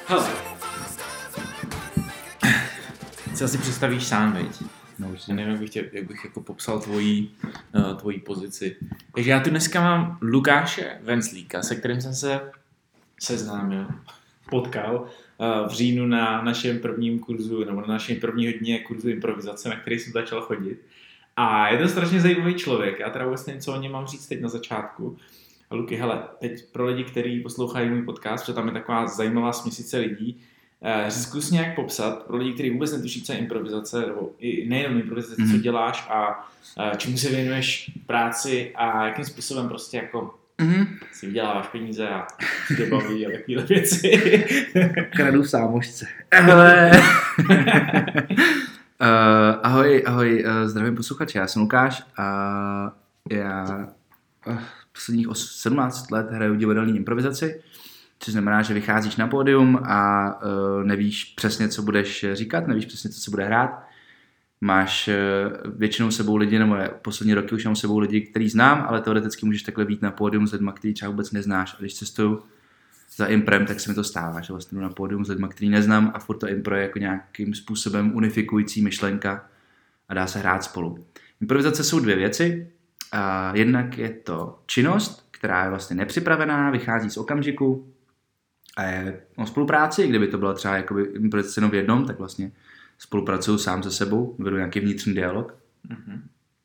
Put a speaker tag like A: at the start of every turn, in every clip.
A: Hele. Co asi představíš sám, veď?
B: No, už
A: Já nevím, jak bych jako popsal tvoji pozici. Takže já tu dneska mám Lukáše Venclíka, se kterým jsem se seznámil, potkal v říjnu na našem prvním kurzu, nebo na našem prvního dně kurzu improvizace, na který jsem začal chodit. A je to strašně zajímavý člověk. Já teda vůbec nevím, co o něm mám říct teď na začátku. A Luky, hele, teď pro lidi, kteří poslouchají můj podcast, protože tam je taková zajímavá směsice lidí, zkus nějak popsat pro lidi, kteří vůbec netuší, co je improvizace, nebo i nejenom improvizace, co děláš a čemu se věnuješ práci a jakým způsobem prostě jako si vyděláváš peníze a tě baví a takovéhle věci.
B: Kradu v sámošce. Ahoj, zdravím posluchače, já jsem Lukáš a já posledních 17 let hraju divadelní improvizaci, což znamená, že vycházíš na pódium a nevíš přesně, co budeš říkat, nevíš přesně, co se bude hrát. Máš většinou sebou lidi, nebo poslední roky už mám sebou lidi, který znám, ale teoreticky můžeš takhle být na pódium s lidma, který třeba vůbec neznáš. A když cestuju za imprem, tak se mi to stává, že vlastně jdu na pódium s lidma, který neznám a furt to impro je jako nějakým způsobem unifikující myšlenka a dá se hrát spolu. Improvizace jsou dvě věci. Jednak je to činnost, která je vlastně nepřipravená, vychází z okamžiku a je o spolupráci. Kdyby to byla třeba jakoby improvizace jenom v jednom, tak vlastně spolupracuju sám se sebou, vedu nějaký vnitřní dialog. Mm-hmm.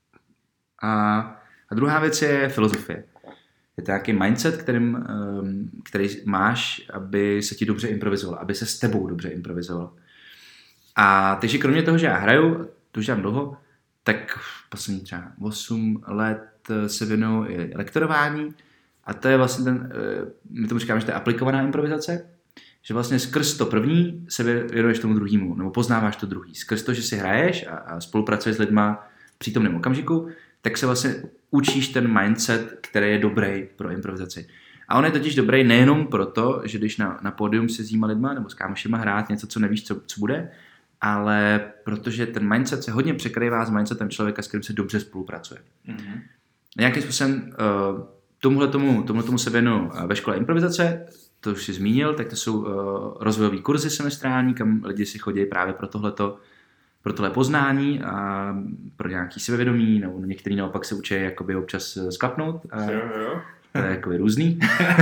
B: A druhá věc je filozofie. Je to nějaký mindset, který máš, aby se ti dobře improvizoval, aby se s tebou dobře improvizoval. A takže kromě toho, že já hraju, to už dělám dlouho, tak poslední třeba 8 let se věnuju i lektorování a to je vlastně my tomu říkáme, že to je aplikovaná improvizace, že vlastně skrz to první se věnuješ tomu druhému, nebo poznáváš to druhý. Skrz to, že si hraješ a spolupracuješ s lidma v přítomném okamžiku, tak se vlastně učíš ten mindset, který je dobrý pro improvizaci. A on je totiž dobrý nejenom proto, že když na pódium se s těma lidma nebo s kámošima hrát něco, co nevíš, co bude, ale protože ten mindset se hodně překrývá s mindsetem člověka, s kterým se dobře spolupracuje. Mm-hmm. Nějakým způsobem tomuhletomu se věnuju ve škole improvizace, to už si zmínil, tak to jsou rozvojový kurzy semestrální, kam lidi si chodí právě pro tohle poznání a pro nějaký sebevědomí, nebo některý naopak se učí jakoby občas sklapnout.
A: Jo.
B: To je jakoby různý.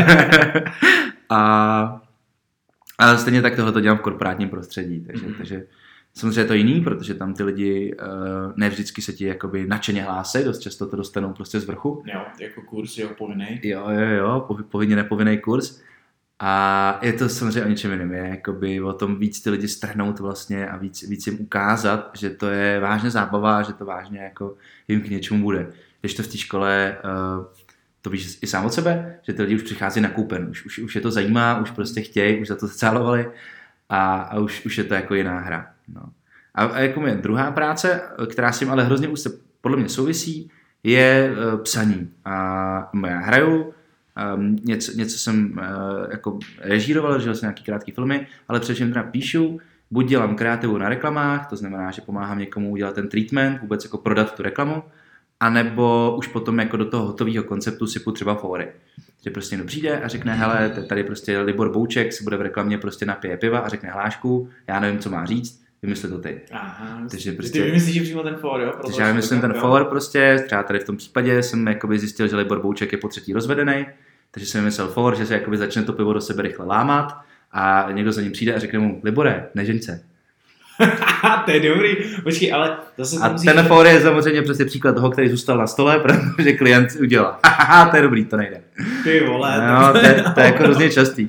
B: a stejně tak tohle to dělám v korporátním prostředí, takže samozřejmě je to jiný, protože tam ty lidi ne vždycky se ti jakoby nadšeně hlásí, dost často to dostanou prostě z vrchu.
A: Jo, jako kurz, jo, povinný.
B: Jo, povinně nepovinný kurz. A je to samozřejmě o něčem jiném, je jakoby o tom víc ty lidi strhnout vlastně a víc jim ukázat, že to je vážně zábava, že to vážně jako jim k něčemu bude. Když to v té škole, to víš i sám od sebe, že ty lidi už přichází nakoupen, už je to zajímá, už prostě chtějí, už za to zacálovali a už je to jako jiná hra. No. A jako je druhá práce, která s tím ale hrozně už se podle mě souvisí, je psaní. A já hraju, něco jsem jako režíroval, režíroval jsem nějaký krátký filmy, ale především teda píšu, buď dělám kreativu na reklamách, to znamená, že pomáhám někomu udělat ten treatment, vůbec jako prodat tu reklamu, anebo už potom jako do toho hotového konceptu sypu třeba fóry. Že prostě někdo přijde a řekne, hele, tady prostě Libor Bouček si bude v reklamě prostě napije piva a řekne hlášku, já nevím, co má říct, vymysli to ty.
A: Aha,
B: takže prostě,
A: ty vymyslíš, že přímo ten fór, jo?
B: Takže já vymyslím ten fór prostě, třeba tady v tom případě jsem jakoby zjistil, že Libor Bouček je po třetí rozvedený, takže jsem vymyslel fór, že se jakoby začne to pivo do sebe rychle lámat a někdo za ním přijde a řekne mu, Libore, nežeň se.
A: To je dobrý. Počkej, ale zase
B: a ten fór je samozřejmě přesně příklad toho, který zůstal na stole, protože klient udělal. To je dobrý, to nejde.
A: Ty vole.
B: No, to je jako hrozně častý.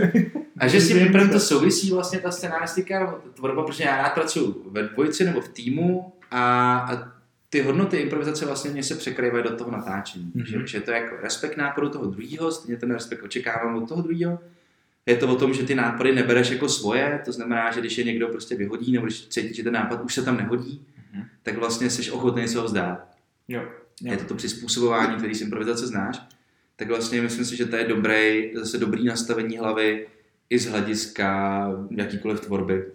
B: A že s tím imprem to souvisí vlastně ta scenáristika, tvorba, protože já rád pracuji ve dvojici nebo v týmu a ty hodnoty improvizace vlastně mě se překrývají do toho natáčení. Mm-hmm. Že to je jako respekt nápadu toho druhého, stejně ten respekt očekávám od toho druhého. Je to o tom, že ty nápady nebereš jako svoje, to znamená, že když je někdo prostě vyhodí, nebo když cítíš, že ten nápad už se tam nehodí, tak vlastně jsi ochotný se ho vzdát.
A: Jo.
B: Je to přizpůsobování, který z improvizace znáš, tak vlastně myslím si, že to je dobrý nastavení hlavy i z hlediska jakýkoliv tvorby.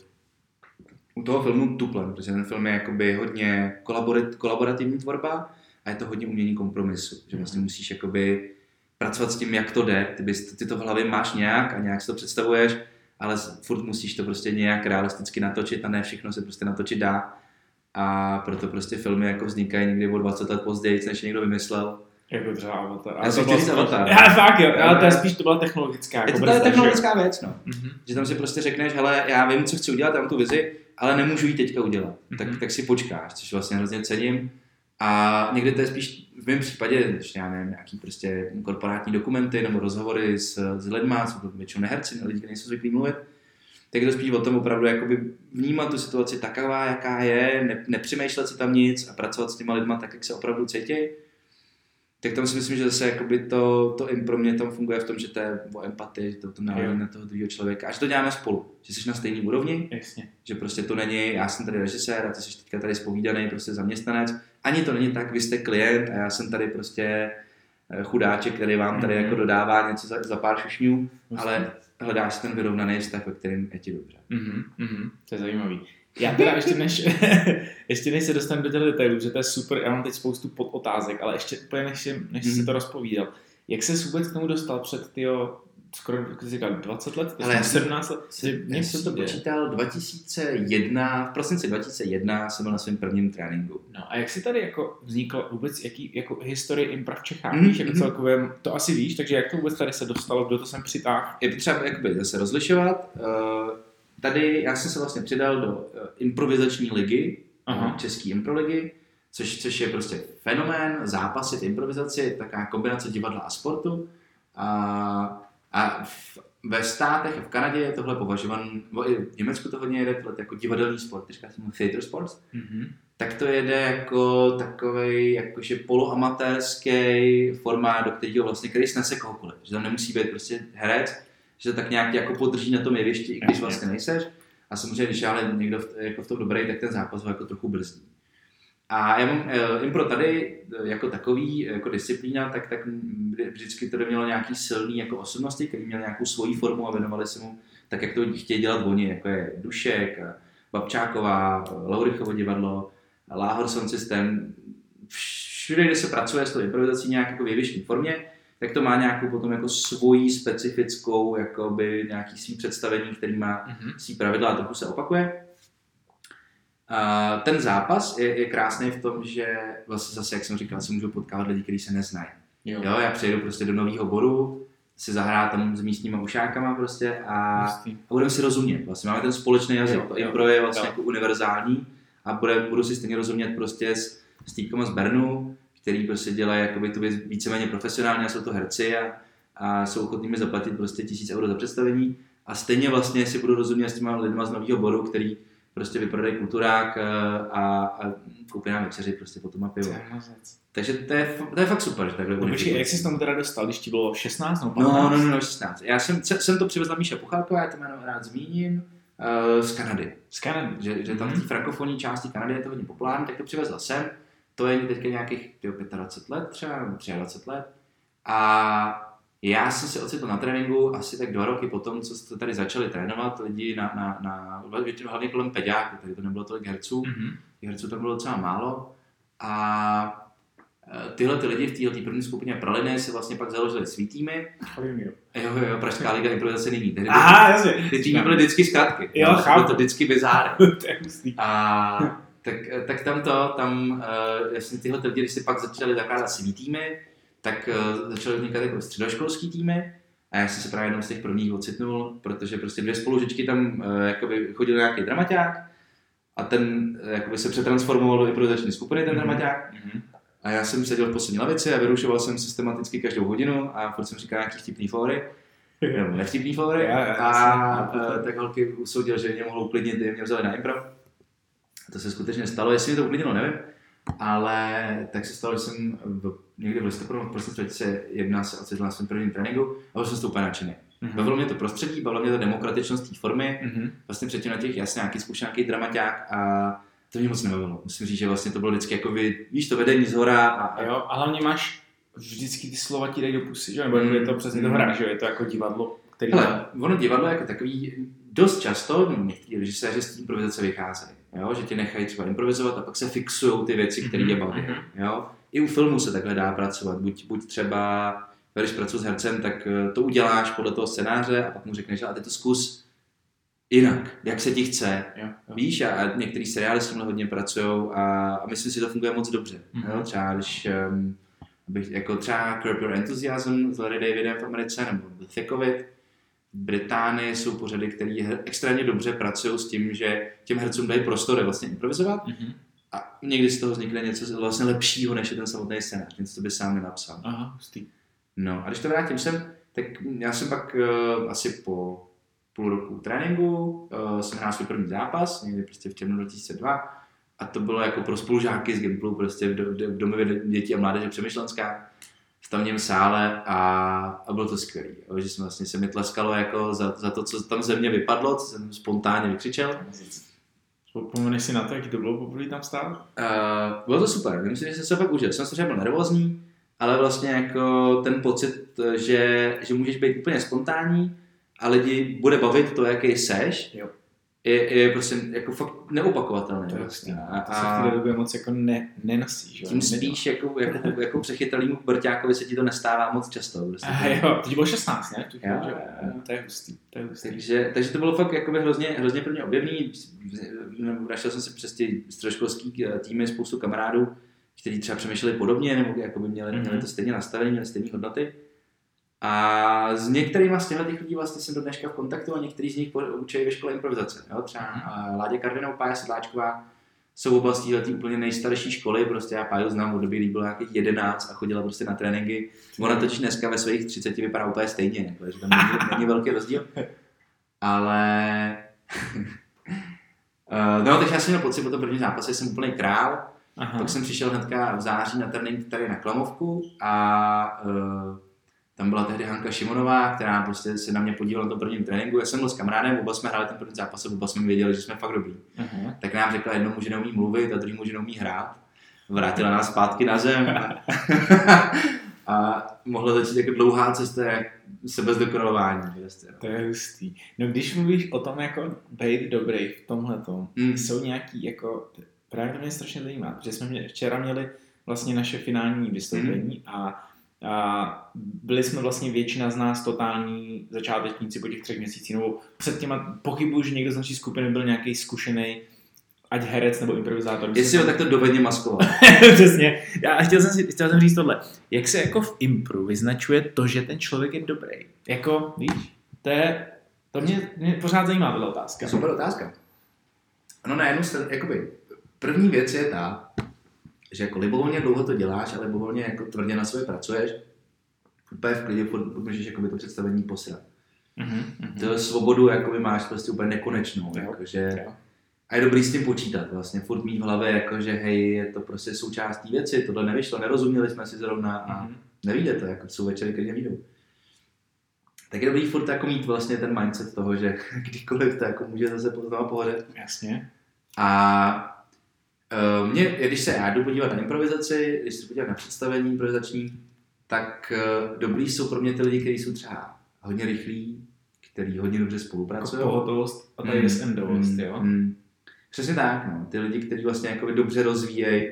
B: U toho filmu Tuplen, protože ten film je jakoby hodně kolaborativní tvorba a je to hodně umění kompromisu, že vlastně musíš jakoby pracovat s tím, jak to jde, ty to v hlavě máš nějak a nějak si to představuješ ale furt musíš to prostě nějak realisticky natočit a ne všechno se prostě natočit dá. A proto prostě filmy jako vznikají někdy o 20 let později, než někdo vymyslel.
A: Jako třeba Avatar.
B: Já jsem chtěl říct Avatar.
A: Já fakt jo, ale to je spíš to byla technologická.
B: Je to technologická věc, no. Že tam si prostě řekneš, hele, já vím, co chci udělat, já mám tu vizi, ale nemůžu ji teďka udělat. Tak si počkáš, což vlastně hrozně cením. A někdy to je spíš v mém případě, když já nevím, nějaký prostě korporátní dokumenty nebo rozhovory s lidma, jsou to většinou neherci, lidi, kteří nejsou zvyklí mluvit, tak je to spíš o tom opravdu jakoby vnímat tu situaci taková, jaká je, nepřemýšlet si tam nic a pracovat s těma lidma tak, jak se opravdu cítí. Tak tam si myslím, že zase jakoby to impro mě tam funguje v tom, že to je o empatii, že to nálení na toho druhého člověka a že to děláme spolu, že jsi na stejný úrovni,
A: jasně.
B: Že prostě to není, já jsem tady režisér a ty jsi teďka tady zpovídaný prostě zaměstnanec, ani to není tak, vy jste klient a já jsem tady prostě chudáček, který vám tady jako dodává něco za pár šušňů, ale hledáš ten vyrovnaný vztah, ve kterém je ti dobře.
A: To je zajímavý. Já teda ještě než se dostanu do těch detailů, že to je super, já mám teď spoustu podotázek, ale ještě úplně než si to rozpovídal. Jak se vůbec k tomu dostal před skoro 20 let?
B: Ale já
A: 17 let?
B: Já jsem to počítal 2001, v prosinci 2001 jsem byl na svém prvním tréninku.
A: No a jak si tady jako vzniklo vůbec jako historie impra v Čechách, víš, jako celkově, to asi víš, takže jak to vůbec tady se dostalo, kdo to sem přitáhl?
B: Je potřeba jakoby zase rozlišovat. Tady já jsem se vlastně přidal do improvizační ligy, české improligy, což je prostě fenomén, zápasy v improvizaci, taková kombinace divadla a sportu. A ve státech a v Kanadě je tohle považovaný, i v Německu to hodně jede tohle jako divadelní sport, říká se mu theater sports, tak to jede jako takovej jakože poloamatérský formát, do kterého vlastně, který snese kohokoliv, že tam nemusí být prostě herec, že to tak nějak jako podrží na tom jevišti, i když vlastně nejseš. A samozřejmě, když je ale někdo jako v tom dobrý, tak ten zápas ho jako trochu brzdí. A já mám impro tady jako takový, jako disciplína, tak vždycky to mělo nějaký silný jako osobnosti, který měl nějakou svoji formu a věnovali se mu tak, jak to chtějí dělat oni, jako je Dušek, Babčáková, Laurichovo divadlo, Láhor Sound System. Všude, kde se pracuje s tou improvizací nějak jako v jevištní formě, tak to má nějakou potom jako svoji specifickou, jakoby nějaký svý představení, který má svý pravidla a trochu se opakuje. Ten zápas je krásný v tom, že vlastně zase, jak jsem říkal, se můžu potkávat lidi, kteří se neznají. Jo, já přijedu prostě do nového boru, si zahrát tam s místníma ušákama prostě a budeme si rozumět. Vlastně máme ten společný jazyk. To impro je vlastně jako univerzální a budu si stejně rozumět prostě s týpkama z Bernu, který prostě dělají jakoby tu věc víceméně profesionálně a jsou to herci a jsou ochotní mi zaplatit prostě 1000 € za představení a stejně vlastně si budu rozumět s těma lidma z nového boru, který prostě vyprodají kulturák a koupí nám večeři prostě potom a pivo. Takže to je fakt super, že takhle bude.
A: Jak jsi s tomu teda dostal, když ti bylo 16 nebo
B: 15? No, 16. Já jsem to přivezla Míša Puchalková, já to jméno rád zmíním, z Kanady.
A: Z Kanady?
B: Že tam v té frankofonní části Kanady je to hodně populární, tak to přivezla sem. To je teďka nějakých 25 let, třeba 23 let. A já jsem se ocitl na tréninku asi tak 2 roky potom, co jste tady začali trénovat lidi hlavně kolem peďáků, tady to nebylo tolik herců, herců tam bylo docela málo a tyhle ty lidi v této první skupině Praliny si vlastně pak založili svý týmy. Jo, Pražská liga improvizace nyní. Ty týmy byly vždycky zkratky. Bylo to vždycky bizáry. A tak tam jasně tyhle lidi, když si pak začali zakládat svý týmy, tak začaly vznikat jako středoškolský týmy a já jsem se právě jednou z těch prvních ocitnul, protože prostě 2 spolužičky tam jakoby chodil nějaký dramaťák a ten jakoby se přetransformoval do improvizační skupiny, ten dramaťák. A já jsem seděl v poslední lavici a vyrušoval jsem systematicky každou hodinu a furt jsem říkal nějaký vtipný fóry, nebo nevtipný fóry a tak holky usoudil, že mě mohou uklidnit, mě vzali na impro. To se skutečně stalo, jestli mě to uklidnilo, nevím. Ale tak se stalo, že jsem někdy v listopadu, v prosinci 2001 se ocitl na svém prvním tréninku a byl jsem to úplně nadšený. Bavilo mě to prostředí, bavilo mě ta demokratičnost té formy, vlastně předtím na těch jasně nějaký zkušenáký dramaťák a to mě moc nebavilo. Musím říct, že vlastně to bylo vždycky jako víš to vedení zhora a
A: jo, a hlavně máš vždycky ty slova ti dají do pusy, že? Nebo je to přesně to hra, že je to jako divadlo, který...
B: Hele, ono divadlo jako takový dost často, někteří režiséři z té improvizace vycházejí, jo? Že ti nechají třeba improvizovat a pak se fixujou ty věci, které je baví. Jo? I u filmu se takhle dá pracovat, buď třeba, když pracuji s hercem, tak to uděláš podle toho scénáře a pak mu řekneš, a teď to zkus jinak, jak se ti chce.
A: Jo.
B: Víš, a některý seriály s tímhle hodně pracujou a myslím si, že to funguje moc dobře. Jo? Třeba když jako třeba Curb Your Enthusiasm s Larry Davidem v Americe nebo The Thick of It, v Británii jsou pořady, které extrémně dobře pracují s tím, že těm hercům dají prostor vlastně improvizovat a někdy z toho vznikne něco vlastně lepšího, než je ten samotný scénář, něco, co by sám nenapsal.
A: Aha, hustý.
B: No a když to vrátím sem, tak já jsem pak asi po půl roku tréninku jsem hrál svůj první zápas, někdy prostě v červnu 2002 a to bylo jako pro spolužáky z Gimplu, prostě v domově dětí a mládeže Přemyšlenská, v tamním sále a bylo to skvělý, že jsme vlastně se mi tleskalo jako za to, co tam ze mě vypadlo, co jsem spontánně vykřičel.
A: Vzpomeneš si na to, jaký to bylo poprvé tam stát?
B: Bylo to super, myslím, že jsem se fakt užil, jsem samozřejmě byl nervózní, ale vlastně jako ten pocit, že můžeš být úplně spontánní a lidi bude bavit to, jaký seš,
A: jo.
B: Je prostě jako fakt neopakovatelné.
A: To je vlastně. To se v té době moc jako nenosí. Že?
B: Tím spíš jako přechytralýmu Brťákovi se ti to nestává moc často. Prostě.
A: Jo, teď bylo 16, ne?
B: Jo.
A: To je hustý.
B: Takže to bylo fakt jakoby hrozně pro mě objevný. Našel jsem si přes ty středoškolský týmy spoustu kamarádů, kteří třeba přemýšleli podobně, nebo jakoby měli to stejně nastavení, měli stejné hodnoty. A s některýma z těchto lidí vlastně jsem do dneška v kontaktu a některý z nich učí ve škole improvizace. Jo? Třeba Ládě Karvinou, Pája Sedláčková jsou v oblasti úplně nejstarší školy, prostě já Páju znám od doby, kdy bylo nějakých 11 a chodila prostě na tréninky. Ona totiž dneska ve svých 30 vypadá úplně stejně, jako, že tam není velký rozdíl. Ale no, takže já jsem měl pocit po tom prvním zápase, jsem úplný král. Aha. Pak jsem přišel hnedka v září na trénink tady na Klamovku a tam byla tehdy Hanka Šimonová, která prostě se na mě podívala na tom prvním tréninku. Já jsem byl s kamarádem, oba jsme hráli ten první zápas, oba jsme věděli, že jsme fakt dobrý. Uh-huh. Tak nám řekla, jednomu, že neumí mluvit a druhýmu, že neumí hrát. Vrátila nás zpátky na zem a mohla začít jako dlouhá cesta sebezdokonalování. No.
A: To je hustý. No když mluvíš o tom jako být dobrý v tomhletom, jsou nějaký jako, právě to mě strašně zajímá, protože jsme včera měli vlastně naše finální vystoupení a byli jsme vlastně většina z nás totální začátečníci po těch 3 měsících, nebo před těma pochybuju, že někdo z naší skupiny byl nějaký zkušený, ať herec nebo improvizátor.
B: Jestli ho takto dovedně maskoval.
A: Přesně. Já chtěl jsem říct tohle. Jak se jako v impru vyznačuje to, že ten člověk je dobrý? Jako, víš, to mě pořád zajímá tato otázka.
B: Super otázka. Ano, na jednu stranu, jakoby, první věc je ta, že jako libovolně dlouho to děláš, ale libovolně jako tvrdě na sobě pracuješ, úplně v klidě můžeš jakoby to představení posrat. To svobodu jakoby máš prostě úplně nekonečnou, jakože a je dobrý s tím počítat vlastně, furt mít v hlavě, jakože hej, je to prostě součást té věci, tohle nevyšlo, nerozuměli jsme si zrovna a nevíde to, jako jsou večery, když nevídou. Tak je dobrý furt jako mít vlastně ten mindset toho, že kdykoliv to jako může zase potom pohodet.
A: Jasně.
B: A když se já jdu podívat na improvizaci, když se podívat na představení improvizační, tak dobrý jsou pro mě ty lidi, kteří jsou třeba hodně rychlí, kteří hodně dobře spolupracují.
A: Pohotovost a tady SMDovost, jo?
B: Přesně tak, no. Ty lidi, kteří vlastně jako dobře rozvíjejí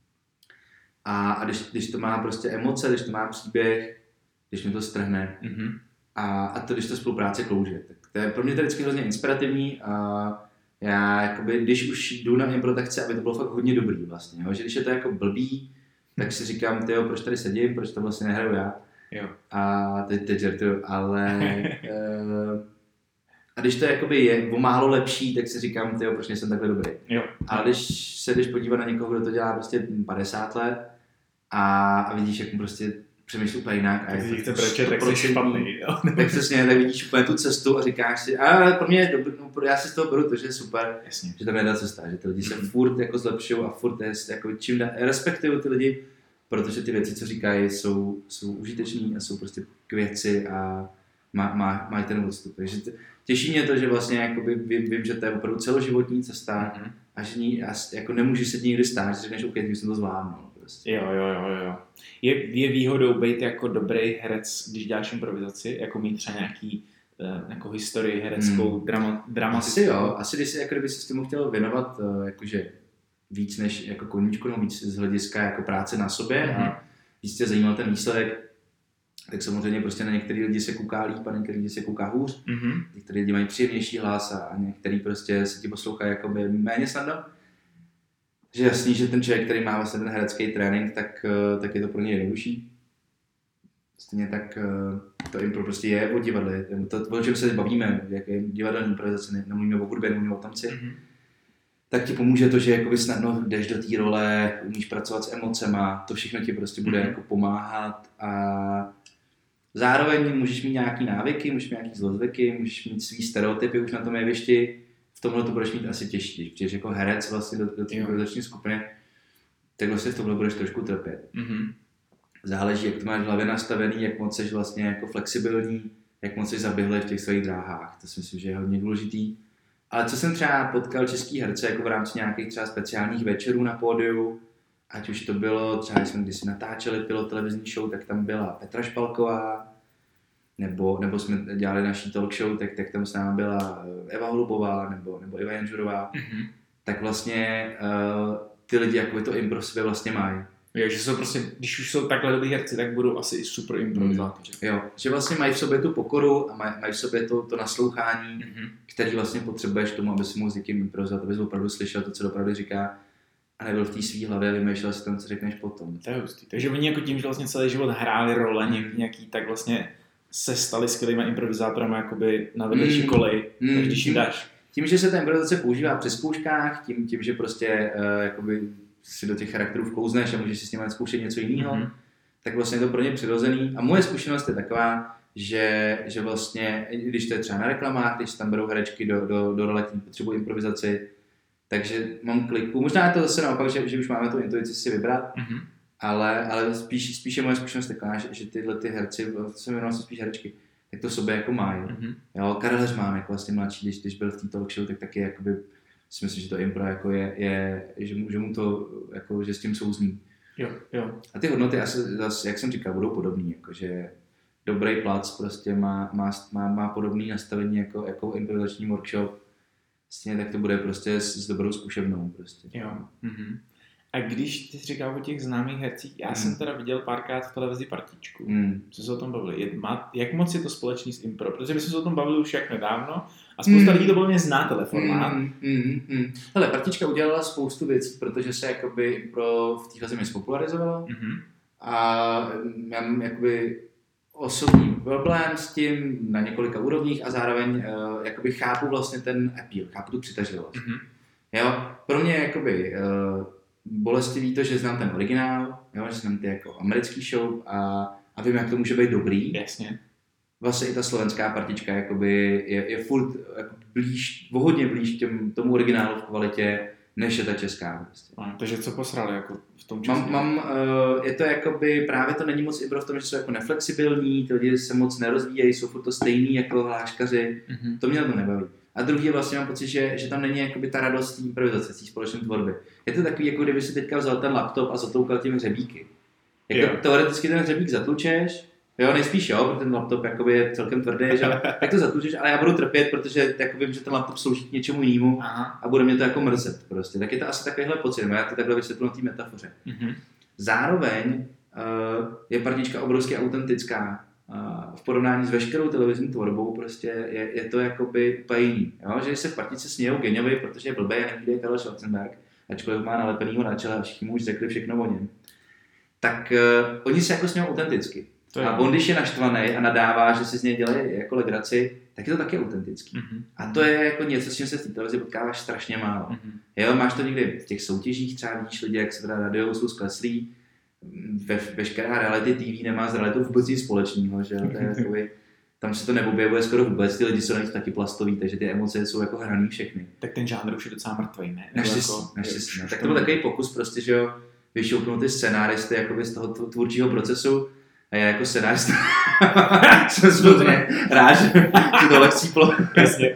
B: a když to má prostě emoce, když to má příběh, když mi to strhne a to, když to spolupráce klouže. Tak to je pro mě to vždycky hrozně inspirativní a já jakoby, když už jdu na impro, tak chci, aby to bylo fakt hodně dobrý vlastně, jo? Že když je to jako blbý, tak si říkám, tyjo, proč tady sedím, proč to vlastně nehraju já.
A: Jo.
B: A teď žertuju, ale a když to jakoby je o málo lepší, tak si říkám, tyjo, proč nejsem takhle dobrý.
A: Jo.
B: Ale když se jdeš podívat na někoho, kdo to dělá prostě 50 let a vidíš, jak mu prostě přemýšlí úplně jinak.
A: Tak si chce brečet, tak jsi špatný.
B: Tak přesně, tak vidíš úplně tu cestu a říkáš si, pro mě je dobrý, no, já si z toho beru to, že je super,
A: jasně,
B: že tam je ta cesta, že ty lidi se furt jako zlepšují a furt jako respektují ty lidi, protože ty věci, co říkají, jsou užitečný a jsou prostě k věci a mají ten odstup. Takže těší mě to, že vlastně jakoby vím, že to je opravdu celoživotní cesta a že jako nemůžeš se někdy stát, že řekneš, OK, když jsem to zvládnul. Prostě.
A: Jo. Je výhodou být jako dobrý herec, když děláš improvizaci, jako mít třeba nějaký jako historii hereckou, dramatickou?
B: Asi když si, jako kdyby se s tím chtěl věnovat jakože víc než jako koníčku, nebo víc z hlediska jako práce na sobě a víc tě zajímal ten výsledek, tak samozřejmě prostě na některý lidi se kouká líp a některý lidi se kouká hůř.
A: Mhm.
B: Některý lidi mají příjemnější hlas a některý prostě se ti poslouchají jakoby méně snadno. Takže jasný, že ten člověk, který má vlastně ten herecký trénink, tak je to pro něj jednodušší. Stejně tak to impro prostě je o divadle. To, o čem se bavíme, jak je divadelní improvizace, nemluvíme o hudbě, nemluvíme o tanci.
A: Mhm.
B: Tak ti pomůže to, že jakoby snadno jdeš do té role, umíš pracovat s emocema, to všechno ti prostě bude jako pomáhat a zároveň můžeš mít nějaký návyky, můžeš mít nějaký zlozvyky, můžeš mít svý stereotypy už na tom jevišti, v tomhle to budeš mít asi těžší, když přijdeš jako herec vlastně do té improvizační skupiny, tak vlastně v tomhle budeš trošku trpět.
A: Mhm.
B: Záleží, jak to máš v hlavě nastavený, jak moc jsi vlastně jako flexibilní, jak moc jsi zaběhlej v těch svých dráhách, to si myslím, že je hodně důležitý. Ale co jsem třeba potkal český herce jako v rámci nějakých třeba speciálních večerů na pódiu, ať už to bylo třeba, když jsme natáčeli pilot televizní show, tak tam byla Petra Špalková, nebo jsme dělali naší talk show, tak tam s námi byla Eva Holubová nebo Iva Janžurová.
A: Mhm.
B: Tak vlastně ty lidi jako to impro sobě vlastně mají.
A: Jo, že jsou prostě, když už jsou takhle dobrý herci, tak budou asi i super improvizátoři.
B: Jo, že vlastně mají v sobě tu pokoru a mají v sobě to naslouchání,
A: Mhm.
B: který vlastně potřebuješ k tomu, aby si mohl s někým improvizovat, aby jsi opravdu slyšel to, co opravdu říká a nebyl v té svý hlavě a vymýšlel si tam, co řekneš potom.
A: To je hustý. Takže oni jako tím, že vlastně celý život hráli role nějaký, tak vlastně se stali skvělými improvizátorami jakoby na vedlejší kolej, takže když jim dáš.
B: Tím, že se ta improvizace používá při zkouškách, tím že prostě jakoby si do těch charakterů vklouzneš a můžeš si s nimi zkoušet něco jiného, tak vlastně je to pro ně přirozený. A moje zkušenost je taková, že vlastně, když to je třeba na reklamách, když tam berou herečky do role, které potřebují improvizaci, takže mám kliku. Možná je to zase naopak, že už máme tu intuici si vybrat, ale spíš je moje zkušenost taková, že tyhle ty herci, se jmenují spíš herečky, tak to sobě jako mají. Jo, Karel Heřmán jako vlastně mladší, když byl v té talk show, tak taky jakoby si myslím, že to impro jako je že mu to, jako, že s tím souzní.
A: Jo.
B: A ty hodnoty asi, jak jsem říkal, budou podobný, jakože dobrý plac prostě má podobný nastavení jako improvizační workshop. Stejně tak to bude prostě s dobrou zkušebnou prostě.
A: Jo. Mhm. A když ty jsi říkal o těch známých hercích, já jsem teda viděl párkrát v televizi Partičku. Co se o tom bavili? Jak moc je to společný s impro? Protože my jsme se o tom bavili už jak nedávno a spousta lidí to podle mě zná telefonát.
B: Hele, Partička udělala spoustu věcí, protože se jakoby impro v téhle zemi spopularizovalo. A já mám jakoby osobní problém s tím na několika úrovních a zároveň jakoby chápu vlastně ten appeal, chápu tu přitažlivost. Jo, pro mě jakoby bolestivý to, že znám ten originál, jo, že znám ty jako americký show a vím, jak to může být dobrý.
A: Jasně.
B: Vlastně i ta slovenská Partička jakoby je furt jako hodně blíž tomu originálu v kvalitě, než je ta česká. Vlastně.
A: Takže co posrali jako v tom
B: českém? Je to jakoby, právě to není moc impro v tom, že jsou jako neflexibilní, ty lidi se moc nerozvíjejí, jsou furt to stejný jako hláškaři, to mě to nebaví. A druhý vlastně mám pocit, že tam není jakoby ta radost té improvizace, té společné tvorby. Je to takový, jako kdyby si teďka vzal ten laptop a zatloukal těmi hřebíky. Jako teoreticky ten hřebík zatlučeš, jo, nejspíš jo, protože ten laptop jakoby je celkem tvrdý, že tak to zatlučeš, ale já budu trpět, protože jako vím, že ten laptop slouží k něčemu jinému a bude mě to jako mrzet prostě. Tak je to asi takovýhle pocit, já to takhle vysvětlu na té metafoře. Zároveň je Partička obrovsky autentická. V porovnání s veškerou televizní tvorbou prostě je to jakoby úplně jiný. Jo? Že se v Partičce smějou Geňovi, protože je blbý a nevíde Karel Schwarzenberg, ačkoliv má nalepenýho na čele a všichni mu už řekli všechno o něm. Tak oni se jako smějou autenticky. A on, když je naštvaný a nadává, že si z něj dělají jako legraci, tak je to taky autentický. A to je jako něco, s čím se v té televizi potkáváš strašně málo. Jo, máš to někdy v těch soutěžích, třeba vidíš lidi, jak se teda radiou jsou skleslí, veškerá reality TV nemá s realitou vůbec nic společného, že to je takový, tam se to neobjevuje skoro vůbec, ty lidi jsou navíc taky plastoví, takže ty emoce jsou jako hraný všechny.
A: Tak ten žánr už je docela mrtvý, ne?
B: Naštěstí. Tak to byl takový pokus prostě, že jo, vyšoupnout ty scenáristy jakoby z toho tvůrčího procesu a já jako scenárista jsem samozřejmě rád, že to dole chcíplo.
A: Jasně.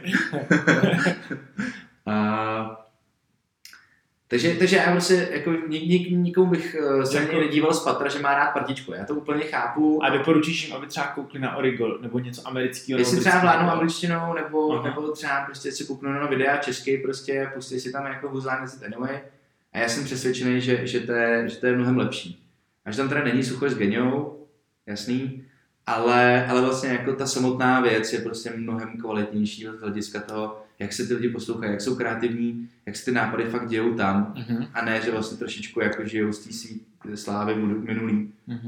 B: Takže já prostě jako nikomu bych se jako nedíval z patra, že má rád Partičku. Já to úplně chápu.
A: A doporučíš jim, aby třeba koukli na Origo nebo něco amerického?
B: Jestli třeba vládnou angličtinou, nebo třeba prostě si kouknou na videa český, prostě pustí si tam jako huzlán anyway. A já jsem přesvědčený, že to je mnohem lepší. Až tam teda není sucho s Geňou, jasný, Ale vlastně jako ta samotná věc je prostě mnohem kvalitnější z hlediska toho, jak se ty lidi poslouchají, jak jsou kreativní, jak se ty nápady fakt dějou tam a ne, že vlastně trošičku jako žijou z té svý slávy minulý.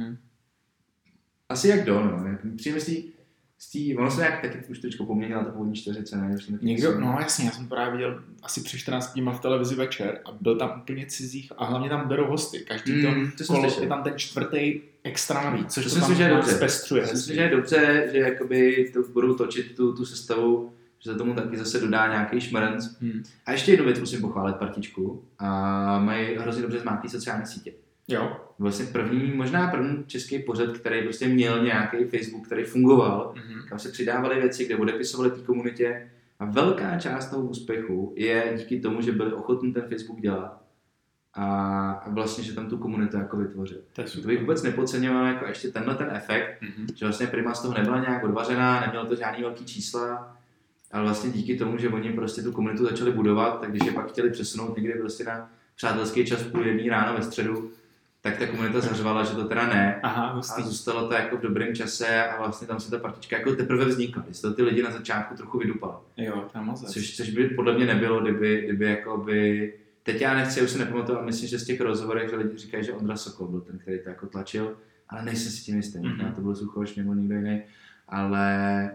B: Asi jak no. Přijme ono se nějak taky už trošku poměnila ta původní čtveřice, ne?
A: Někdo, no jasně, já jsem právě viděl asi před 14 dníma v televizi večer a byl tam úplně cizích a hlavně tam berou hosty. Každý to kolo je tam ten čtvrtý extra navíc, což to tam zpestřuje.
B: Myslím, že je dobře, že jakoby to budou točit tu sestavu, že se tomu taky zase dodá nějaký šmrnc. A ještě jednu věc musím pochválit partičku. A mají hrozně dobře zmáklý sociální sítě.
A: Jo.
B: Vlastně možná první český pořad, který prostě měl nějaký Facebook, který fungoval, kam se přidávaly věci, kde odepisovali té komunitě. A velká část toho úspěchu je díky tomu, že byli ochotní ten Facebook dělat. A vlastně, že tam tu komunitu jako vytvořil. To bych vůbec nepodceňoval jako ještě tenhle ten efekt, že vlastně Prima z toho nebyla nějak odvařená, nemělo to žádný velký čísla, ale vlastně díky tomu, že oni prostě tu komunitu začali budovat, tak když je pak chtěli přesunout někde prostě na přátelský čas 12:30 ráno ve středu, tak ta komunita zařvala, že to teda ne. A zůstalo to jako v dobrém čase a vlastně tam se ta partička jako teprve vznikla. Když to ty lidi na začátku trochu vydupali.
A: Jo, tam
B: což by podle mě nebylo, kdyby jakoby... Teď já nechci, už se nepamatuju, ale myslím, že z těch rozhovorech, že lidi říkají, že Ondra Sokol byl ten, který to jako tlačil, ale nejsem si tím jistý. To byl Suchoš nebo někdo jiný, ale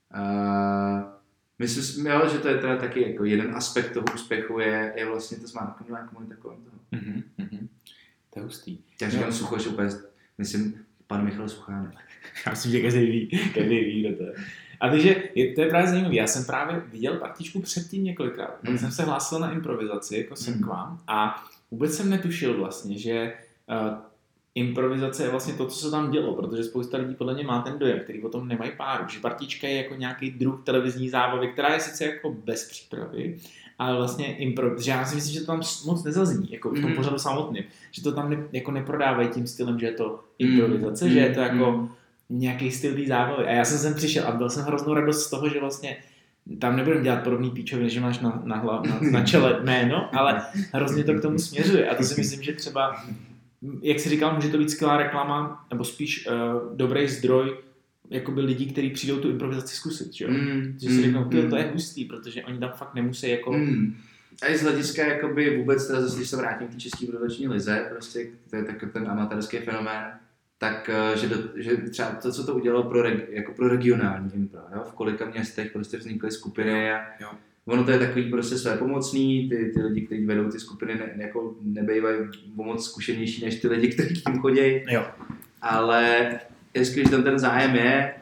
B: myslím, že to je teda taky jako jeden aspekt toho úspěchu je vlastně to zmáknutá komunita kolem toho.
A: To je hustý.
B: Já říkám Suchoš úplně, myslím, pan Michal Suchánek.
A: Já myslím, že každý ví, kdo to je. A takže to je právě zajímavé. Já jsem právě viděl partičku předtím několikrát. Pak jsem se hlásil na improvizaci, jako jsem k vám, a vůbec jsem netušil vlastně, že improvizace je vlastně to, co se tam dělo, protože spousta lidí podle mě má ten dojem, který o tom nemají páru, že partička je jako nějaký druh televizní zábavy, která je sice jako bez přípravy, ale vlastně že já si myslím, že to tam moc nezazní, jako v tom pořadu samotným, že to tam jako neprodávají tím stylem, že je to improvizace, že je to jako nějaký styl té zábavy. A já jsem sem přišel a byl jsem hroznou radost z toho, že vlastně tam nebudem dělat podobný píčoviny, že máš na čele jméno, ale hrozně to k tomu směřuje. A to si myslím, že třeba, jak jsi říkal, může to být skvělá reklama, nebo spíš dobrý zdroj jakoby lidí, kteří přijdou tu improvizaci zkusit, že jo? Že si řeknou, to je hustý, protože oni tam fakt nemusí jako...
B: A i z hlediska jakoby vůbec, teda zase, když se vrátím k té české improvizační lize, prostě to je takový ten amatérský fenomén, tak že třeba to, co to udělalo pro regionální impro, jo? V kolika městech prostě vznikly skupiny a ono to je takový prostě svépomocný, ty lidi, kteří vedou ty skupiny jako nebejvají moc zkušenější než ty lidi, kteří k tím chodí, ale je skvělý, že tam ten zájem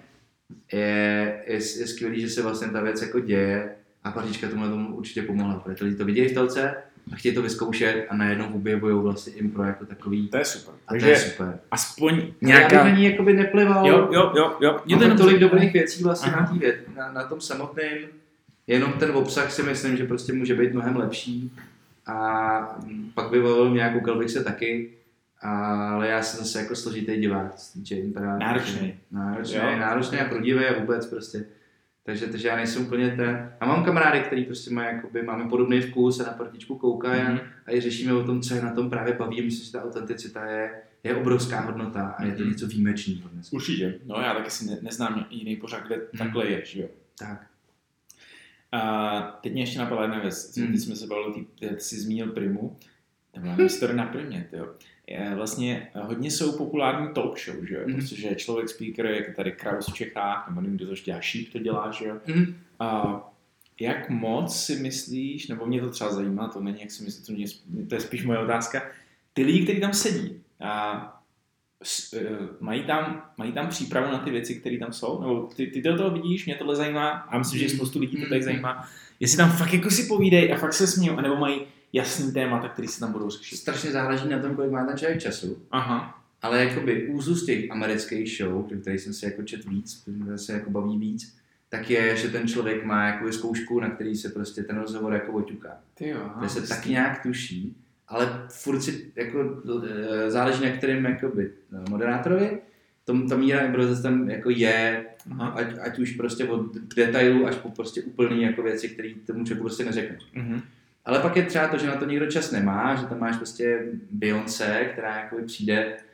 B: je skvělý, že se vlastně ta věc jako děje a partička tomu určitě pomohla, protože lidi to vidějí v telce a chtějí to vyzkoušet a najednou objevují vlastně impro jako takový.
A: To je super.
B: A to je super.
A: Aspoň
B: nějaká... Já bych na ní jakoby neplival.
A: Jo.
B: Je to tolik dobrých věcí vlastně na tom samotném. Jenom ten obsah si myslím, že prostě může být mnohem lepší. A pak by volil mě, koukal bych se taky. Ale já jsem zase jako složitý divák. Náročný a prudivý a vůbec prostě. Takže já nejsem úplně ten. A mám kamarády, který prostě máme podobný vkus a na partičku koukají a i řešíme o tom, co je na tom právě baví. Myslím, že ta autenticita je obrovská hodnota a je to něco výjimečného.
A: Určitě. No já taky si neznám jiný pořád, kde takhle je, že jo?
B: Tak.
A: A teď mě ještě napadla jedna věc. Když jsme se bavili, ty jsi zmínil Primu. To byla historie na Primě, jo. Vlastně hodně jsou populární talk show, že jo? Protože člověk speaker, jak tady Kraus v Čechách, nebo nevím, kdo to dělá, Šíp to dělá, že jo? A jak moc si myslíš, nebo mě to třeba zajímá, to není, jak si myslíš, to je spíš moje otázka, ty lidi, kteří tam sedí, mají tam přípravu na ty věci, které tam jsou? Nebo ty do toho vidíš, mě tohle zajímá a myslím, že spoustu lidí to tady zajímá. Jestli tam fakt jako si povídej a fakt se smějou, anebo mají jasný témata, který se tam budou řešit.
B: Strašně záleží na tom, kolik má ten člověk času.
A: Aha.
B: Ale jakoby úzus těch amerických show, který jsem si jako čet víc, protože se jako baví víc, tak je, že ten člověk má jako zkoušku, na který se prostě ten rozhovor jako oťuká. To se tak nějak tuší, ale furt si jako záleží na kterém jakoby moderátorovi. Ta míra improvizace tam jako je, ať už prostě od detailu až po prostě úplný jako věci, které tomu člověku prostě neřekne. Ale pak je třeba to, že na to nikdo čas nemá, že tam máš prostě Beyoncé, která jakoby přijde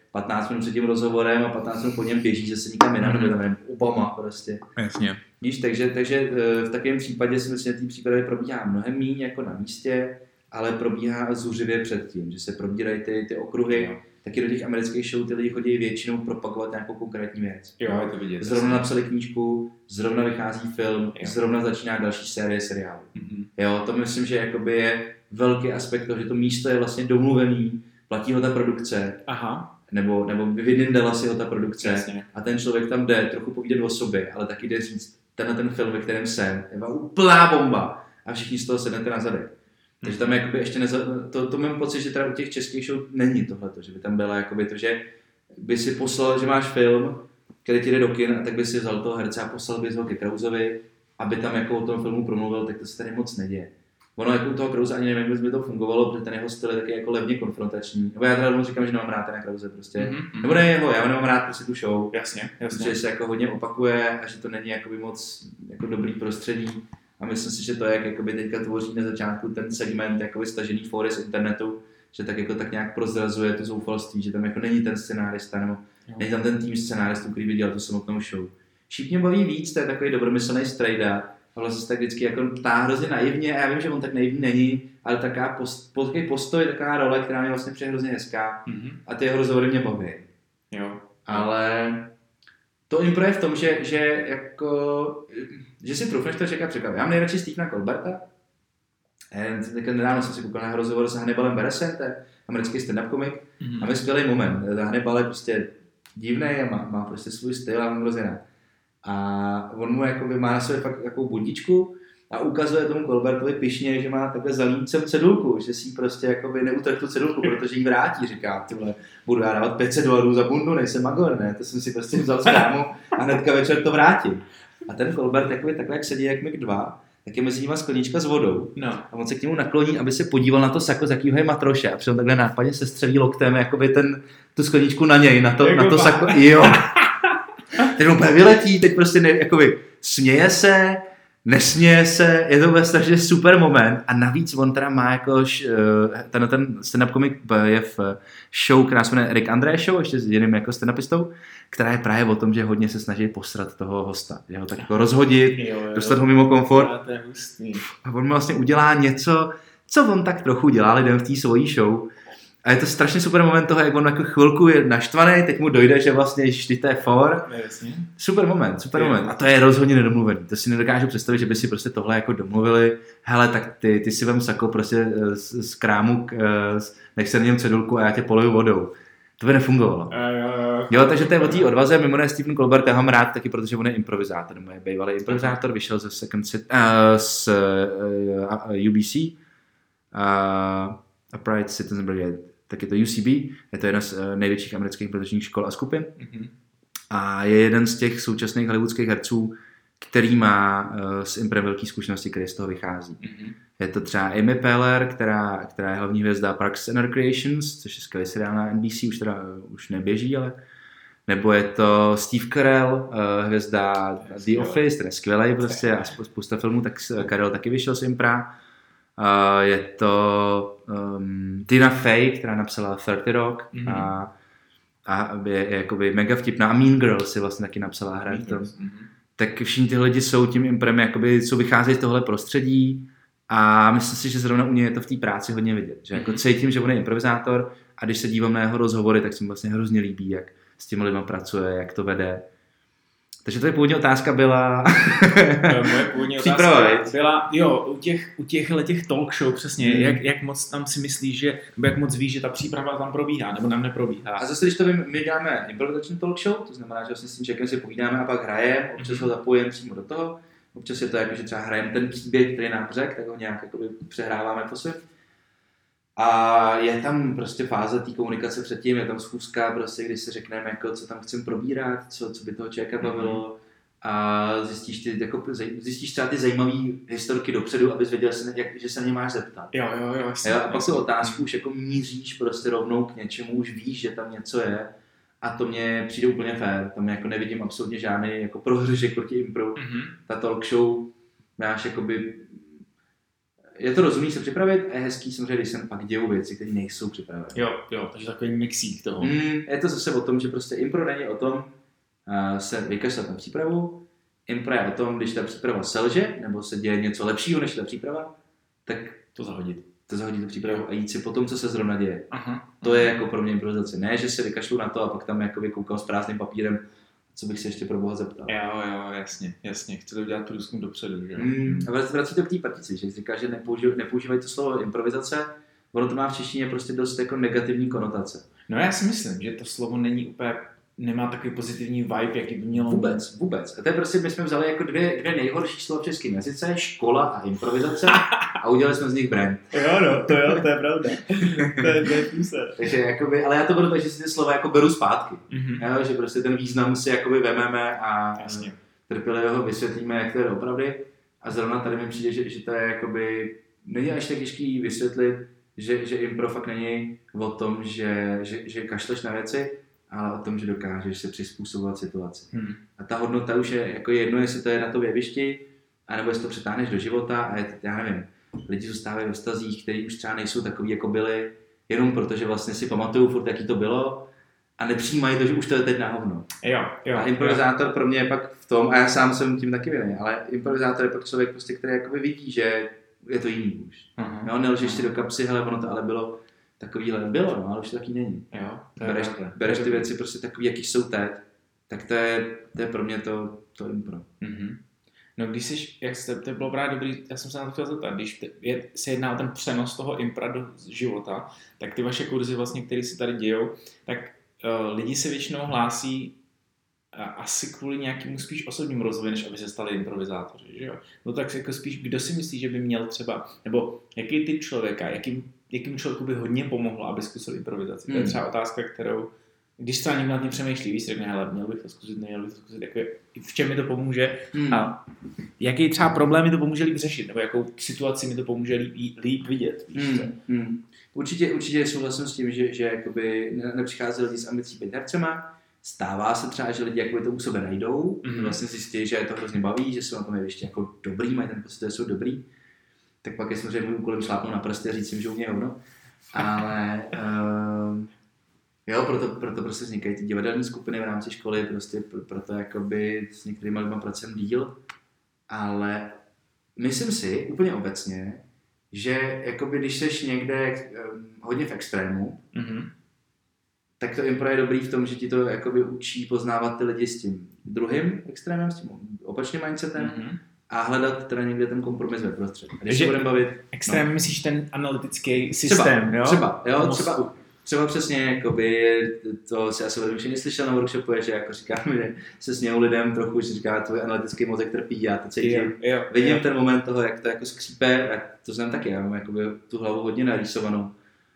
B: 15 minut před tím rozhovorem a 15 minut po něm běží, že se nikam jinam, nebo tam Obama prostě.
A: Jasně.
B: Víš, takže v takovém případě si myslím, že tý přípravy probíhá mnohem méně jako na místě, ale probíhá zuřivě předtím, že se probírají ty okruhy. Jo. Taky do těch amerických show ty lidi chodí většinou propagovat nějakou konkrétní věc.
A: Jo, je to vidět.
B: Zrovna napsali knížku, zrovna vychází film, zrovna začíná další série seriálu. Jo, to myslím, že jakoby je velký aspekt toho, že to místo je vlastně domluvený, platí ho ta produkce. Aha. Nebo vyvydindala si ho ta produkce. Jasně. A ten člověk tam jde trochu povídat o sobě, ale taky jde říct, ten film, ve kterém jsem, je úplná bomba a všichni z toho sednete na zadek. Takže tam jakoby ještě to mám pocit, že teda u těch českých show není tohleto, že by tam byla jakoby to, že by si poslal, že máš film, který ti jde do kin, a tak by si vzal toho herce a poslal bys ho ke Krausovi, aby tam jako o tom filmu promluvil, tak to se tady moc neděje. Ono jako u toho Krause ani nevím, jak by to fungovalo, protože ten jeho styl je taky jako levně konfrontační. Nebo já teda říkám, že nemám rád ten Krause prostě. Nebo ne jeho, já nemám rád prostě tu show.
A: Jasně.
B: Protože se jako hodně opakuje a že to není jakoby moc jako dobrý prostředí. A myslím si, že to, jak jakoby teďka tvoří na začátku ten segment jakoby stažený fóry z internetu, že tak jako tak nějak prozrazuje to zoufalství, že tam jako není ten scenárista, nebo není tam ten tým scenáristů, který by dělal tu samotnou show. Šíp mě baví víc, to je takový dobromyslný strejda, a vlastně se tak vždycky jako ptá hrozně naivně, a já vím, že on tak naivní není, ale takový postoj, taková role, která mě vlastně přijde hrozně hezká, a ty jeho rozhovory mě baví. Jo. Ale to impro je v tom, že si trufneš to čeká překvapit. Já mám nejradši Stephena Colberta. Nedávno jsem si koukal na rozhovor s Hannibalem Beresem, to je americký stand-up komik. A má skvělý moment. Hannibal je prostě divný a má prostě svůj styl a mám hrozně rád. A on mu jakoby má na sobě fakt takovou bundičku a ukazuje tomu Colbertovi pyšně, že má takhle za límcem cedulku, že si prostě jakoby neutrh tu cedulku, protože jí vrátí, říká, tyhle, budu já dávat $500 za bundu, nejsem magor, ne, to jsem si prostě vzal z krámu a hnedka večer to vrátím. A ten Colbert jakoby takhle, jak sedí jak Mick 2, tak je mezi nimi sklenička s vodou. No. A on se k němu nakloní, aby se podíval na to sako, z jakýho je matroše, a přitom takhle nápadně se střelí loktem jakoby tu skleničku na něj, na to sako, jo. Teď on úplně vyletí, teď prostě jakoby směje se, nesměje se, je to strašně super moment a navíc on teda má jakož, ten stand-up komik je v show, která se jmenuje Rick André Show, ještě s jiným jako stand-upistou, která je právě o tom, že hodně se snaží posrat toho hosta, že ho tak jako rozhodit, dostat ho mimo komfort a on vlastně udělá něco, co on tak trochu dělá lidem v té svojí show. A je to strašně super moment toho, jak on jako chvilku je naštvaný, teď mu dojde, že vlastně vždy to je for. Super moment. A to je rozhodně nedomluvený. To si nedokážu představit, že by si prostě tohle jako domluvili. Hele, tak ty si vem sako prostě z krámu, nech se na něm cedulku a já tě poleju vodou. To by nefungovalo. Jo, takže to je o té odvaze. Mimo jiné Stephen Colbert, já ho mám rád taky, protože on je improvizátor. Můj bývalý improvizátor, vyšel ze z UBC. Upright Citizen Brigade, tak je to UCB, je to jedna z největších amerických improvizačních škol a skupin. A je jeden z těch současných hollywoodských herců, který má s imprem velký zkušenosti, který z toho vychází. Je to třeba Amy Poehler, která je hlavní hvězda Parks and Recreations, což je skvělý seriál na NBC, už neběží, ale nebo je to Steve Carell, hvězda The Office, ten je skvělej prostě a spousta filmů, tak Carell taky vyšel z impra. Je to Tina Fey, která napsala 30 Rock a je jakoby mega vtipná. A Mean Girls si vlastně taky napsala hra. Tak všichni tyhle lidi jsou tím imprem, jakoby, co vycházejí z tohle prostředí a myslím si, že zrovna u něj je to v té práci hodně vidět. Že jako cítím, že on je improvizátor a když se dívám na jeho rozhovory, tak se mi vlastně hrozně líbí, jak s těmi lidmi pracuje, jak to vede. Takže to je původní otázka byla...
A: Moje původní otázka byla, jo, u těch talk show přesně, jak moc tam si myslíš, že, nebo jak moc víš, že ta příprava tam probíhá, nebo tam neprobíhá.
B: A zase, když to vím, my děláme improvizační talk show, to znamená, že vlastně s tím člověkem si povídáme a pak hrajeme, občas ho zapojíme přímo do toho, občas je to jako, že třeba hrajeme ten příběh, který nám řekl, tak ho nějak jakoby přehráváme po svém. A je tam prostě fáze té komunikace předtím, je tam schůzka, prostě, kdy si řekneme, jako, co tam chceme probírat, co by toho člověka bavilo a zjistíš třeba ty zajímavé historky dopředu, abys věděl, že se na ně máš zeptat.
A: Jo,
B: a pak tu otázku už jako míříš prostě rovnou k něčemu, už víš, že tam něco je a to mně přijde úplně fér, tam jako nevidím absolutně žádný jako prohřešek proti impro. Ta talk show máš jakoby je to rozumný se připravit a je hezký samozřejmě, když se pak dějou věci, které nejsou připravené.
A: Jo, takže takový mixík toho.
B: Je to zase o tom, že prostě impro není o tom se vykašlat na přípravu. Impro je o tom, když ta příprava selže, nebo se děje něco lepšího než ta příprava, tak
A: to zahodit.
B: To zahodit tu přípravu a jít si po tom, co se zrovna děje.
A: Aha.
B: To je jako pro mě improvizace. Ne, že se vykašlu na to a pak tam jakoby koukám s prázdným papírem, co bych se ještě pro boha zeptal.
A: Jo, jasně. Chci to udělat průzkum dopředu, že?
B: A vrací to k té partici, že říká, že nepoužívají to slovo improvizace, ono to má v češtině prostě dost jako negativní konotace.
A: No já si myslím, že to slovo není úplně, nemá takový pozitivní vibe, jaký by mělo.
B: Vůbec. A to je prostě, my jsme vzali jako dvě nejhorší slova v českém jazyce, škola a improvizace a udělali jsme z nich brand.
A: Jo, to je pravda. to je půse.
B: Takže jakoby, ale já to beru tak, že si ty slova jako beru zpátky. Jo, že prostě ten význam si jakoby vememe a trpělivě ho vysvětlíme, jak to je opravdu. A zrovna tady mi přijde, že to je jakoby, není až tak těžký vysvětlit, že impro fakt není o tom, že kašleš na věci, ale o tom, že dokážeš se přizpůsobovat situaci. A ta hodnota už je jako jedno, jestli to je na tom jevišti, anebo jestli to přetáhneš do života a já nevím, lidi zůstávají ve vztazích, který už třeba nejsou takový, jako byli, jenom protože vlastně si pamatují furt, jaký to bylo a nepřijímají to, že už to je teď na hovno.
A: Jo,
B: a improvizátor pro mě je pak v tom, a já sám jsem tím taky vinný, ale improvizátor je pak člověk, prostě, který jakoby vidí, že je to jiný už. Jo, nelžeš si do kapsy, hele, ono to ale bylo takovýhle bylo, no, ale už to taky není.
A: Jo,
B: bereš ty věci prostě takový, jaký jsou teď, tak to je pro mě to impro.
A: No když jsi, to bylo právě dobrý, já jsem se na to chtěl zeptat, když se jedná o ten přenos toho impra do života, tak ty vaše kurzy vlastně, které se tady dějou, tak lidi se většinou hlásí asi kvůli nějakému spíš osobnímu rozvoji, než aby se stali improvizátoři, že jo? No tak jako spíš, kdo si myslí, že by měl třeba, nebo jaký typ člověka, jakým člověku by hodně pomohlo, aby zkusil improvizaci? To je třeba otázka, kterou, když třeba někdo nad tím přemýšlí, víš, řekne, hele, měl bych to zkusit, jako, v čem mi to pomůže a jaký třeba problém mi to pomůže líp řešit, nebo jakou situaci mi to pomůže líp vidět, víš co?
B: Určitě souhlasím s tím, že jakoby nepřichází lidi s ambicí být hercema. Stává se třeba, že lidi jakoby to u sebe najdou, vlastně zjistí, že je to hrozně baví, že jsou na tom jevišti jako dobrý, mají ten pocit, že jsou dobrý. Tak pak je samozřejmě můj úkolem šlápnout na prsty a říct jim, že umějí hovno. Ale jo, proto prostě vznikají ty divadelní skupiny v rámci školy, prostě proto jakoby s některými lidmi pracujeme díl. Ale myslím si úplně obecně, že jakoby když seš někde hodně v extrému, tak to impro je dobrý v tom, že ti to jakoby učí poznávat ty lidi s tím druhým extrémem, s tím opačným mindsetem a hledat teda někde ten kompromis ve prostředí. A když se budeme bavit...
A: Extrém, myslíš ten analytický systém, jo?
B: Třeba přesně, jakoby, to si asi velmi neslyšel na workshopu, že jako říkám, že se smějou lidem trochu, že říká, tvůj analytický mozek trpí, já to cítím. Vidím ten moment toho, jak to jako skřípe, a to znám taky, já mám jakoby tu hlavu hodně narýsovanou.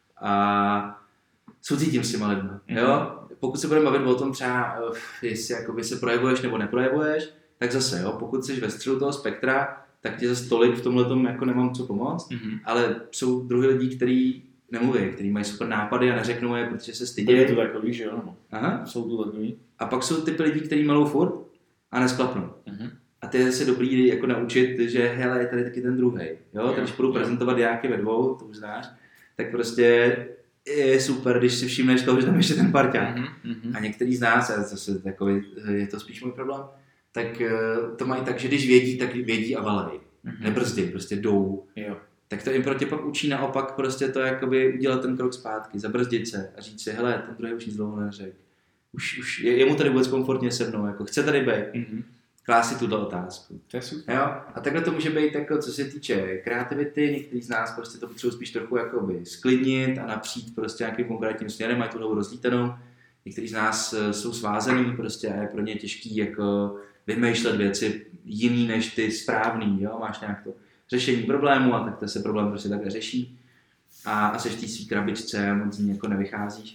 B: A soucítím s těma lidma, jo? Pokud se budeme bavit o tom třeba, jestli jakoby se projevuješ nebo neprojevuješ, tak zase, jo, pokud jsi ve středu toho spektra, tak ti zase tolik v tomhletom jako nemám co pomoct, ale jsou druhý lidi, kteří nemluví, kteří mají super nápady a neřeknou je, protože se stydí.
A: Je to takový, že jo?
B: Aha.
A: Jsou to takový.
B: A pak jsou typy lidí, kteří malou furt a nesklapnou. A ty je zase dobrý jako naučit, že hele, je tady taky ten druhej. Jo? Když budu prezentovat diáky ve dvou, to už znáš, tak prostě je super, když si všimneš toho, že tam ještě ten parťák. A některý z nás, a zase takový, je to spíš můj problém, tak to mají tak, že když vědí, tak vědí a valej. Nebrzdí, prostě jdou.
A: Jo.
B: Tak to impro tě pak učí naopak prostě to jakoby udělat ten krok zpátky, zabrzdit se a říct si, hele, ten druhý už nic dlouho neřekl. Už je mu tady vůbec komfortně se mnou, jako chce tady být. Klás si tuto otázku.
A: To je super.
B: Jo? A takhle to může být, jako, co se týče kreativity, některý z nás prostě to potřebují spíš trochu jakoby sklidnit a napřít prostě nějakým konkrétním směrem, mají tu hlavu rozlítenou. Někteří z nás jsou svázaný prostě a je pro ně těžký jako vymýšlet věci jiný než ty správný, jo? Máš nějak to řešení problému a tak to se problém prostě takhle řeší a seš v té svý krabičce a moc z ní jako nevycházíš.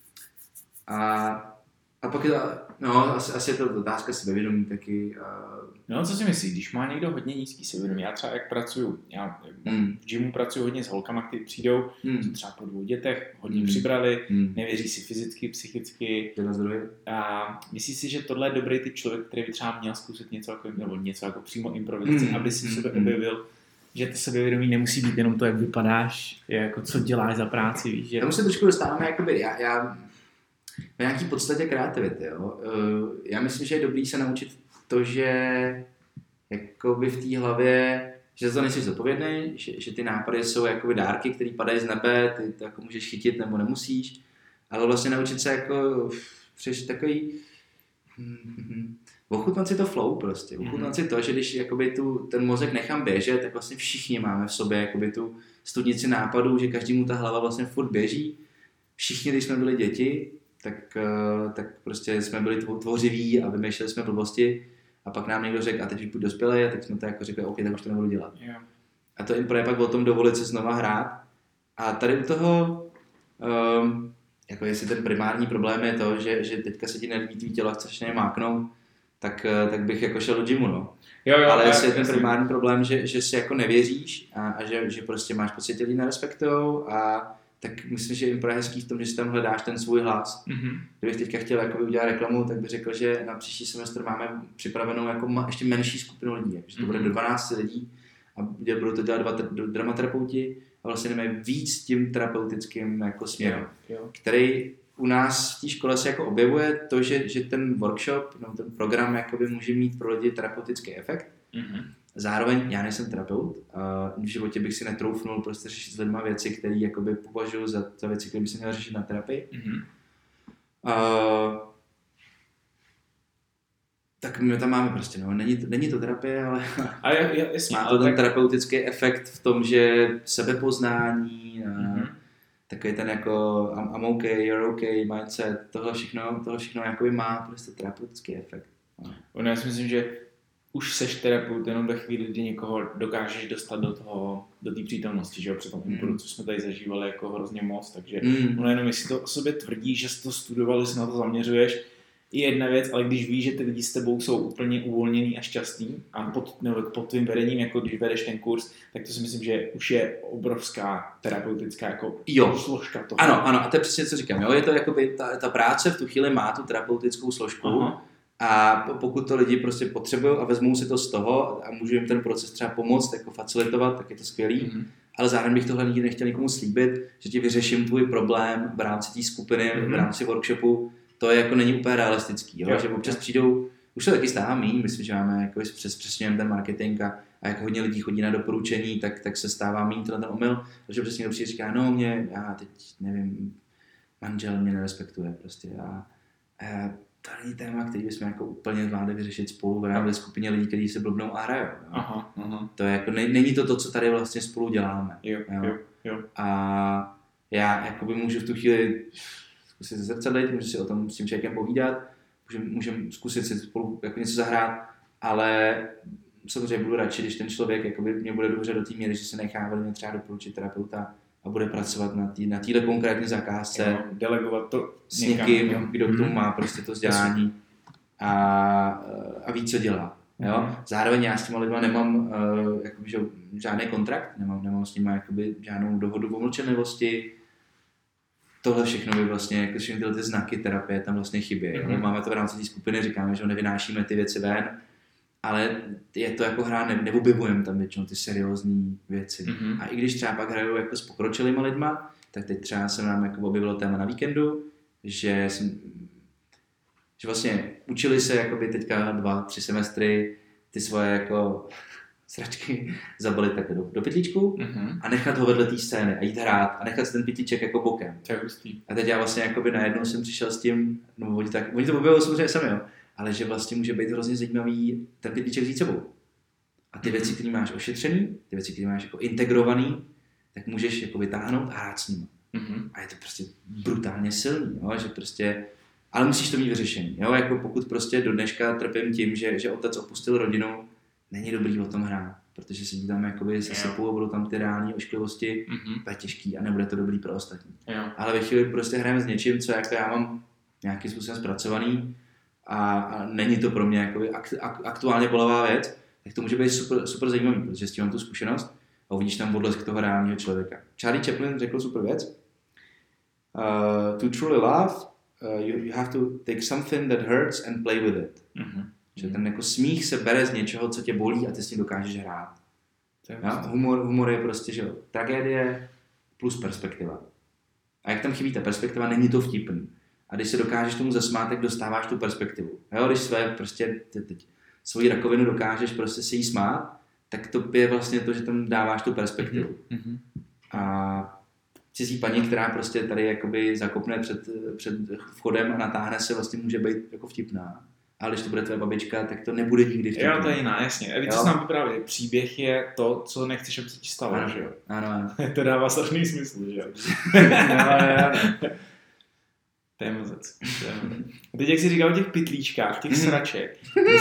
B: A pak je to, no, asi je to otázka sebevědomí taky.
A: No, co si myslíš, když má někdo hodně nízký sebevědomí, já třeba jak pracuju, já v gymu pracuju hodně s holkama, kteří přijdou, jsou třeba po 2 dětech, hodně přibrali, nevěří si fyzicky, psychicky. A myslíš si, že tohle je dobrý typ člověk, který by třeba měl zkusit něco jako přímo improvizaci, aby si v sobě objevil že to sebevědomí nemusí být jenom to, jak vypadáš, jako co děláš za práci, víš, že...
B: Tomu se trošku dostáváme, jakoby, já v nějaký podstatě kreativity, jo. Já myslím, že je dobrý se naučit to, že jakoby v té hlavě, že za to nejsi zodpovědný, že ty nápady jsou jakoby dárky, které padají z nebe, ty to jako můžeš chytit nebo nemusíš, ale vlastně naučit se jako přeš takový ochutnat si to flow prostě, ochutnat si to, že když jakoby ten mozek nechám běžet, tak vlastně všichni máme v sobě jakoby tu studnici nápadů, že každému ta hlava vlastně furt běží. Všichni, když jsme byli děti, tak prostě jsme byli tvořiví a vymýšleli jsme blbosti a pak nám někdo řekl, a teď už buď dospělej, a tak jsme to jako řekli, OK, tak už to nebudu dělat.
A: Yeah.
B: A to impro je pak o tom dovolit se znova hrát. A tady u toho, jako jestli ten primární problém je to, že teďka se ti nelíbí tvý tělo a chceš na ně máknout, tak bych jako šel do gymu, no.
A: Jo,
B: ale jestli je ten primární problém, že si jako nevěříš a že prostě máš pocit, že lidi nerespektujou, a tak myslím, že impro je hezký v tom, že si tam hledáš ten svůj hlas. Kdybych teďka chtěl jakoby udělat reklamu, tak bych řekl, že na příští semestr máme připravenou jako ještě menší skupinu lidí, že to bude do 12 lidí a budou to dělat 2 dramaterapeuti a vlastně jdeme víc tím terapeutickým jako směrem, který u nás v té škole se jako objevuje to, že ten workshop, no, ten program jakoby může mít pro lidi terapeutický efekt. Zároveň já nejsem terapeut, v životě bych si netroufnul prostě řešit s lidma věci, které jakoby považuji za věci, které by se měl řešit na terapii. Tak my tam máme prostě, no, není to terapie, ale má to ten terapeutický efekt v tom, že sebepoznání, takový ten jako I'm okay, you're okay, mindset, tohle všechno jakoby má prostě terapeutický efekt.
A: No. Já si myslím, že už seš terapeut jenom ve chvíli, kdy někoho dokážeš dostat do té přítomnosti, že jo, při tom impru, co jsme tady zažívali jako hrozně moc, takže ono jenom jestli to o sobě tvrdí, že jsi to studoval, že se na to zaměřuješ, je jedna věc, ale když víš, že ty lidi s tebou jsou úplně uvolněný a šťastný a pod tvým vedením, jako když vedeš ten kurz, tak to si myslím, že už je obrovská terapeutická jako složka toho.
B: Ano, a to je přesně, co říkám, jo, je to jakoby ta práce v tu chvíli má tu terapeutickou složku. A pokud to lidi prostě potřebují a vezmou si to z toho a můžu jim ten proces třeba pomoct, jako facilitovat, tak je to skvělý. Ale zároveň bych tohle nikdy nechtěl nikomu slíbit, že ti vyřeším tvůj problém v rámci té skupiny, v rámci workshopu. To je jako není úplně realistický, jo? Že občas přijdou, už to taky stává míň, myslím, že máme jako přesnějeme ten marketing a jak hodně lidí chodí na doporučení, tak se stává míň ten omyl, protože přesně někdo přijde říká, no já teď nevím, manžel mě nerespektuje prostě a to není téma, který bychom jako úplně zvládli vyřešit spolu ve skupině lidí, kteří se blbnou a hrajou. To je jako, není to, co tady vlastně spolu děláme.
A: Jo.
B: A já jakoby můžu v tu chvíli zkusit se zrcadlit, můžu si o tom s tím člověkem povídat, můžeme zkusit si spolu jako něco zahrát, ale samozřejmě budu radši, když ten člověk jakoby mě bude dobře do té míry, že se nechá velmi třeba doporučit terapeuta a bude pracovat na této konkrétní zakázce,
A: delegovat to
B: s někým, kdo k tomu má prostě to vzdělání a ví, co dělá. Jo? Zároveň já s těma lidma nemám jakoby, žádný kontrakt, nemám s nimi jakoby, žádnou dohodu o mlčenlivosti. Tohle všechno by vlastně, jako všechny tyhle ty znaky terapie tam vlastně chybí. Máme to v rámci té skupiny, říkáme, že nevynášíme ty věci ven, ale je to jako hra, neobjevujeme tam většinou ty seriózní věci. A i když třeba pak hraju jako s pokročilýma lidma, tak teď třeba se nám jako objevilo téma na víkendu, že vlastně učili se jakoby teďka 2-3 semestry ty svoje jako sračky zabalit takhle do pytlíčku a nechat ho vedle té scény a jít hrát a nechat si ten pytlíček jako bokem. A teď já vlastně jakoby najednou jsem přišel s tím, no oni to objevují samozřejmě sami, jo, ale že vlastně může být hrozně zajímavý ten pytlíček vzít sebou. A ty věci, které máš ošetřený, ty věci, které máš jako integrovaný, tak můžeš jako vytáhnout a hrát s nimi. A je to prostě brutálně silný, jo, že prostě, ale musíš to mít vyřešený, jo, jako pokud prostě do dneška trpím tím, že otec opustil rodinu, není dobrý o tom hrát, protože se tam jakoby sesypou a budou tam ty reální ošklivosti, to je těžký a nebude to dobrý pro ostatní. Ale ve chvíli prostě hrajeme s něčím, co jako já mám nějakým způsobem zpracovaný a není to pro mě jakoby aktuálně bolavá věc, tak to může být super zajímavý, protože s tím mám tu zkušenost a uvidíš tam odlesk toho reálního člověka. Charlie Chaplin řekl super věc. To truly love, you have to take something that hurts and play with it. Že ten jako smích se bere z něčeho, co tě bolí a ty s tím dokážeš hrát. Humor je prostě, že jo, tragédie plus perspektiva. A jak tam chybí ta perspektiva, není to vtipný. A když se dokážeš tomu zasmát, tak dostáváš tu perspektivu. Jo, když svoji rakovinu dokážeš prostě se jí smát, tak to je vlastně to, že tam dáváš tu perspektivu.
A: Mm-hmm.
B: A cizí paní, která prostě tady jakoby zakopne před vchodem a natáhne se, vlastně může být jako vtipná. Ale když to bude tvoje babička, tak to nebude nikdy vtipný.
A: Jo, to je jiná, jasně. A víš, co nám vypráví? Příběh je to, co nechceš, aby se ti stalo,
B: ano,
A: že jo?
B: Ano.
A: To dává strašný smysl, že jo? To je mozec. A teď, jak jsi říkal o těch pytlíčkách, těch sraček,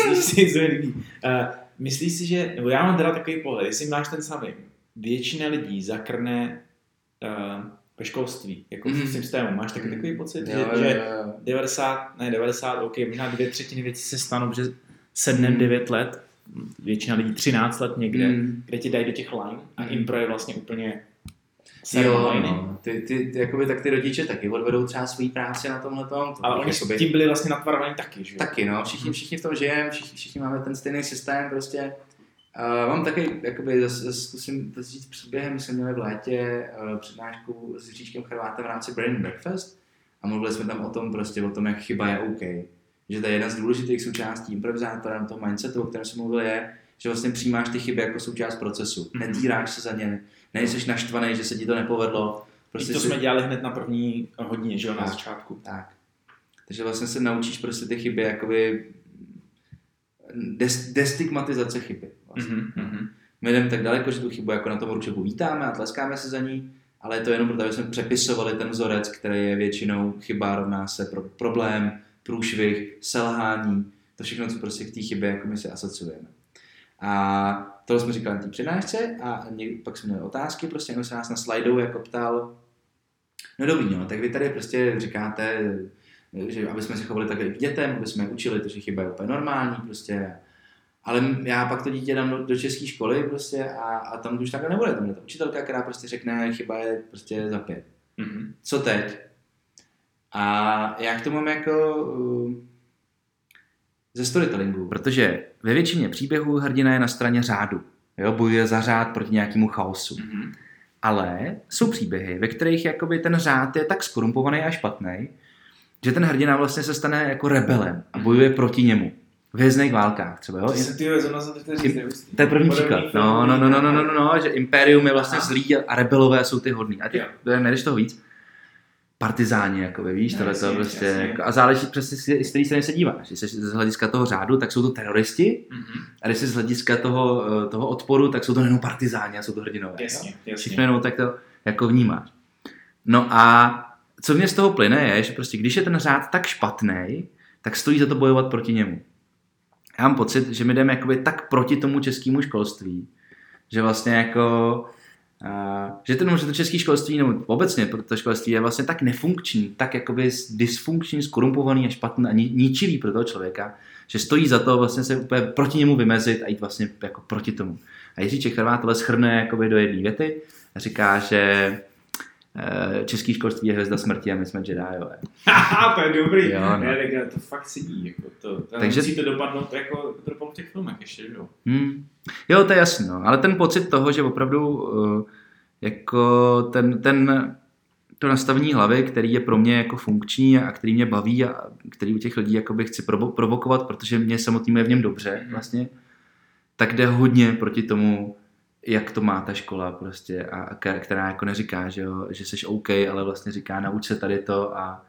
A: myslíš si, že, nebo já mám teda takový pohled, jestli máš ten samý, většina lidí zakrne ve školství, jako v systému. Máš takový pocit, že 90, ok, možná 2/3 věcí se stanou, že 7-9 let, většina lidí 13 let někde, kde ti dají do těch line a impro je vlastně úplně
B: ty rodiče taky odvedou třeba svou práci na tomhletom.
A: Ale oni tím byli vlastně natvarovaní taky, že jo?
B: Taky, no. Všichni v tom žijeme, všichni máme ten stejný systém prostě. Mám taky, jakoby, zkusím to říct příběhem, jsme měli v létě přednášku s Jiříčkem Charvátem v rámci Brain Breakfast a mluvili jsme tam o tom, jak chyba je OK. Že to je jedna z důležitých součástí improvizátora, toho mindsetu, o kterém jsem mluvil, je, že vlastně přijímáš ty chyby jako součást procesu. Netýráš se za ně, nejseš naštvaný, že se ti to nepovedlo.
A: Prostě to jsme dělali hned na první hodině, že jo, na začátku.
B: Tak. Takže vlastně se naučíš prostě ty chyby, jakoby destigmatizace chyby. Vlastně. My jdeme tak daleko, že tu chybu jako na tom ručeku vítáme a tleskáme se za ní, ale je to jenom proto, aby jsme přepisovali ten vzorec, který je většinou chyba rovná se problém, průšvih, selhání, to všechno, co prostě k té chybě jako my se asociujeme. A tohle jsme říkali na té přednášce a pak jsme měli otázky, prostě někdo se nás na slideu jako ptal, no dobrý, no, tak vy tady prostě říkáte, že aby jsme se chovali takhle k dětem, aby jsme je učili, to, že chyba je úplně normální, prostě. Ale já pak to dítě dám do české školy prostě a tam už takhle nebude. Tam je ta učitelka, která prostě řekne, chyba je prostě za 5. Co teď? A já k tomu mám jako ze storytellingu. Protože ve většině příběhů hrdina je na straně řádu. Jo? Bojuje za řád proti nějakému chaosu. Ale jsou příběhy, ve kterých jakoby ten řád je tak skorumpovaný a špatný, že ten hrdina vlastně se stane jako rebelem a bojuje proti němu. V Hvězdných válkách třeba, jo? To je první příklad. No, že Imperium je vlastně zlý a rebelové jsou ty hodný. A ty nejdeš toho víc. Partizáni, jakoby, víš, tohleto prostě. Jako, a záleží přesně, z které strany se díváš. Když jsi z hlediska toho řádu, tak jsou to teroristi. A když jsi z hlediska toho odporu, tak jsou to jenom partizáni a jsou to hrdinové.
A: Jasně.
B: Všechno jenom tak to jako vnímáš. No a co mě z toho plyne je, že prostě když je ten řád tak špatný, tak stojí za to bojovat proti němu. Já mám pocit, že my jdeme jakoby tak proti tomu českému školství, že vlastně jako, že to české školství, nebo obecně to školství je vlastně tak nefunkční, tak jakoby dysfunkční, skorumpovaný a špatný a ničivý pro toho člověka, že stojí za to vlastně se úplně proti němu vymezit a jít vlastně jako proti tomu. A Jiříček Charvát tohle shrne jakoby do jedné věty a říká, že český školství je hvězda smrti a my jsme Jediové.
A: To je dobrý.
B: Jo, no.
A: To fakt sedí. Jako
B: takže
A: musí to dopadnout jako to dopadlo v těch filmech ještě, jo?
B: Jo, to je jasný, no. Ale ten pocit toho, že opravdu jako to nastavení hlavy, který je pro mě jako funkční a který mě baví a který u těch lidí jakoby chci provokovat, protože mě samotný je v něm dobře vlastně, tak jde hodně proti tomu, jak to má ta škola prostě a která jako neříká, že jsi OK, ale vlastně říká nauč se tady to a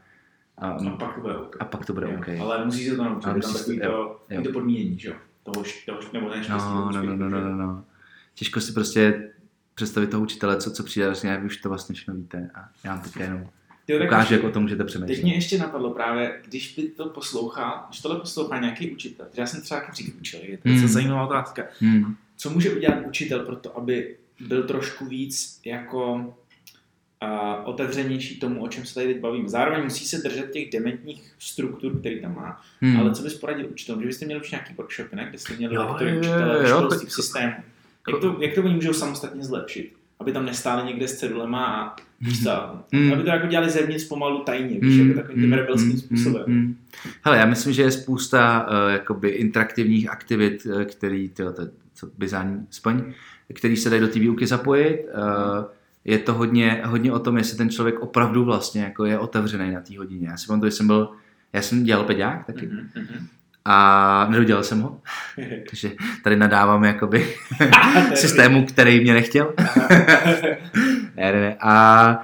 B: pak to bude OK.
A: Ale musí se to naučit, je tam takový to podmínění, že jo? Toho nebo ten školství.
B: No. Těžko si prostě představit toho učitele, co přijde, vlastně už to vlastně všechno víte a já vám teďka jenom ukážu, jak o tom můžete přemýšlet.
A: Teď mě ještě napadlo právě, když tohle poslouchá nějaký učitel, já jsem třeba taky učil, je to zajímavá otázka. Co může udělat učitel pro to, aby byl trošku víc jako otevřenější tomu, o čem se tady teď bavíme. Zároveň musí se držet těch dementních struktur, který tam má. Ale co bys poradil učitelům? Že byste měli už nějaký workshopy, ne? Kde jste měli lektory učitele školství v systému. Jak to oni můžou samostatně zlepšit? Aby tam nestáli někde s cedulema a aby to jako dělali zevnitř pomalu tajně, víš, jako takovým tím rebelským způsobem.
B: Hele, já myslím, že je spousta jakoby interaktivních aktivit, který co Byzání Spaň, který se dají do té výuky zapojit. Je to hodně o tom, jestli ten člověk opravdu vlastně jako je otevřený na té hodině. Já si pamatuju, já jsem dělal pediák taky a nedodělal jsem ho, takže tady nadávám jakoby systému, který mě nechtěl. ne. A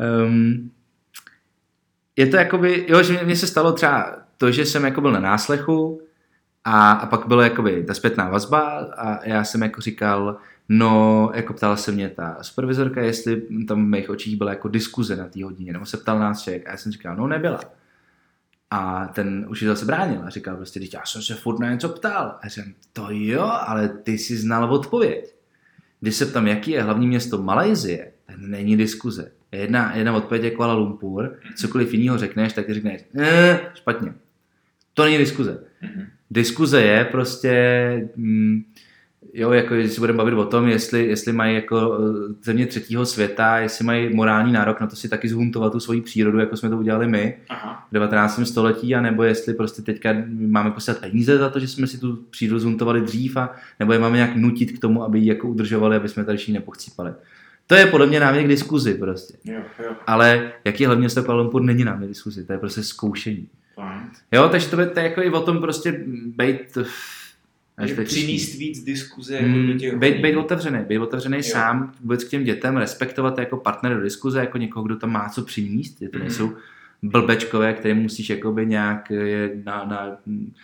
B: je to jakoby, jo, že mně se stalo třeba to, že jsem jako byl na náslechu a pak byla jakoby ta zpětná vazba a já jsem jako říkal, no, jako ptala se mě ta supervizorka, jestli tam v mých očích byla jako diskuze na té hodině, nebo se ptal nás člověk a já jsem říkal, no nebyla. A ten učitel se bránil a říkal prostě, já jsem se furt na něco ptal. A říkám, to jo, ale ty jsi znal odpověď. Když se ptám, jaký je hlavní město Malajsie, tak není diskuze. Jedna odpověď je Kuala Lumpur, cokoliv jiného řekneš, tak ty řekneš, špatně. To není diskuze. Diskuze je prostě, jo, jako když si budeme bavit o tom, jestli mají jako země třetího světa, jestli mají morální nárok na to si taky zhuntovat tu svoji přírodu, jako jsme to udělali my v 19. století, anebo jestli prostě teďka máme poslat peníze za to, že jsme si tu přírodu zhuntovali dřív, nebo je máme nějak nutit k tomu, aby ji jako udržovali, aby jsme tady všichni nepochcípali. To je podle mě námět k diskuzi prostě. Jo. Ale jaký hlavně město Kuala Lumpur není námět k diskuzi, to je prostě zkoušení. Jo, takže to je jako i o tom prostě bejt
A: přinést víc diskuze do těch
B: být otevřený sám vůbec k těm dětem, respektovat jako partner do diskuze, jako někoho, kdo tam má co přinést, že to nejsou blbečkové, které musíš jakoby nějak na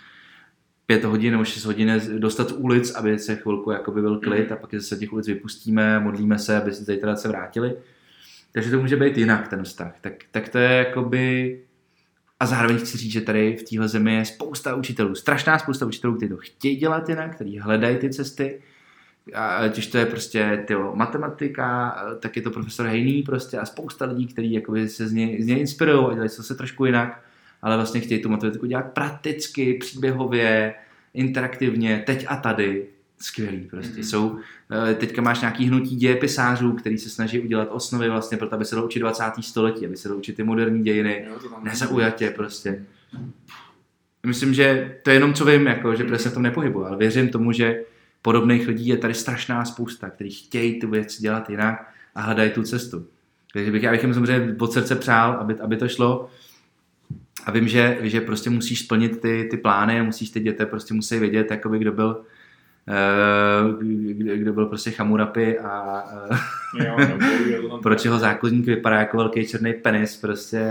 B: 5 hodin nebo 6 hodin dostat z ulic, aby se chvilku jakoby byl klid a pak se těch ulic vypustíme, modlíme se, aby si zítra se vrátili. Takže to může být jinak ten vztah. Tak to je jakoby. A zároveň chci říct, že tady v téhle zemi je strašná spousta učitelů, kteří to chtějí dělat jinak, kteří hledají ty cesty. Ať už to je prostě matematika, tak je to profesor Hejný prostě a spousta lidí, kteří jakoby se z něj inspirují a dělají se trošku jinak, ale vlastně chtějí tu matematiku dělat prakticky, příběhově, interaktivně, teď a tady. Skvělý prostě. Teďka máš nějaký hnutí dějepisářů, který se snaží udělat osnovy vlastně proto, aby se dalo učit 20. století, aby se dalo učit ty moderní dějiny, nezaujatě prostě. Myslím, že to je jenom co vím, jako, že prostě se v tom nepohybuji, ale věřím tomu, že podobných lidí je tady strašná spousta, kteří chtějí tu věc dělat jinak a hledají tu cestu. Takže já bych jim samozřejmě od srdce přál, aby to šlo. A vím, že prostě musíš splnit ty plány a musíš ty děti prostě musí vědět, jakoby, kdo byl prostě Hammurapi a proč jeho základník vypadá jako velký černý penis prostě,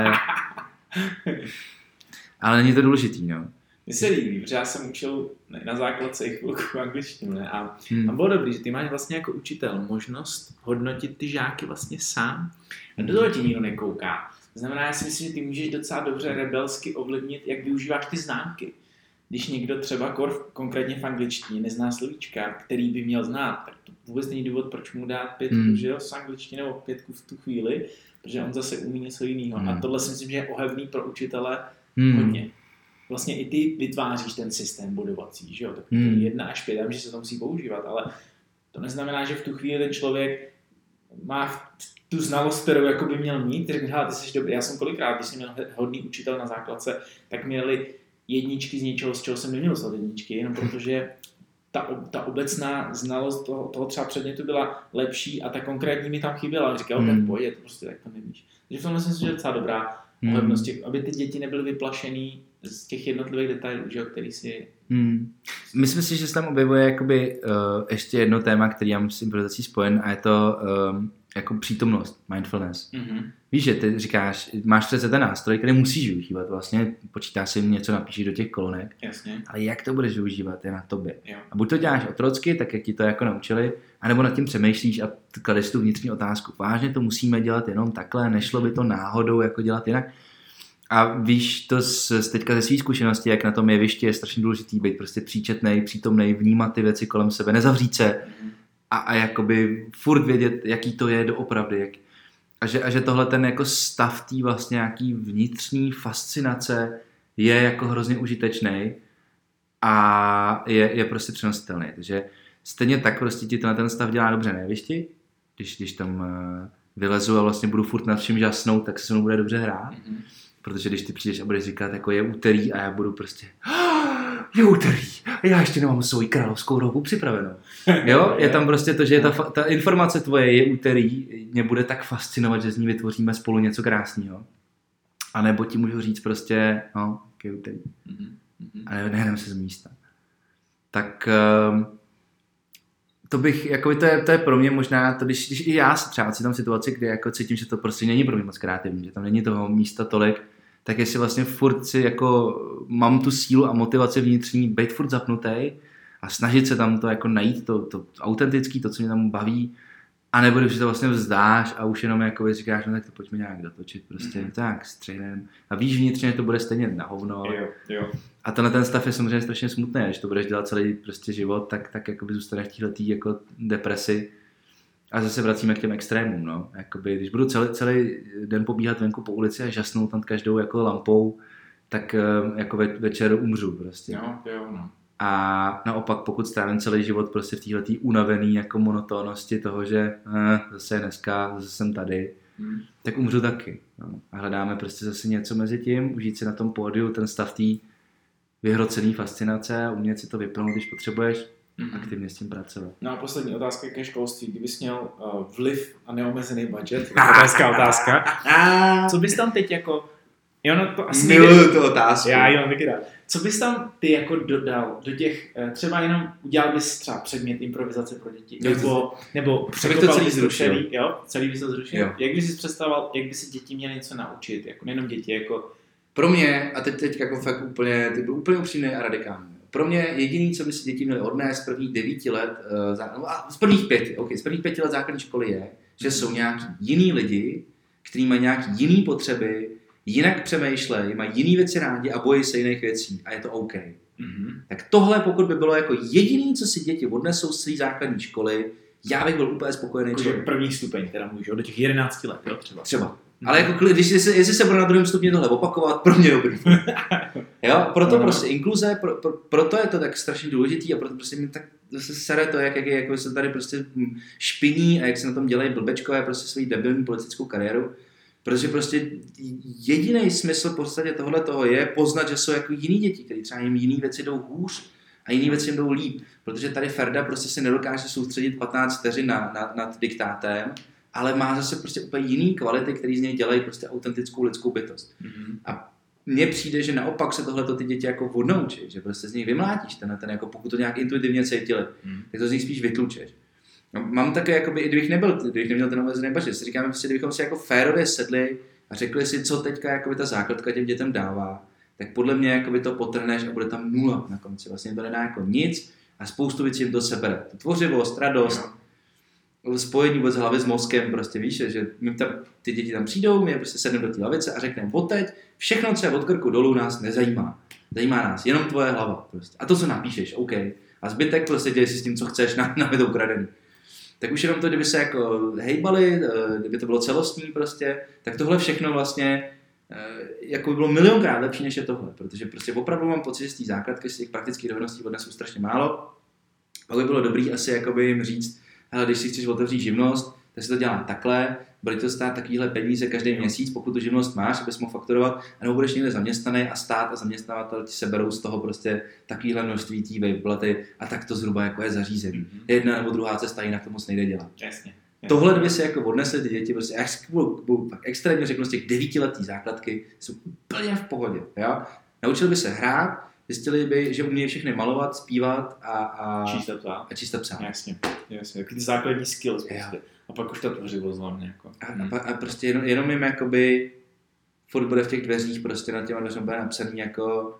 B: ale není to důležitý, no.
A: Mně se líbí, protože já jsem učil na základce chvilku angličtinu, ne? A bylo dobrý, že ty máš vlastně jako učitel možnost hodnotit ty žáky vlastně sám a do toho ti nikdo nekouká. To znamená, já si myslím, že ty můžeš docela dobře rebelsky ovlivnit, jak využíváš ty známky. Když někdo třeba konkrétně v angličtině nezná slovíčka, který by měl znát, tak to vůbec není důvod, proč mu dát 5 že jo, z angličtiny nebo 5 v tu chvíli, protože on zase umí něco jiného. A tohle si myslím, že je ohebný pro učitele hodně. Vlastně i ty vytváříš ten systém bodovací, že jo, tak 1 až 5, já vím, že se to musí používat, ale to neznamená, že v tu chvíli ten člověk má tu znalost, kterou jako by měl mít, ty řekne, ty jsi dobrý, já jsem kolikrát, když jsem měl hodný učitel na základce, tak měli jedničky z něčeho, z čeho jsem neměl dostat jedničky, jenom protože ta obecná znalost toho třeba předmětu byla lepší a ta konkrétní mi tam chyběla. A říkal, v pohodě, to prostě tak to nevíš. Takže v tomhle si myslím, že je docela dobrá ohebnost, aby ty děti nebyly vyplašený z těch jednotlivých detailů, že, který si...
B: Myslím si, že se tam objevuje jakoby, ještě jedno téma, který já mám s improvizací spojen, a je to jako přítomnost, mindfulness. Víš, že ty říkáš, máš přece ten nástroj, který musíš využívat, vlastně počítáš si něco, napíšeš do těch kolonek,
A: jasně.
B: Ale jak to budeš využívat, je na tobě.
A: Jo.
B: A buď to děláš otrocky, tak jak ti to jako naučili, anebo nad tím přemýšlíš a kladeš tu vnitřní otázku. Vážně to musíme dělat jenom takhle, nešlo by to náhodou jako dělat jinak. A víš to teďka ze svý zkušenosti, jak na tom jevišti je strašně důležitý být prostě příčetnej, přítomnej, vnímat ty věci kolem sebe, nezavřít se a jakoby furt vědět, jaký to je doopravdy. A že tohle ten jako stav tý vlastně nějaký vnitřní fascinace je jako hrozně užitečný a je prostě přenositelný. Takže stejně tak prostě ti to na ten stav dělá dobře na jevišti, když tam vylezu a vlastně budu furt nad vším žasnout, tak se mnou bude dobře hrát. Protože když ty přijdeš a budeš říkat, jako je úterý a já budu prostě je úterý, já ještě nemám svoji královskou robu připravenou. Jo, je tam prostě to, že ta informace tvoje je úterý, mě bude tak fascinovat, že z ní vytvoříme spolu něco krásného. A nebo ti můžu říct prostě, no, je úterý. A nehneme se z místa. Tak to bych, jako to je pro mě možná, to, když i já se třeba cítím situaci, kde jako cítím, že to prostě není pro mě moc kreativní, že tam není toho místa tolik, tak jestli vlastně furt si jako mám tu sílu a motivaci vnitřní být furt zapnutý a snažit se tam to jako najít, to autentický, to, co mě tam baví, a nebo když to vlastně vzdáš a už jenom jako říkáš, no tak to pojďme nějak dotočit, prostě tak střihnem. A víš vnitřně, to bude stejně na hovno.
A: Jo.
B: A ten stav je samozřejmě strašně smutný, když to budeš dělat celý prostě život, tak jakoby zůstaneš v téhletý jako depresi. A zase vracíme k těm extrémům, no. Jakoby, když budu celý den pobíhat venku po ulici a žasnout tam každou jako lampou, tak jako večer umřu prostě.
A: No.
B: A naopak, pokud strávím celý život prostě v téhletý unavený jako monotónnosti toho, že zase je dneska, zase jsem tady, tak umřu taky. No. A hledáme prostě zase něco mezi tím, užít si na tom pódiu ten stav té vyhrocený fascinace a umět si to vypnout, když potřebuješ aktivně s tím pracovat.
A: No a poslední otázka ke školství. Kdybys měl vliv a neomezený budget, je otázka. Co bys tam teď jako... Jo, no to asi
B: miluju tu otázku.
A: Já ji mám taky rád. Co bys tam ty jako dodal do těch, třeba jenom udělal bys třeba předmět improvizace pro děti, nebo
B: překopal bys to zrušil.
A: Celý bys to zrušil. Jo. Jak bys si představoval, jak by si děti měly něco naučit, jako nejenom děti, jako...
B: Pro mě, a teď jako fakt úplně upřímný a radikální. Pro mě jediný, co by si děti měly odnést z prvních 9 let, z prvních 5 let základní školy je, že jsou nějaký jiný lidi, kteří mají nějaký jiný potřeby, jinak přemýšlejí, mají jiný věci rádi a bojí se jiných věcí a je to OK. Tak tohle, pokud by bylo jako jediný, co si děti odnesou z své základní školy, já bych byl úplně spokojený.
A: První stupeň, teda můžeš, do těch 11 let, jo, třeba.
B: Ale jako, jestli se bude na druhém stupni tohle opakovat, pro mě dobrý. Jo, proto prostě inkluze, proto je to tak strašně důležitý a proto prostě mi tak zase sere to, jak se tady prostě špiní a jak se na tom dělají blbečkové prostě svou debilní politickou kariéru. Protože prostě jediný smysl v podstatě tohoto je poznat, že jsou jako jiný děti, který třeba jim jiný věci jdou hůř a jiný věci jim jdou líp. Protože tady Ferda prostě si nedokáže soustředit 15 vteřin nad diktátem, ale má zase prostě úplně jiný kvality, které z něj dělají prostě autentickou lidskou bytost. A mně přijde, že naopak se tohleto ty děti jako odnaučí, že prostě z nich vymlátíš ten jako pokud to nějak intuitivně cítili, tak to z nich spíš vytlučeš. No, mám také, jakoby, kdybych neměl ten omezený budget, si říkáme, prostě, kdybychom si jako férově sedli a řekli si, co teďka jakoby, ta základka těm dětem dává, tak podle mě jakoby, to potrhneš a bude tam 0 na konci. Vlastně to nedá jako nic a spoustu věcí jim to sebere. Tvořivost, radost, spojení vůbec hlavy s mozkem, prostě víš, že ty děti tam přijdou, my prostě sedneme do té lavice a řekneme, odteď všechno, co je od krku dolů, nás nezajímá. Zajímá nás jenom tvoje hlava. Prostě. A to, co napíšeš, OK. A zbytek prostě dělej si s tím, co chceš, na to ukradený. Tak už jenom to, kdyby se jako hejbali, kdyby to bylo celostní prostě, tak tohle všechno vlastně jako by bylo milionkrát lepší, než je tohle, protože prostě opravdu mám pocit, že z té základky, z těch praktických dovedností odnesou strašně málo. Pak by bylo dobrý asi jakoby jim říct, hele, když si chceš otevřít živnost, tak se to dělá takhle, bude to stát takovýhle peníze každý měsíc, pokud tu živnost máš, abys mohl fakturovat, anebo budeš někde zaměstnaný a stát a zaměstnavatel ti seberou z toho prostě takovýhle množství té výplaty a tak to zhruba jako je zařízený. Jedna nebo druhá cesta, jinak to moc nejde dělat.
A: Jasně.
B: Tohle, kdyby se jako odnesli ty děti, prostě budu tak extrémně řeknu, z těch 9letý základky jsou úplně v pohodě. Jo? Naučili by se hrát, zjistili by, že umějí všechny malovat, zpívat a číst a psát.
A: Jasně. Jaký ty základní skills prostě. A pak už to tvořivost hlavně. Jako.
B: A prostě jenom jim jakoby furt bude v těch dveřích prostě na těma dveřma bude napsaný jako,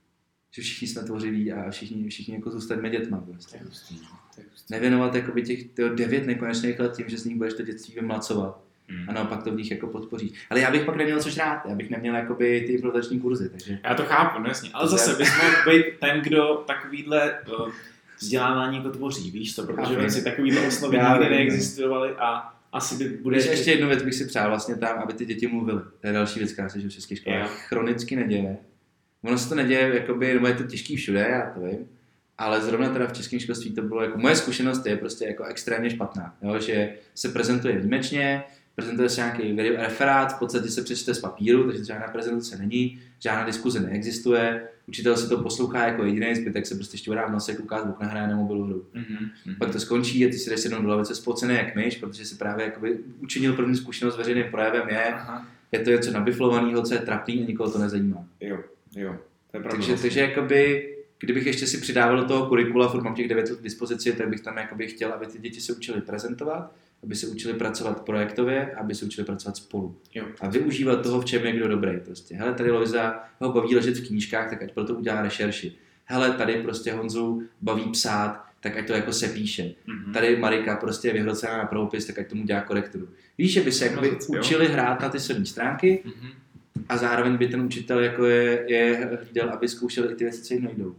B: že všichni jsme tvořiví a všichni jako zůstaňme dětma prostě.
A: To je hustý.
B: Nevěnovat jakoby těch 9 nekonečných let tím, že z nich budeš to dětství vymlacovat. A naopak to v nich jako podpoří. Ale já bych pak neměl což rád, já bych neměl jakoby ty improvizační kurzy, takže...
A: Já to chápu, no jasně, ale zase bys mohl být ten, kdo takovýhle vzdělávání jako tvoří, víš co, protože si takovýhle osnovy nikdy neexistovaly a asi by bude...
B: Ještě jednu věc bych si přál vlastně tam, aby ty děti mluvily. To je další věc, která se v české škole chronicky neděje. Ono se to neděje, jakoby, nebo je to těžký všude, já to vím. Ale zrovna teda v českém školství to bylo jako moje zkušenost je prostě jako extrémně špatná, jo? Že se prezentuje výjimečně, prezentuje se nějaký video referát, v podstatě se přečte z papíru, takže žádná prezentace není, žádná diskuze neexistuje, učitel si to poslouchá jako jediný, zbytek se prostě šťourá v nose, kouká z okna, hraje na mobilu hru. Pak to skončí a ty si jdeš sednout do lavice spocený jak myš, protože si právě jakoby učinil první zkušenost s veřejným projevem je to něco nabiflovaného, co je trapný a nikoho to nezajímá.
A: Jo, to je pravda.
B: Takže jakoby, kdybych ještě si přidával do toho kurikula, furt mám těch 9 let k dispozici, tak bych tam jakoby chtěl, aby ty děti se učili prezentovat, aby se učili pracovat projektově, aby se učili pracovat spolu.
A: Jo.
B: A využívat toho, v čem je kdo dobrý. Prostě. Hele, tady Loiza ho baví ležet v knížkách, tak ať proto udělá rešerši. Hele, tady prostě Honzu baví psát, tak ať to jako se píše. Tady Marika prostě je vyhrocená na pravopis, tak ať tomu dělá korekturu. Víš, že by se jakoby učili hrát na ty silné stránky a zároveň by ten učitel jako je hlídal, aby zkoušel i ty věci, co jim nejdou.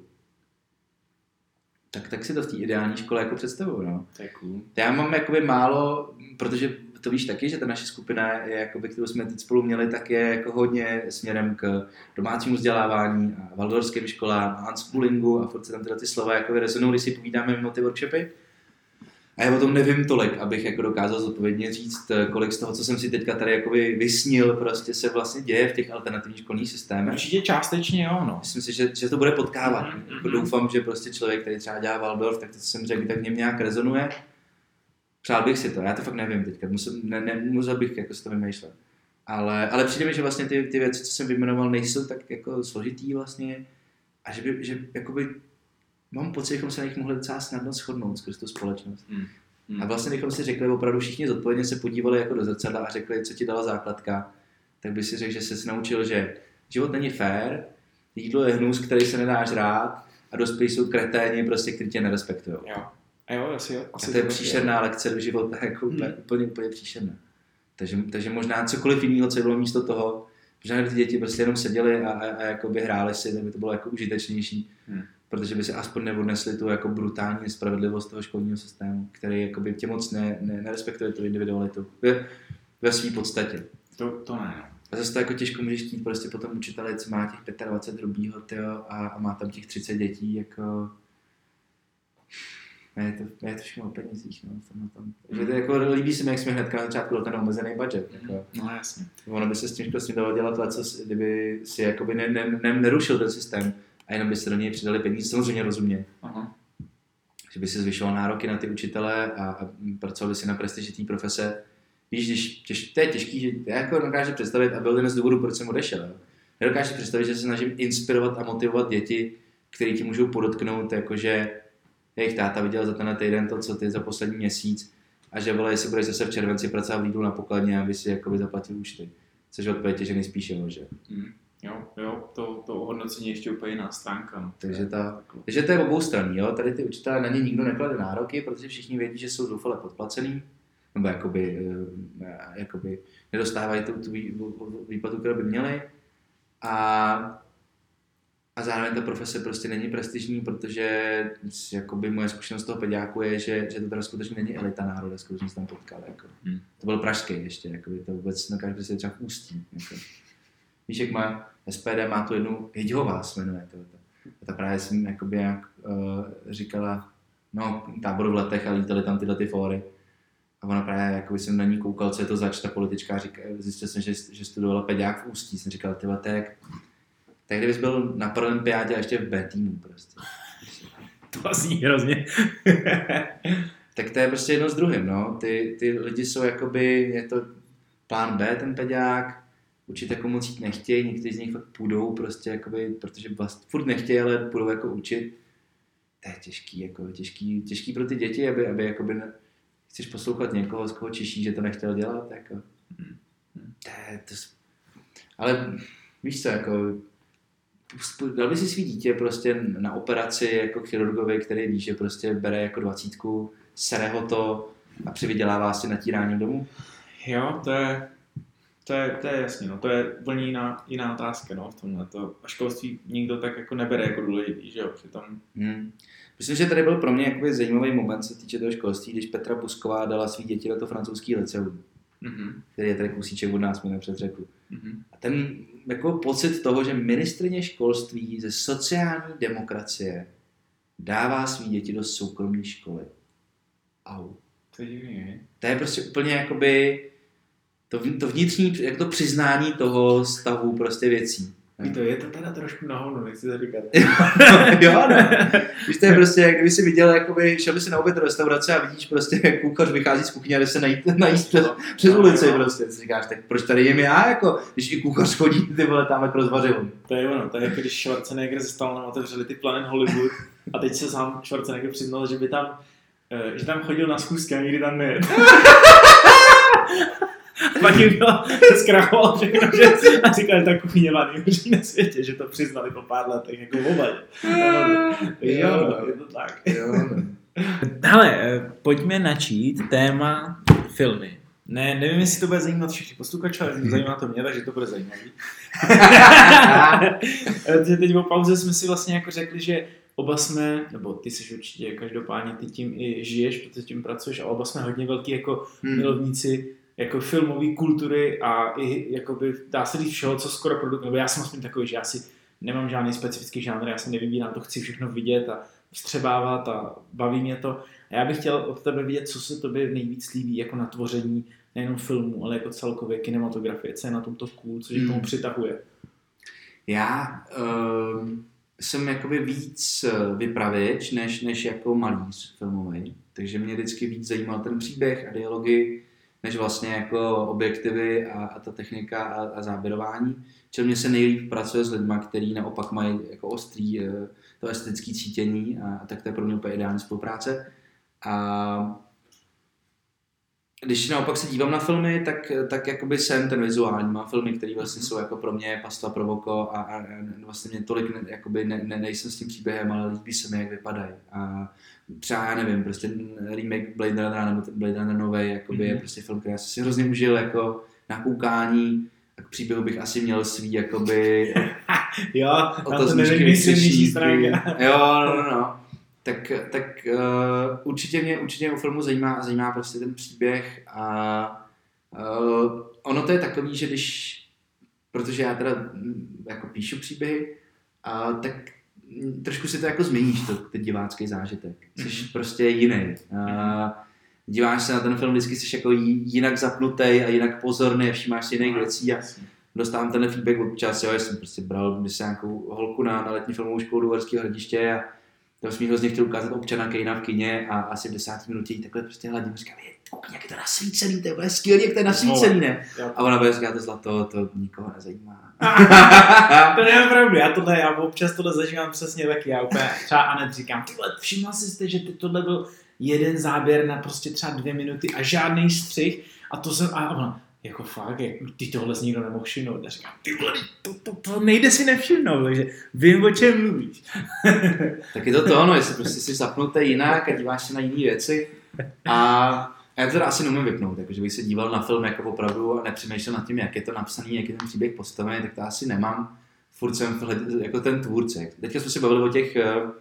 B: Tak si to v té ideální škole jako představuju, no.
A: To je cool.
B: Já mám jakoby málo, protože to víš taky, že ta naše skupina, je, jakoby, kterou jsme teď spolu měli, tak je jako hodně směrem k domácímu vzdělávání a waldorfským školám a unschoolingu a furt se tam tyhle ty slova jako rezonují, když si povídáme mimo ty workshopy. A já o tom nevím tolik, abych jako dokázal zodpovědně říct, kolik z toho, co jsem si teďka tady jakoby vysnil, prostě se vlastně děje v těch alternativních školních systémech.
A: Určitě částečně jo, no.
B: Myslím si, že to bude potkávat. Jako doufám, že prostě člověk, který třeba dělá Waldorf, tak to, co jsem řekl, tak v něm nějak rezonuje. Přál bych si to, já to fakt nevím teďka, musel bych jako si to vymýšlet. Ale přijde mi, že vlastně ty věci, co jsem vyjmenoval, nejsou tak jako složitý vlastně a že jakoby mám pocit, že bychom se na nich mohli docela snadno shodnout skrz tu společnost. A vlastně, kdybychom si řekli opravdu všichni zodpovědně se podívali jako do zrcadla a řekli, co ti dala základka, tak by si řekl, že jsi naučil, že život není fér, jídlo je hnus, který se nedá žrát a dospělí jsou kreténi, prostě, kteří tě nerespektují.
A: Asi
B: to je příšerná lekce do života, jako úplně příšerná. Takže možná cokoliv jiného, co bylo místo toho, možná kdyby ty děti prostě jenom seděli a jakoby hráli si, tak by to bylo jako užitečnější. Protože by se aspoň neodnesli tu jako brutální nespravedlivost toho školního systému, který jakoby tě moc nerespektuje tu individualitu ve své podstatě.
A: To ne.
B: A zase to jako těžko můžeš chtít prostě potom učiteli, co má těch 25 hrubýho, a má tam těch 30 dětí, jako... Je to všechno o penězích, no. Takže to jako líbí se mi, jak jsme hnedka na začátku byl ten omezený budget. Jako.
A: No jasně.
B: Ono by se s tím školstvím dalo dělat, ale kdyby si jakoby nerušil ten systém a jenom by se do něj přidali peníze, samozřejmě rozumně.
A: Aha.
B: Že by se zvyšoval nároky na ty učitele a pracovali si na prestiži té profese. Víš, to je těžký, že já jako dokážu představit, a byl ten z důvodu, proč jsem odešel. Já dokážu představit, že se snažím inspirovat a motivovat děti, který ti můžou podotknout, jakože jejich táta viděl za tenhle týden to, co ty za poslední měsíc a že vole, jestli budeš zase v červenci pracovat v Lidlu na pokladně, aby si jakoby zaplatil účty. Což odpověď je, že nejspíš jo, že?
A: Jo, to ohodnocení je ještě úplně jiná stránka. No.
B: Takže to je oboustranný, jo? Tady ty učitelé na ně nikdo neklade nároky, protože všichni vědí, že jsou zoufale podplacený, nebo jakoby nedostávají tu výplatu, kterou by měli. A zároveň ta profese prostě není prestižní, protože jakoby moje zkušenost toho pediáku je, že to teda skutečně není elita národa, s kterou jsem se tam potkal. Jako. To byl pražský ještě, jakoby, to vůbec nekážu představit třeba v Ústí. Jako. Víš, jak má SPD, má tu jednu Hyďhová se jmenuje. A ta právě jsem jakoby jak říkala, no táboru v Letech a lítali tam tyhle ty fóry. A ona právě, jakoby jsem na ní koukal, co je to zač, ta politička, zjistil jsem, že studovala pediák v Ústí. Jsem říkal, ty tak kdybys byl na paralympiádě a ještě v B týmu prostě.
A: To zní hrozně.
B: Tak to je prostě jedno s druhým, no. Ty lidi jsou jakoby, je to plán B ten pediák, určitě jako moc jít nechtějí, někteří z nich fakt půjdou prostě jakoby, protože vlastně furt nechtějí, ale půjdou jako učit. To je těžký, jako těžký pro ty děti, aby jakoby chceš poslouchat někoho, z koho čiší, že to nechtěl dělat, jako. Ale víš co, jako dal by si svý dítě prostě na operaci jako chirurgovi, který ví, že prostě bere jako 20, sere ho to a přivydělává si natíráním domů?
A: Jo, to je jasný, no, to je úplně jiná otázka, no, v tomhle to. A školství nikdo tak jako nebere jako důležitý, že jo, přitom.
B: Myslím, že tady byl pro mě jakoby zajímavý moment, co týče toho školství, když Petra Busková dala svý děti na to francouzský liceum, který je tady kousíček od nás, mi nepřed řekl. A ten jako pocit toho, že ministryně školství ze sociální demokracie dává svý děti do soukromé školy. Au. To je prostě úplně jakoby to vnitřní, jak to přiznání toho stavu prostě věcí.
A: To je to teda trošku na hovno, nechci to říkat.
B: Jo, no. Víš, to je prostě, jak kdyby si viděl, jakoby, šel by si na oběd do restaurace a vidíš prostě, jak kuchař vychází z kuchyně a jde se najíst přes ulici prostě. Ty si říkáš, tak proč tady jim já, jako, když i kuchař chodí, ty vole, tam k rozvařivu.
A: To je ono, to je jako když Schwarzenegger ze Stallonem otevřeli ty Planet Hollywood a teď se sám Schwarzenegger přiznal, že tam chodil na schůzky a nikdy tam nejet. Pak jim to zkrachoval všechno, že a říkali, ta kuchyně má nejhorší na světě, že to přiznali po pár letech, jako oba. Jo, je to tak. Hele, pojďme načít téma filmy. Nevím, jestli to bude zajímat všechny posluchače, ale zajímá to mě, takže to bude zajímavý. Teď po pauze jsme si vlastně jako řekli, že oba jsme, nebo ty jsi určitě každopádně, ty tím i žiješ, protože tím pracuješ a oba jsme hodně velký jako milovníci jako filmové kultury a i jakoby dá se říct všeho, co skoro produkuje, nebo já jsem aspoň takový, že já si nemám žádný specifický žánr, já si nevybírám to, chci všechno vidět a vstřebávat a baví mě to. A já bych chtěl od tebe vidět, co se tobě nejvíc líbí jako na tvoření nejenom filmů, ale jako celkově kinematografie, co je na tomto cool, co je k tomu přitahuje.
B: Já jsem jakoby víc vypravěč, než jako malíř filmový, takže mě vždycky víc zajímal ten příběh a dialogy, než vlastně jako objektivy a ta technika a záběrování. Čili mě se nejlíp pracuje s lidma, kteří naopak mají jako ostrý to estetické cítění a tak to je pro mě úplně ideální spolupráce. A když naopak se dívám na filmy, tak jakoby jsem ten vizuální. Mám filmy, které vlastně jsou jako pro mě pasta pro oko a vlastně mě tolik jakoby nejsem s tím příběhem, ale líbí se mi, jak vypadají. A třeba já nevím, prostě remake Blade Runner nebo Blade Runner novej, jakoby je prostě film, který já si hrozně užil jako na koukání. K příběhu bych asi měl svý jakoby
A: jo, to nevím, stránka.
B: Jo, no. Tak určitě mě u filmu zajímá prostě ten příběh a ono to je takový, že protože já teda jako píšu příběhy, tak trošku si to jako změníš, ten divácký zážitek, jsi prostě jiný. Díváš se na ten film, vždycky jsi jako jinak zapnutej a jinak pozorný, všímáš si jiných věcí a dostávám ten feedback občas, jo, jsem prostě bral když jsem nějakou holku na letní filmovou školu do Uherského Hradiště a tam jsem jí hrozně chtěl ukázat Občana Kejna v kině a asi v 10. minutě jí takhle prostě hladím a říkám, jak je to nasvícený, to je skvělý, jak to je nasvícený, ne? A ona bude říkat, to zlato, to nikoho nezajímá.
A: To je pravda, já občas tohle zažívám přesně taky, já úplně třeba Anet říkám, všimla jsi, že tohle byl jeden záběr na prostě třeba 2 minuty a žádný střih a to jsem, a ona, jako fakt, ty tohle z nikdo nemohl všimnout. A říkám, ty vole, to nejde si nevšimnout, takže vím, o čem mluvíš.
B: Tak je to ono, jestli prostě jsi zapnutý jinak a díváš se na jiné věci. A já to teda asi neumím vypnout, takže bych se díval na film jako opravdu a nepřemýšlel nad tím, jak je to napsaný, jak je ten příběh postavený, tak to asi nemám. Furt jsem jako ten tvůrce. Teďka jsme se bavili o těch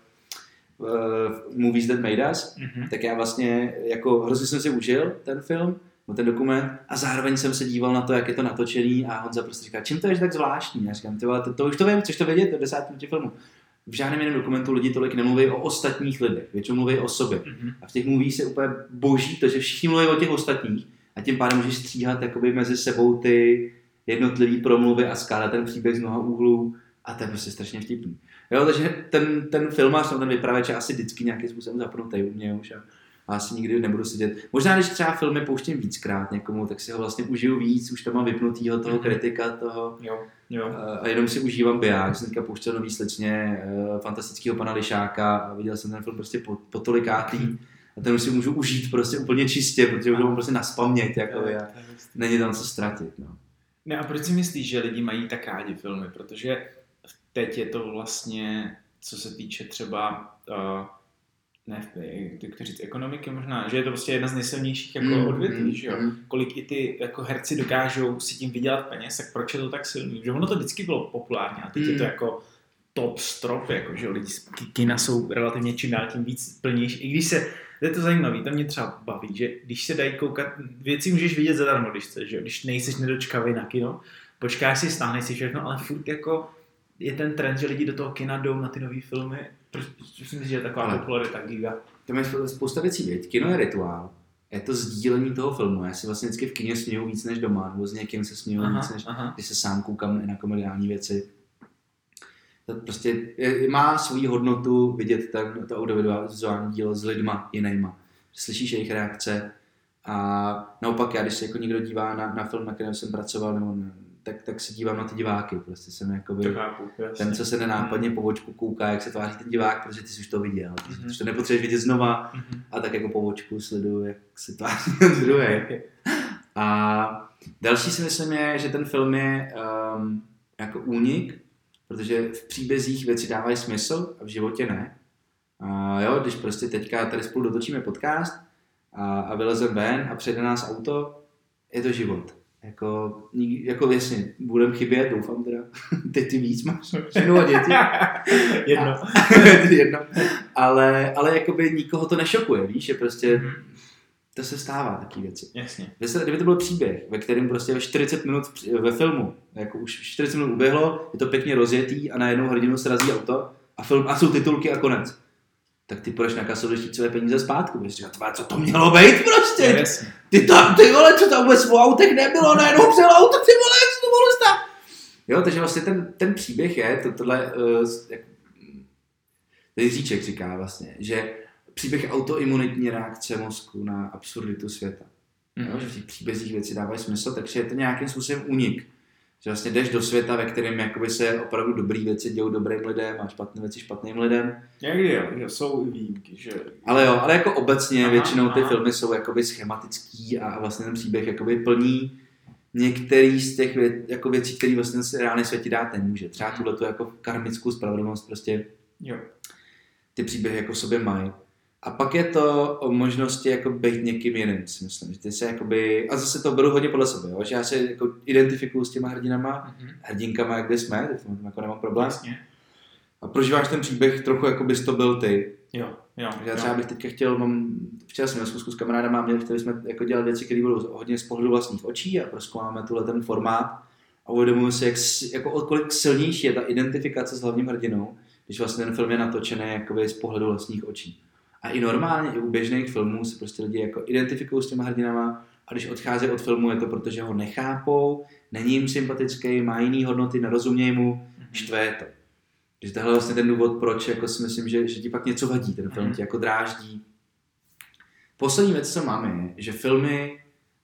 B: Movies That Made Us, tak já vlastně jako hrozně jsem si užil ten film, ten dokument a zároveň jsem se díval na to, jak je to natočený a Honza prostě říká, čím to je tak zvláštní? Já říkám, to už to vím, chceš to vědět, do 10 minut filmu. V žádném jiném dokumentu lidi tolik nemluví o ostatních lidech, většinou mluví o sobě. A v těch movies je úplně boží to, že všichni mluví o těch ostatních a tím pádem můžeš stříhat jakoby mezi sebou ty jednotlivý promluvy a skládat ten příběh z mnoha úhlů a to je prostě strašně vtipný. Jo, takže ten filmář, ten vypravěč je asi vždycky nějakým způsobem zapnutý u mě už a asi nikdy nebudu sedět. Možná, když třeba filmy pouštím víckrát někomu, tak si ho vlastně užiju víc, už tam mám vypnutýho toho kritika, toho
A: jo.
B: A jenom si užívám biják. Jsem teďka pouštěl nový Slečně, fantastického pana Lišáka a viděl jsem ten film prostě po tolikátý a ten už si můžu užít prostě úplně čistě, protože už ho mám prostě naspamět, jako není tam co ztratit. No.
A: Ne, a proč si myslíš, že lidi mají tak rádi filmy? Protože teď je to vlastně, co se týče třeba říct ekonomiky možná, že je to prostě jedna z nejsilnějších jako odvětví, že jo? Kolik i ty jako herci dokážou si tím vydělat peněz, tak proč je to tak silný? Že ono to vždycky bylo populární a teď je to jako top strop, jako, že lidi z kina jsou relativně čím dál tím víc plnější. I když je to zajímavé, to mě třeba baví, že když se dají koukat, věci můžeš vidět zadarmo, když chceš, že když nejseš nedočkavý na kino, počkáš si, stáhneš si všechno, ale furt jako je ten trend, že lidi do toho kina jdou na ty nový filmy. Myslím si, že je taková popularita giga.
B: Tam je spousta věcí, věď. Kino je rituál. Je to sdílení toho filmu. Já si vlastně vždycky v kině směju víc než doma, nebo s někým se směju víc než když se sám koukám na komediální věci. To prostě má svou hodnotu vidět to audiovizuální dílo s lidma jinýma. Slyšíš jejich reakce a naopak já, když se jako někdo dívá na film, na kterém jsem pracoval, nebo tak se dívám na ty diváky. Prostě jsem jakoby ten, co se nenápadně po očku kouká, jak se tváří ten divák, protože ty jsi už to viděl. Ty to nepotřebuješ vidět znova a tak jako po očku sleduju, jak se tváří ten druhý. A další si myslím je, že ten film je jako únik, protože v příbězích věci dávají smysl a v životě ne. A jo, když prostě teďka tady spolu dotočíme podcast a vylezem ven a přijde nás auto, je to život. Jako jasně, budem chybět, doufám teda. Teď ty víc máš ženu a děti. Jedno. Ale jakoby nikoho to nešokuje, víš, že prostě to se stává, taky věci.
A: Jasně.
B: Kdyby to byl příběh, ve kterém prostě 40 minut ve filmu, jako už 40 minut uběhlo, je to pěkně rozjetý a najednou hrdinu srazí auto a jsou titulky a konec. Tak ty půjdeš na kasu, když ti své peníze zpátky. Budeš říkat, co to mělo být prostě? Ty vole, co tam vůbec v autech nebylo, najednou přijel auto, ty vole, co to mohlo stát? Jo, takže vlastně ten příběh je, tohle, Jiříček říká vlastně, že příběh je autoimunitní reakce mozku na absurditu světa. Jo, že v těch příbězích věci dávají smysl, takže je to nějakým způsobem únik. Že vlastně jdeš do světa, ve kterém jakoby se opravdu dobrý věci dějou dobrým lidem a špatné věci špatným lidem.
A: Někdy jo, že jsou i výjimky, že...
B: Ale jako obecně většinou ty filmy jsou jakoby schematický a vlastně ten příběh jakoby plní některý z těch jako věcí, které vlastně se reálně světě dát nemůže. Třeba tuhletu jako karmickou spravedlnost prostě ty příběhy jako sobě mají. A pak je to o možnosti jako být někým jiným, si myslím, že ty se jakoby, a zase to beru hodně podle sebe, jo? Že já se jako identifikuju s těma hrdinama, hrdinkama, jak kde jsme, tak tam jako nemám problém.
A: Jasně.
B: A prožíváš ten příběh trochu, jako bys to byl ty.
A: Jo.
B: Já třeba bych teďka chtěl, včera jsem měl zkusku s kamarádama a chtěli jsme jako dělat věci, které budou hodně z pohledu vlastních očí a prozkoumáme tuhle ten formát a uvědomuji si, kolik silnější je ta identifikace s hlavním hrdinou, když vlastně ten film je natočený jakoby z pohledu vlastních očí. A i normálně, i u běžných filmů se prostě lidi jako identifikují s těma hrdinama a když odcházejí od filmu, je to proto, že ho nechápou, není jim sympatický, má jiný hodnoty, nerozumějí mu, štve to. Takže tohle je vlastně ten důvod, proč jako si myslím, že ti pak něco vadí, ten film ti jako dráždí. Poslední věc, co máme, je, že filmy,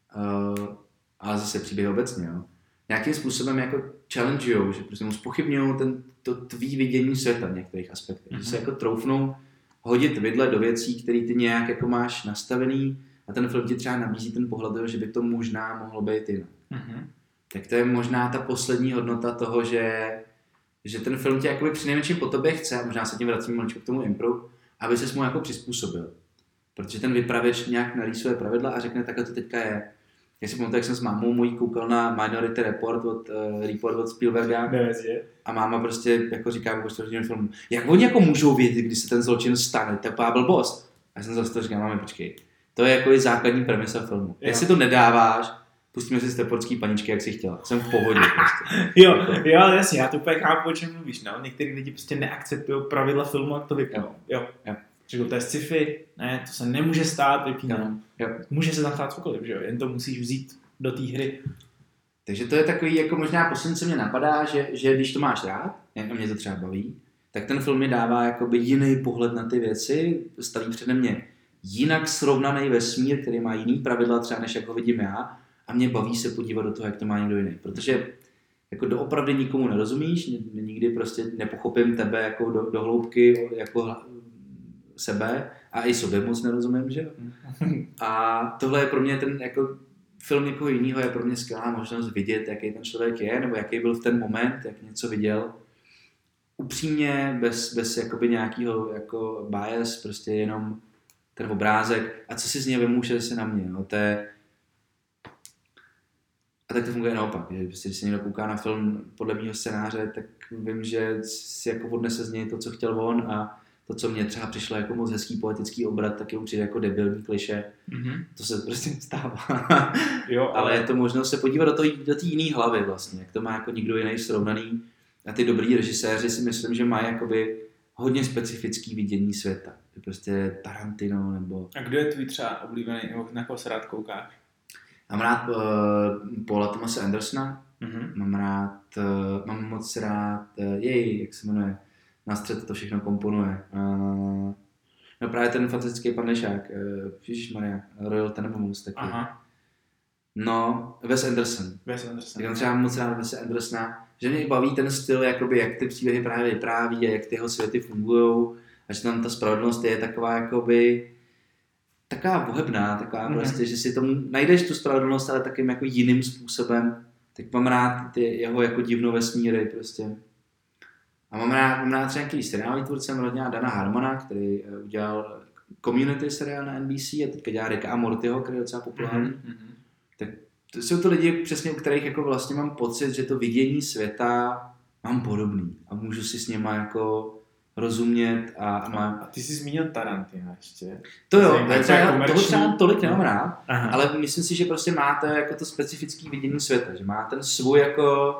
B: ale zase příběh obecně, jo, nějakým způsobem jako challengeujou, že prostě mu zpochybňují to tvý vidění světa v některých aspektech. Že se jako troufnou hodit vidle do věcí, které ty nějak jako máš nastavený a ten film ti třeba nabízí ten pohled, že by to možná mohlo být jinak. Tak to je možná ta poslední hodnota toho, že ten film tě jakoby přinejmenším po tobě chce, a možná se tím vracím maličko k tomu impru, aby ses mu jako přizpůsobil. Protože ten vypravěč nějak narýsuje pravidla a řekne, takhle to teďka je. Já si pamatuju, jak jsem s mámou mojí koukal na Minority Report od Spielberga a máma prostě jako říká po filmu, jak oni jako můžou vědět, když se ten zločin stane, to je blbost. A já jsem zase to říkal, máme počkej. To je jako základní premisa filmu. Jestli to nedáváš, pustíme si steportský paničky, jak jsi chtěla. Jsem v pohodě prostě.
A: Jo, jasně, já to úplně chápu, o čem mluvíš, no. Některý lidi prostě neakceptují pravidla filmu, jak to vypadá. Jo. Řekl, to je sci-fi, ne, to se nemůže stát, vypínám. Může se tam stát cokoliv, že jo, jen to musíš vzít do té hry.
B: Takže to je takový, jako možná poslední, co mě napadá, že když to máš rád, a mě to třeba baví, tak ten film mi dává jakoby jiný pohled na ty věci, staví přede mě jinak srovnaný vesmír, který má jiný pravidla třeba, než jak ho vidím já, a mě baví se podívat do toho, jak to má někdo jiný. Protože jako doopravdy nikomu nerozumíš, nikdy prostě nepochopím tebe jako do hloubky, jako sebe a i sobě moc nerozumím, že jo? A tohle je pro mě ten jako film někoho jiného je pro mě skvělá možnost vidět, jaký ten člověk je, nebo jaký byl v ten moment, jak něco viděl. Upřímně, bez jakoby nějakého jako bias, prostě jenom ten obrázek a co si z něj vymůže se na mě. No, a tak to funguje naopak, že prostě, když se někdo kouká na film podle mého scénáře, tak vím, že si jako odnese z něj to, co chtěl on a to, co mě třeba přišlo jako moc hezký poetický obrat, tak je určitě jako debilní klišé. To se prostě stává. Ale je to možnost se podívat do té jiné hlavy vlastně, jak to má jako nikdo jiný srovnaný. A ty dobrý režiséři si myslím, že mají jakoby hodně specifický vidění světa. Je prostě Tarantino nebo...
A: A kdo je tvůj třeba oblíbený, nebo na koho se rád koukáš?
B: Mám rád Paula Thomase Andersona,
A: Mm-hmm.
B: mám moc rád, jak se jmenuje, na střed to všechno komponuje. No právě ten fantastický panešák, ježišmarja, Royal Tenenbaums taky.
A: Aha.
B: No, Wes Anderson. Tak třeba moc rád Wes Andersona, že mě baví ten styl, jakoby, jak ty příběhy právě vypráví a jak ty jeho světy fungujou a že tam ta spravedlnost je taková jakoby taková bohebná, taková prostě, že si tomu najdeš tu spravedlnost, ale takým jako jiným způsobem. Tak mám rád ty jeho jako divnou vesmíry prostě. A mám rád třeba nějaký seriálový tvůrce, rodně Dana Harmona, který udělal Community seriál na NBC a teďka dělá Ricka a Mortyho, který je docela populární. Tak to jsou to lidi přesně, u kterých jako vlastně mám pocit, že to vidění světa mám podobný a můžu si s něma jako rozumět a mám...
A: A ty jsi zmínil Tarantina ještě.
B: To jo, toho třeba tolik nemám rád, ale myslím si, že prostě máte jako to specifické vidění světa, že má ten svůj jako...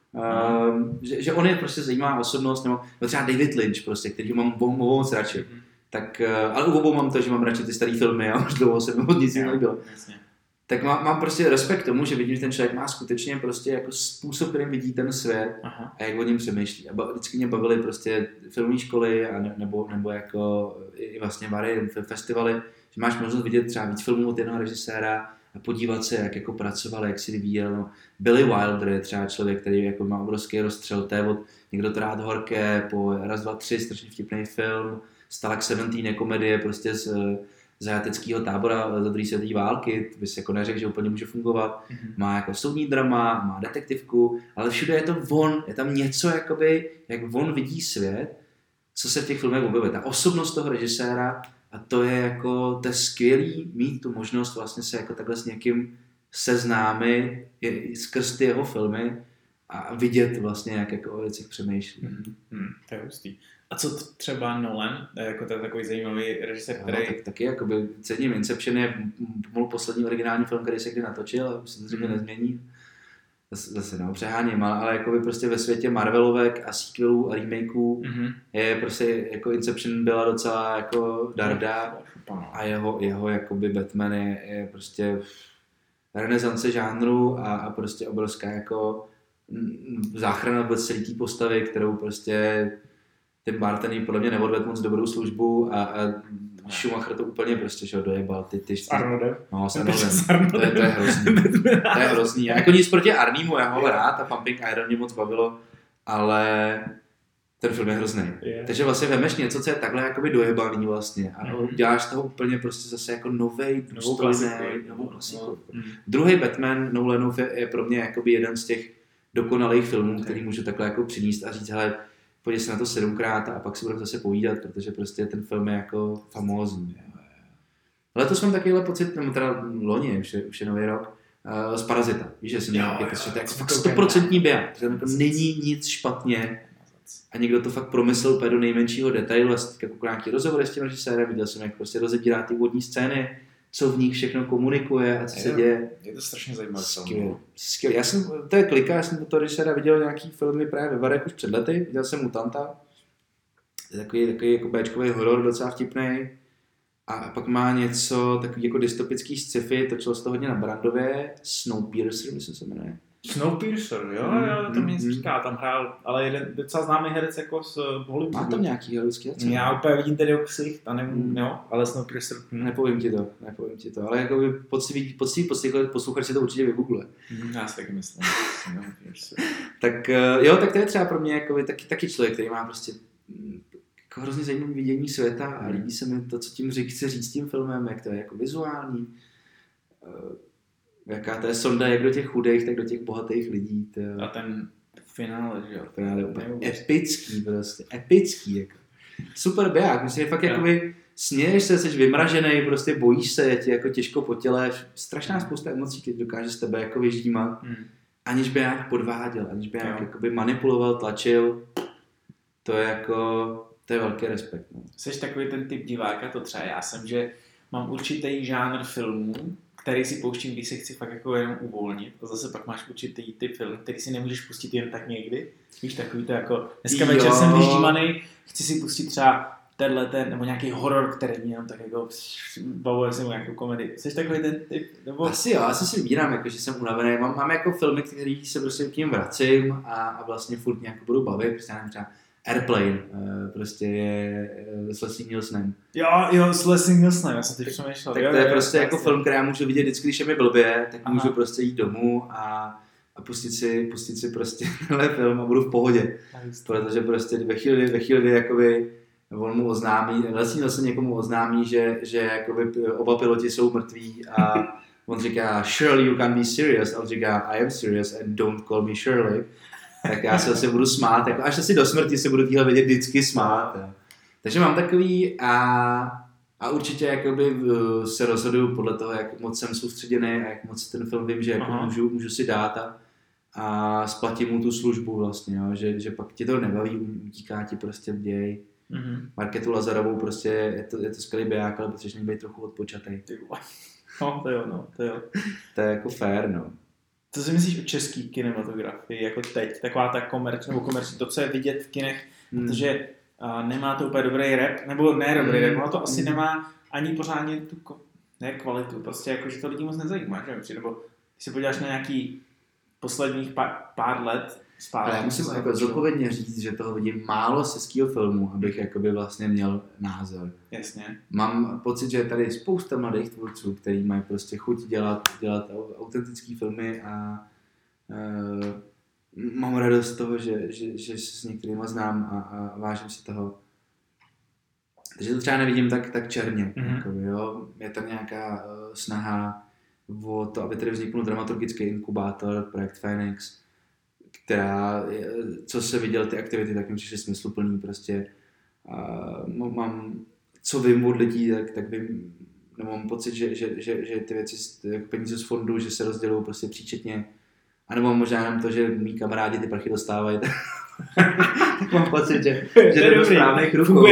B: že on je prostě zajímavá osobnost, nebo třeba David Lynch prostě, který mám moc radši. Tak, ale u obou mám to, že mám radši ty staré filmy a už dlouho se mi moc nic nebylo. Tak mám prostě respekt tomu, že vidím, že ten člověk má skutečně prostě jako způsob, kterým vidí ten svět a jak o něm přemýšlí. A vždycky mě bavily prostě filmové školy a nebo jako i vlastně bary, festivaly, že máš možnost vidět třeba víc filmů od jednoho režiséra a podívat se, jak jako pracoval, jak si vyvíjel. No, Billy Wilder je třeba člověk, který jako má obrovský rozstřel, to je od Někdo to rád horké, po Raz, dva, tři, strašně vtipný film, Stalag 17 je komedie prostě z zajateckého tábora za druhé světové války, to bys jako neřekl, že úplně může fungovat. Má jako soudní drama, má detektivku, ale všude je to on, je tam něco jakoby, jak on vidí svět, co se v těch filmech objevuje. Ta osobnost toho režiséra a to je jako, to je skvělý mít tu možnost vlastně se jako takhle s někým seznámit skrz ty jeho filmy a vidět vlastně, jak jako o věcech přemýšlí.
A: To je hustý. A co třeba Nolan, jako to je takový zajímavý režisér, který...
B: No, taky jakoby cením. Inception je pomalu poslední originální film, který se kdy natočil a už se to zřejmě nezmění. Zase přeháním, ale jakoby prostě ve světě Marvelovek a sequelů a remakeů je prostě jako Inception byla docela jako darda a jeho jakoby Batman je prostě renesance žánru a prostě obrovská jako záchrana vůbec celý té postavy, kterou prostě ten Barton podle mě neodvedl moc dobrou službu a Schumacher to úplně prostě šel dojebal.
A: S Arnoldem?
B: No, s Arnoldem. To je hrozný. To je hrozný. Já jako nic proti Arnímu, já ho rád a Pumping Iron mě moc bavilo, ale ten film je hrozný. Takže vlastně vemeš něco, co je takhle jakoby dojebaný vlastně a děláš z toho úplně prostě zase jako novou klasiku. Druhý Batman Nolanův je pro mě jakoby jeden z těch dokonalých filmů, který můžu takhle jako přinést a říct, hele, podívej se na to 7krát a pak si budeme zase povídat, protože prostě ten film je jako famózní. Letos mám takovýhle pocit, nebo teda loni, už je nový rok, z Parazita. Víš, že jsem měl jako 100% běh, že jako není nic špatně a někdo to fakt promyslel úplně do nejmenšího detailu. Já jsem jako nějaký rozhovor s tím režisérem, viděl jsem, jak prostě rozebírá ty úvodní scény, co v nich všechno komunikuje a co se děje.
A: Je to strašně zajímavé.
B: Skvělé. To je klika, já jsem to režiséra viděl nějaký filmy právě ve Varech už před lety, viděl jsem Mutanta, takový jako béčkový horor, docela vtipný. A pak má něco takový jako dystopický sci-fi, točilo se to hodně na Brandově, Snowpiercer, myslím se jmenuje.
A: Snowpiercer, jo, to mi nic říká, tam hrál, ale jeden docela známý herec jako z Hollywoodu.
B: Má tam nějaký heroický herec?
A: Já úplně vidím tedy o ksicht a nevím, jo, ale Snowpiercer.
B: Nepovím ti to, ale jako poctivý posluchač si to určitě vygoogle.
A: Já si taky myslím.
B: Tak jo, tak to je třeba pro mě jako taky člověk, který má prostě jako hrozně zajímavé vidění světa a líbí se mi to, co tím chce říct tím filmem, jak to je jako vizuální. Jaká to je sonda jak do těch chudých, tak do těch bohatých lidí.
A: A ten finále, že jo?
B: Finále úplně epický prostě, epický jako. Super běh, myslím, že fakt jakoby směješ se, jsi vymražený, prostě bojíš se, je ti jako těžko po těle, strašná spousta emocí, když dokáže z tebe jako vyždímat, aniž by nějak podváděl, aniž by nějak jakoby manipuloval, tlačil, to je jako, to je velký respekt. No.
A: Jsi takový ten typ diváka, to třeba já jsem, že mám určitý žánr filmů, který si pouštím, když se chci fakt jako jenom uvolnit. A zase pak máš určitý typ film, který si nemůžeš pustit jen tak někdy. Víš, takový to jako, dneska večer jsem vyždímaný, chci si pustit třeba nebo nějaký horor, který mě jenom tak jako bavuje se mu nějakou komedii. Jsi takový ten typ? Nebo...
B: Asi jo, asi si vybírám, jako, že jsem unavený. Mám jako filmy, které se prostě k ním vracím a vlastně furt nějak budu bavit. Prostě nevím, třeba Airplane, prostě je s Leslie Nielsenem.
A: Jo, s Leslie Nielsenem, já jsem teď přemýšlel.
B: Tak to je prostě jako film, který já můžu vidět vždycky, když je mi blbě, tak můžu prostě jít domů a pustit si prostě tenhle film a budu v pohodě. Protože prostě ve chvíli, kdy jakoby on mu oznámí, Leslie Nielsen někomu oznámí, že jakoby oba piloti jsou mrtví a on říká Shirley, you can't be serious, a on říká I am serious and don't call me Shirley. Tak já se asi budu smát, jako až asi do smrti se budu tíhle vědět vždycky smát. Jo. Takže mám takový a určitě jakoby se rozhoduju podle toho, jak moc jsem soustředěný a jak moc ten film vím, že jako můžu si dát a splatím mu tu službu vlastně, jo, že pak ti to nebaví, utíká ti prostě v děj. Marketu Lazarovou prostě je to skvělý biják, ale potřebuješ být trochu odpočatej.
A: No, to jo.
B: To je jako fair, no.
A: Co si myslíš o české kinematografii, jako teď? Taková ta komerční, to, co je vidět v kinech, protože nemá to úplně dobrý rap, nebo ne dobrý rap, ono to asi nemá ani pořádně tu kvalitu, prostě jako, že to lidi moc nezajímá, že? Nebo když se podíváš na nějaký posledních pár let zpátky.
B: Ale já musím jako zodpovědně říct, že toho vidím málo z českého filmu, abych jakoby vlastně měl názor.
A: Jasně.
B: Mám pocit, že je tady spousta mladých tvůrců, kteří mají prostě chuť dělat autentické filmy a mám radost z toho, že se s některýma znám a vážím si toho. Takže to třeba nevidím tak černě. Jakoby, jo. Je tam nějaká snaha o to, aby tady vzniknul dramaturgický inkubátor, projekt Phoenix, která, co se viděl ty aktivity, tak mi přišly smysluplný prostě. Mám, co vím od lidí, tak vím, nebo mám pocit, že ty věci, jako peníze z fondu, že se rozdělují prostě příčetně. A nebo možná jenom to, že mý kamarádi ty prachy dostávají, tak mám pocit, že to do správných rukou.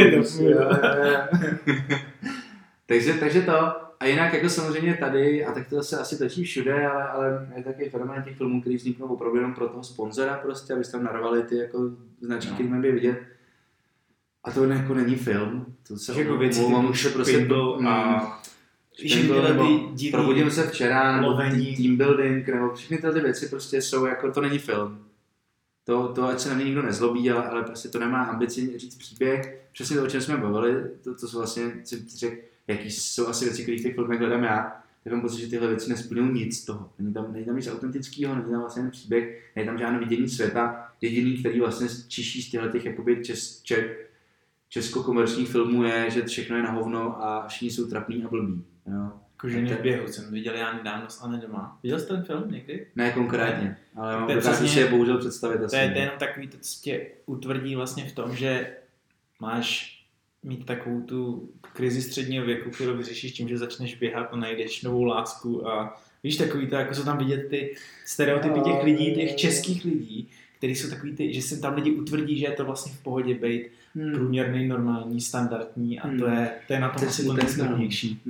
B: Takže to. A jinak jako samozřejmě tady, a tak to se asi točí všude, ale je takový fenomén těch filmů, který vzniknou opravdu jenom pro toho sponzora prostě, abyste tam narovali ty jako značky, který mají vidět. A to jako není film. To se
A: jako věci
B: typu Špindl a Probudím se včera, nebo team building, nebo všechny ty věci prostě jsou jako, to není film. To ať se na mě nikdo nezlobí, ale prostě to nemá ambici říct příběh. Přesně to, o čem jsme bavili, to jsou vlastně, jsem ti řekl, jaký jsou asi věci, které v těch filmech hledám já, tak mám pocit, že tyhle věci nesplňují nic z toho. Není tam nic autentického, není tam vlastně jen příběh, není tam žádné vidění světa. Jediný, který vlastně čiší z těchto jakoby česko-komerčních filmů je, že všechno je na hovno a všichni jsou trapný a blbý. Jo.
A: Kožený v běhu jsem viděl já nedávno s Anne doma. Viděl jsi ten film někdy?
B: Ne konkrétně, ale dokážu si je bohužel představit asi.
A: To je jenom takový, to tě utvrdí vlastně v tom, že máš mít takovou tu krizi středního věku, kterou vyřešíš tím, že začneš běhat a najdeš novou lásku a víš takový to, jako jsou tam vidět ty stereotypy těch lidí, těch českých lidí, kteří jsou takový ty, že se tam lidi utvrdí, že je to vlastně v pohodě být průměrný, normální, standardní a to je na tom asi to nejsnadnější.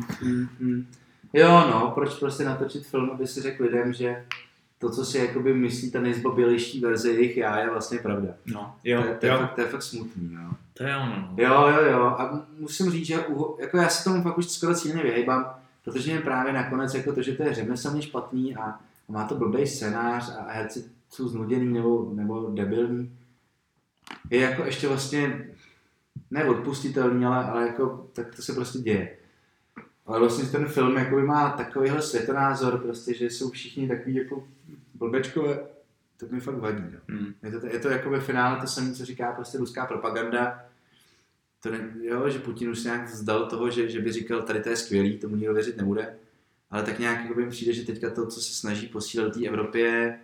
B: Jo, no, proč prostě natočit film, aby si řekl lidem, že to, co si jakoby myslí ta nejzbabělejší verze jejich já, je vlastně pravda.
A: No, jo.
B: To je fakt smutný, jo.
A: To je ono.
B: Jo. A musím říct, že jako já se tomu fakt už skoro cíleně vyhejbám, protože mě právě nakonec jako to, že to je řemeslně špatný a má to blbej scénář a herci jsou znuděný nebo debilní, je jako ještě vlastně neodpustitelný, ale jako tak to se prostě děje. Ale vlastně ten film jakoby má takovýhle světonázor, prostě, že jsou všichni takový jako blbečkové, to mi fakt vadí. No. Je to jako ve finále to samé, co říká prostě ruská propaganda. Že Putin už se nějak vzdal toho, že by říkal, tady to je skvělý, tomu nikdo věřit nebude. Ale tak nějak jako mi přijde, že teďka to, co se snaží posílat té Evropě,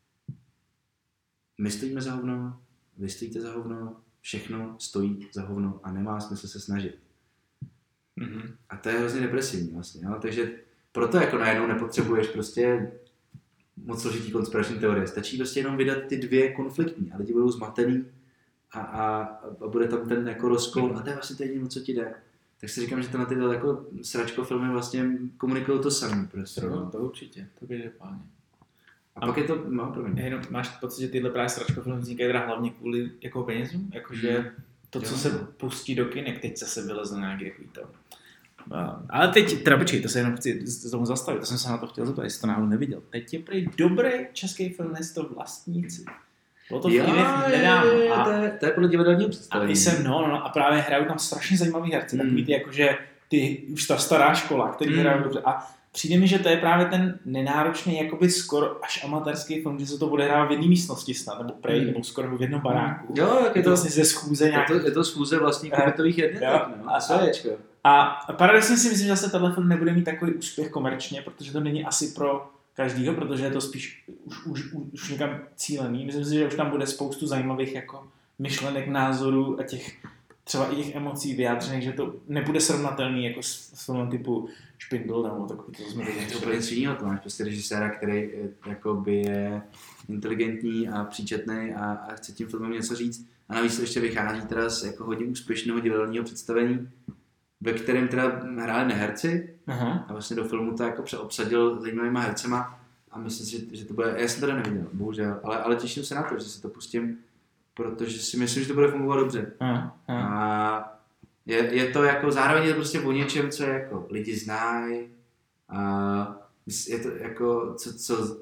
B: my stojíme za hovno, vy stojíte za hovno, všechno stojí za hovno a nemá smysl se snažit. A to je hrozně depresivní vlastně, jo? Takže proto jako najednou nepotřebuješ prostě moc složitý konspirační teorie. Stačí prostě jenom vydat ty dvě konfliktní a lidi budou zmatený a bude tam ten jako rozkol a to je vlastně to jediné, co ti jde. Tak si říkám, že tenhle tyhle jako sračko filmy vlastně komunikují to samé prostě.
A: To určitě, to bude pálně.
B: A pak je to, no promiň.
A: Jenom máš pocit, že tyhle právě sračko filmy vznikají teda hlavně kvůli jako penězům? Jakože to, co se pustí do kinek, teď zase vylezlo nějaký takový to. Ale teď, teda počkej, to se jenom chci tomu zastavit, to jsem se na to chtěl zeptat, jestli to náhodou neviděl. Teď je prý dobrý český film, jestli to Vlastníci. Bylo to v kinech nedávno.
B: To je podle divadelního představení.
A: A právě hrajou tam strašně zajímavý herci, takový ty jakože ty už ta stará škola, který hrajou dobře. A přijde mi, že to je právě ten nenáročný, jakoby skoro až amatérský film, že se to bude hrát v jedné místnosti snad, nebo prej, nebo skoro v jednom baráku.
B: Jo, tak
A: je to vlastně ze schůze nějak.
B: Je to schůze vlastních bytových jednitek, no.
A: A paradoxně si myslím, že zase tenhle film nebude mít takový úspěch komerčně, protože to není asi pro každýho, protože je to spíš už někam cílený. Myslím si, že už tam bude spoustu zajímavých jako myšlenek, názorů a těch třeba i těch emocí vyjádřených, že to nebude srovnatelný jako s filmem typu Špindl, nebo takový, to jsme viděli.
B: To je úplně svýho, to máš prostě režiséra, který jakoby je inteligentní a příčetný a chce tím filmem něco říct. A navíc to ještě vychází teda z jako hodně úspěšného divadelního představení, ve kterém teda hráli neherci. A vlastně do filmu to jako přeobsadil zajímavýma hercema a myslím si, že to bude, já jsem teda neviděl, bohužel, ale těším se na to, že si to pustím, protože si myslím, že to bude fungovat dobře. A je to jako, zároveň je to prostě o něčem, co jako lidi znají a je to jako, co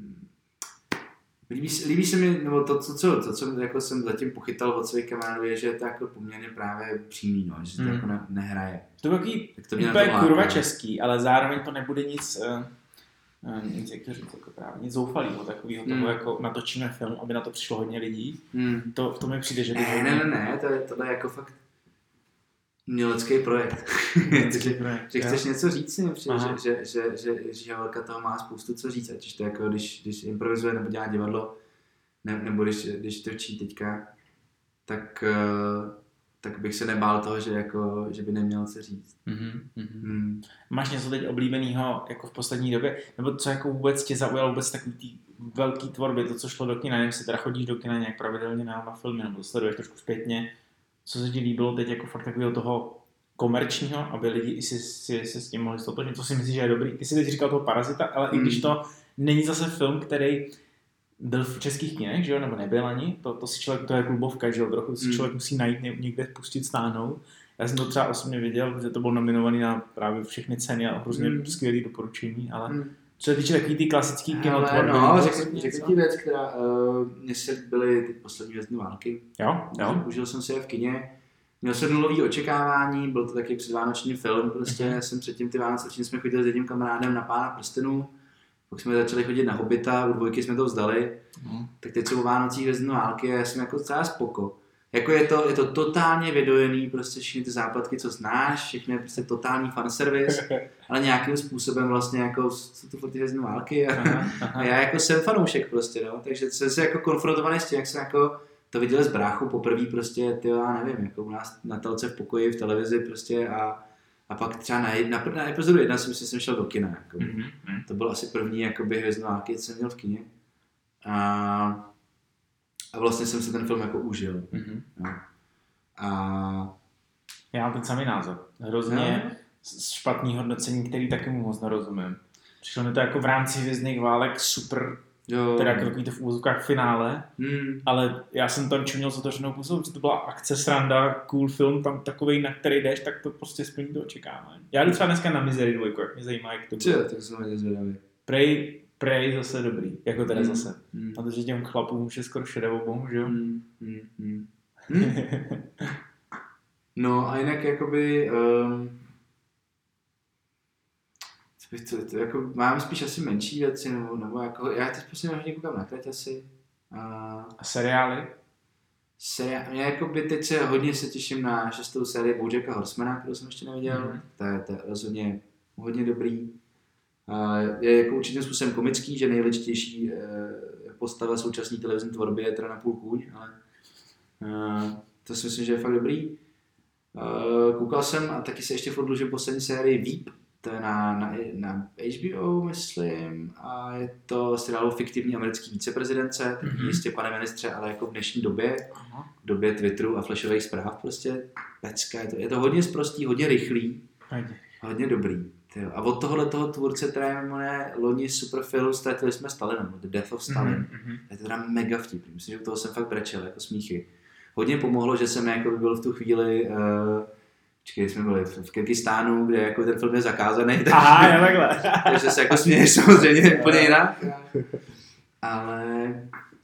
B: líbí se mi, nebo to, co jako jsem zatím pochytal od svých kamarádů, je, že je to jako poměrně právě přímý, no, že to jako nehraje.
A: To je takový úplně kurva český, ale zároveň to nebude nic, jak to říct, jako právě, nic zoufalýho, takového toho, jako natočíme film, aby na to přišlo hodně lidí. To mi přijde, že...
B: Ne, to je jako fakt umělecký projekt. Že chceš něco říct si, že Jiří Havelka toho má spoustu co říct, ať to jako když improvizuje nebo dělá divadlo, nebo když točí teďka, tak bych se nebál toho, že by neměl co říct.
A: Máš něco teď oblíbenýho jako v poslední době? Nebo co jako vůbec tě zaujalo vůbec takový tý velký tvorby, to, co šlo do kina, nevím, jestli teda chodíš do kina nějak pravidelně na filmy, nebo sleduješ trošku zpětně. Co se ti líbilo teď jako fakt takového toho komerčního, aby lidi i si s tím mohli stotožnit, co si myslíš, že je dobrý. Ty jsi teď říkal toho Parazita, ale i když to není zase film, který byl v českých kinech, že jo, nebo nebyl ani, to si člověk, to je klubovka, že jo, trochu si člověk musí najít někde pustit, stáhnout. Já jsem to třeba osobně viděl, že to bylo nominovaný na právě všechny ceny a hrozně skvělý doporučení, ale co se týče takový ty klasický kinotvorby.
B: No, řekl ti věc, která mně se byly ty poslední Hvězdné války.
A: Jo.
B: Užil jsem si je v kině. Měl jsem nulový očekávání, byl to taky předvánoční film, prostě jsem předtím ty Vánoce jsme chodili s jedním kamarádem na Pána prstenů, pak jsme začali chodit na Hobita, u dvojky jsme to vzdali, tak teď jsou o Vánocích Hvězdné války a já jsem jako celá spoko. Jako je to totálně vydojený, prostě všechny ty záplatky, co znáš, všechny prostě totální fanservice, ale nějakým způsobem vlastně jako jsou to ty Hvězdné války a já jako jsem fanoušek prostě, no, takže jsem se jako konfrontovaný s tím, jak jsem jako to viděl z bráchu poprvé prostě, já nevím, jako u nás na telce v pokoji, v televizi prostě a pak třeba na epizodu 1 jsem šel do kina, jako. To byl asi první jakoby Hvězdné války, co jsem měl v kině a vlastně jsem si ten film jako užil. No. A
A: já mám ten samý názor. Hrozně špatný hodnocení, který taky mu moc nerozumím. Přišlo mi to jako v rámci Hvězdných válek super, teda jako takový to v úvozovkách finále, ale já jsem tam čuměl s otevřenou pusou, protože to byla akce, sranda, cool film, tam takovej, na který jdeš, tak to prostě splní to očekávání. Já jdu třeba dneska na Misery 2, jak mě zajímá, jak to bylo.
B: Tak jsem hodně zvědavý.
A: Prej zase dobrý, jako teda zase. A to, že těm chlapům už je skoro šedevou, že jo?
B: No a jinak jakoby to jako mám spíš asi menší věci, nebo jako, já teď prostě hodně koukám na Kraťasy.
A: A seriály?
B: Já jakoby teď hodně se těším na 6. sérii BoJacka Horsemana, kterou jsem ještě neviděl. To je rozhodně hodně dobrý. Je jako určitým způsobem komický, že nejličtější postava současné televizní tvorby je teda na půl kůň, ale to si myslím, že je fakt dobrý. Koukal jsem a taky se ještě furt poslední sérii Veep, to je na HBO, myslím, a je to seriál o fiktivní americký viceprezidence, taky jistě, pane ministře, ale jako v dnešní době, v době Twitteru a flashových zpráv, prostě pecka, je to hodně sprostý, hodně rychlý, hodně dobrý. A od toho tvůrce, která jmenuje loni Superfilm, ztratili jsme Stalina, The Death of Stalin. Je to teda mega vtipný, myslím, že u toho jsem fakt brečel, jako smíchy. hodně pomohlo, že jsem jako byl v tu chvíli, jsme byli v Kyrgyzstánu, kde jako ten film je zakázaný.
A: Aha, je takhle.
B: Takže se jako směješ samozřejmě úplně jinak. Ale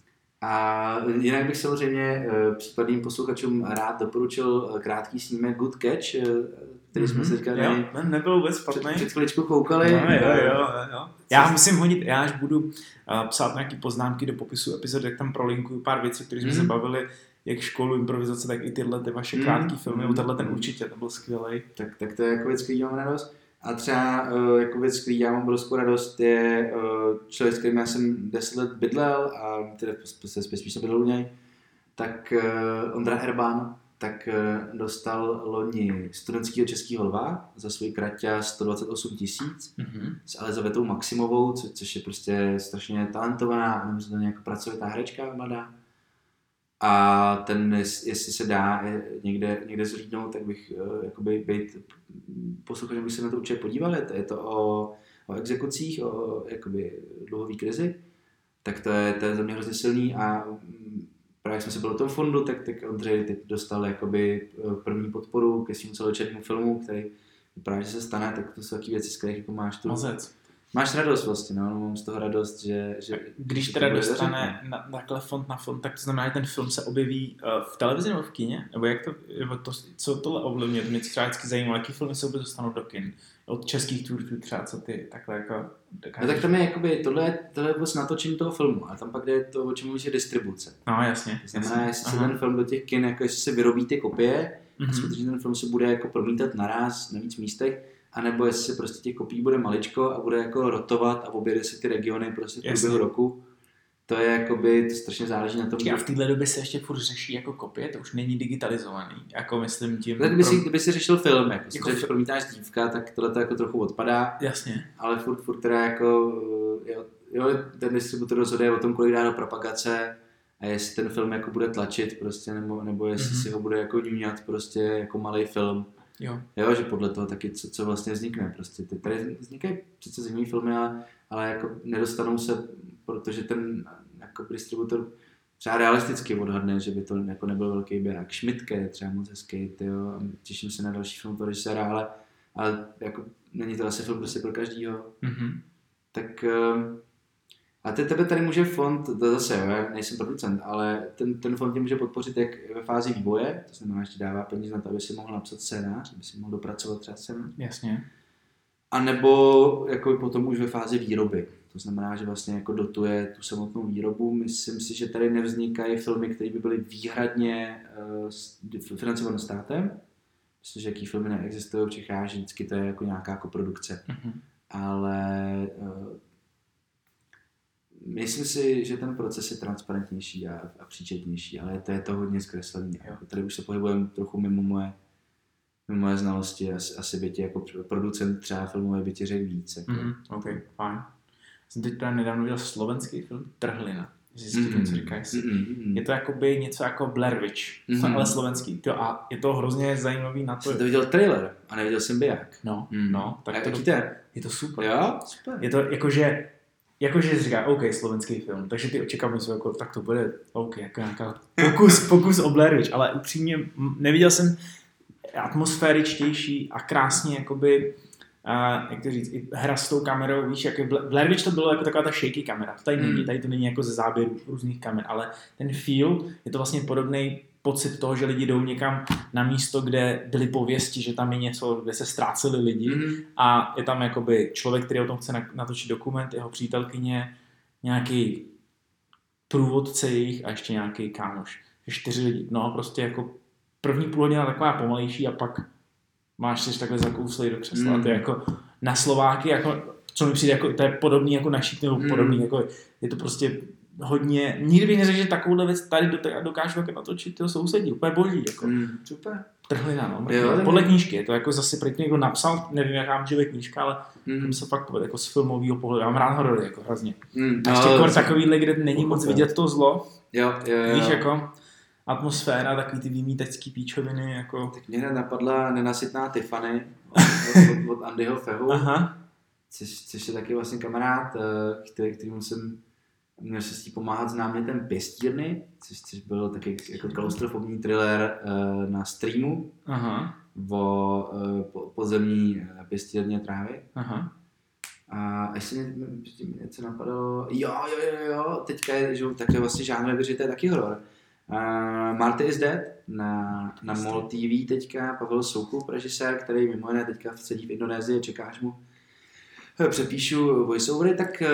B: a jinak bych samozřejmě případným posluchačům rád doporučil krátký snímek Good Catch, který jsme se teďka
A: nebyl vůbec špatný.
B: Před chviličku koukali.
A: Jo. Já musím hodit, já až budu psát nějaký poznámky do popisu epizody, tak tam prolinkuju pár věcí, které jsme se bavili, jak školu improvizace, tak i tyhle ty vaše krátké filmy, tenhle ten určitě, ten byl skvělý.
B: Tak to je jako věc, který mám radost. A třeba jako věc, který já mám obrovskou radost, je člověk, s kterým já jsem 10 let bydlel a teda spíš se bydlel u něj, tak Ondra Erbán, tak dostal loni studentského Českého lva za svůj kraťa 128 000 s Elizabetou Maximovou, což je prostě strašně talentovaná, nemůže to nějak pracovitá herečka mladá. A ten, jestli se dá někde zhlídnout, tak bych jakoby být posluchačem, bych se na to určitě podíval. Je to o exekucích, o jakoby dluhový krizi, tak to je za mě hrozně silný a právě jsme se byli v tom fondu, tak Ondřej teď dostal jakoby první podporu ke svým celovečernímu filmu, který právě že se stane, tak to jsou taky věci, z kterých jako máš radost vlastně, no, mám z toho radost, že
A: když teda dostane takhle fond na fond, tak to znamená, že ten film se objeví v televizi nebo v kině? Nebo jak to, co tohle ovlivňuje? To mě třeba vždycky zajímalo, jaký filmy se vůbec dostanou do kin? Od českých tvůrců třeba, co ty takhle jako dokážeš?
B: No tak tam je jakoby, tohle je vůbec natočení toho filmu, a tam pak jde to, o čem mluvíš, je distribuce.
A: No jasně.
B: To znamená, jestli se ten film do těch kin, jako jestli se vyrobí ty kopie, a skutečně ten film se bude jako promítat naráz na víc místech, anebo jestli prostě těch kopií bude maličko a bude jako rotovat a objede se ty regiony prostě v průběhu roku. To je jakoby, to strašně záleží na tom.
A: A v téhle době se ještě furt řeší jako kopie, to už není digitalizovaný, jako myslím tím.
B: Tak kdyby si řešil film, jako když promítáš dívka, tak tohle to jako trochu odpadá.
A: Jasně.
B: Ale furt teda jako, jo, ten distributor rozhoduje o tom, kolik dá do propagace a jestli ten film jako bude tlačit prostě, nebo jestli si ho bude jako ňuňat prostě jako malý film. Jo, že podle toho taky, co vlastně vznikne prostě. Tady vznikají přece zajímavý filmy, ale jako nedostanou se, protože ten jako distributor třeba realisticky odhadne, že by to jako nebyl velký běrák. Šmitke je třeba moc hezký, tyjo, a těším se na další film toho režiséra, ale jako není to asi film prostě pro každýho. Tak a tebe tady může fond, to zase, já nejsem producent, ale ten fond tě může podpořit jak ve fázi vývoje, to znamená, že ti dává peníze na to, aby si mohl napsat scénář, aby si mohl dopracovat třeba scénář.
A: Jasně.
B: A nebo jako potom už ve fázi výroby. To znamená, že vlastně jako dotuje tu samotnou výrobu. Myslím si, že tady nevznikají filmy, které by byly výhradně financované státem. Myslím, že jaký filmy neexistují v Čechách, že vždycky to je jako nějaká koprodukce. Ale myslím si, že ten proces je transparentnější a příčetnější, ale to je to hodně zkreslený. Tady už se pohybujeme trochu mimo moje znalosti. Asi by ti jako producent třeba filmové by ti řekl víc. Jako.
A: Ok, fajn. Jsem teď právě nedávno viděl slovenský film Trhlina. Zjistil, co říkáš. Je to jakoby něco jako Blair Witch, ale slovenský. A je to hrozně zajímavý na to.
B: Jsem to viděl trailer a neviděl jsem biják.
A: No. Tak je to super.
B: Jo, super.
A: Je to jakože jsi říká, OK, slovenský film, takže ty očekávání jsou jako, tak to bude, OK, jako nějaká pokus o Blair Witch, ale upřímně neviděl jsem atmosféričtější a krásně jakoby, jak to říct, i hra s tou kamerou, víš, jak Blair Witch to bylo jako taková ta shaky kamera, tady to není jako ze záběru různých kamer, ale ten feel, je to vlastně podobný pocit toho, že lidi jdou někam na místo, kde byly pověsti, že tam je něco, kde se ztráceli lidi a je tam jakoby člověk, který o tom chce natočit dokument, jeho přítelkyně, nějaký průvodce jejich a ještě nějaký kámoš. 4 lidi. No a prostě jako první půl hodina taková pomalejší a pak máš si takhle zakouslej do křesla. A to je jako na Slováky, jako, co mi přijde, jako, to je podobný jako naší, nebo podobný, jako, je to prostě hodně, nikdy bych neřekl, že takovouhle věc tady dokážu natočit toho sousedí, úplně boží, jako.
B: Super.
A: Trhlina, no. Podle knížky, je to jako zase prý někdo napsal, nevím, jaká může být knížka, ale tam se fakt povede, jako z filmového pohledu, já mám rád horory, jako hrozně. A ještě takovýhle, kde není moc vidět to zlo, víš, jako atmosféra, takový ty vymítecký píčoviny, jako.
B: Tak mě napadla Nenasytná Tiffany od Andyho Fehu, což je taky vlastně kamarád, kterýmu jsem měl se s tím pomáhat známětem Pěstírny, což byl taky jako klaustrofobní thriller na streamu.
A: Aha.
B: O podzemní pěstírně trávy.
A: Aha.
B: A ještě mě něco napadlo, jo, teďka je, že takhle vlastně žánrově, že to je taky horor. Marty is Dead na MOL TV teďka, Pavel Soukup, režisér, který mimo jiné teďka sedí v Indonésii, čekáš mu přepíšu voiceovery,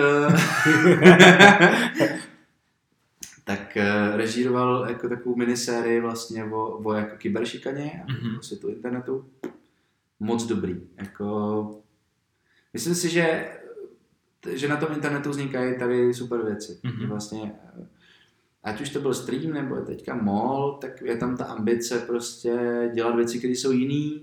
B: tak režíroval jako takovou minisérii vlastně o jako kyberšikaně a o světu internetu. Moc dobrý. Jako, myslím si, že na tom internetu vznikají tady super věci. Vlastně, ať už to byl stream nebo je teďka MOL, tak je tam ta ambice prostě dělat věci, které jsou jiný.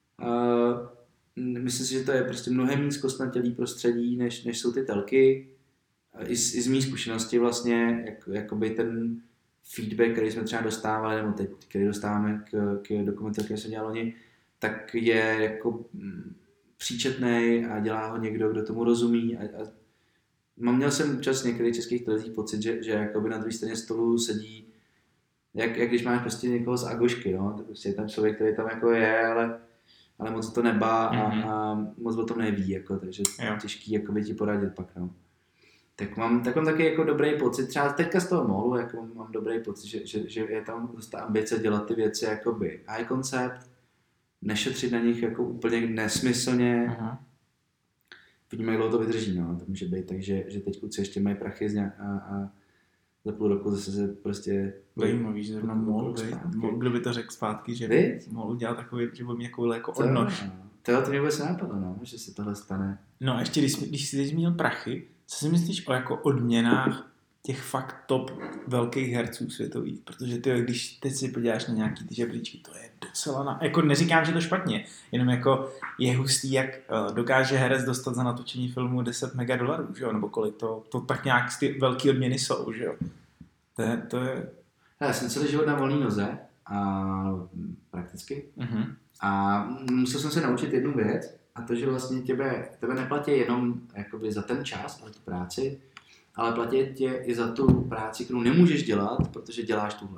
B: Myslím si, že to je prostě mnohem víc kostnatělý prostředí, než jsou ty telky. I z mý zkušenosti vlastně, jakoby ten feedback, který jsme třeba dostávali, nebo teď, který dostáváme k dokumentu, který se dělal loni, tak je jako příčetnej a dělá ho někdo, kdo tomu rozumí. A měl jsem občas v některých českých televizích pocit, že jakoby na druhé straně stolu sedí, jak když máš prostě někoho z Agošky, no? To prostě je tam člověk, který tam jako je, ale moc to nebá a moc o tom neví, jako, takže těžký jakoby ti poradit pak, no. Tak mám taky jako dobrý pocit, třeba teďka z toho MOLu, jako mám dobrý pocit, že je tam ta ambice dělat ty věci jakoby high concept, nešetřit na nich jako úplně nesmyslně.
A: Aha.
B: Vidíme, jak dlouho to vydrží, no, to může být, takže že teď kluci ještě mají prachy a za půl roku zase se prostě...
A: Zajímavý, že zrovna MOL, kdo by to řekl zpátky, že MOL udělal takový, že by mě jako odnož.
B: To mě vůbec napadlo, no, že se tohle stane.
A: No a ještě, když jsi teď zmínil prachy, co si myslíš o jako odměnách těch fakt top velkých herců světových? Protože ty, když teď si podíváš na nějaký ty žebříčky, to je docela jako neříkám, že to špatně, jenom jako je hustý, jak dokáže herec dostat za natočení filmu $10 mega, že jo, nebo kolik to tak nějak ty velký odměny jsou, že jo. To je...
B: Já jsem celý život na volný noze a prakticky. A musel jsem se naučit jednu věc, a to, že vlastně tebe neplatí jenom jakoby za ten čas, ale tu práci, ale platí tě i za tu práci, kterou nemůžeš dělat, protože děláš tuhle.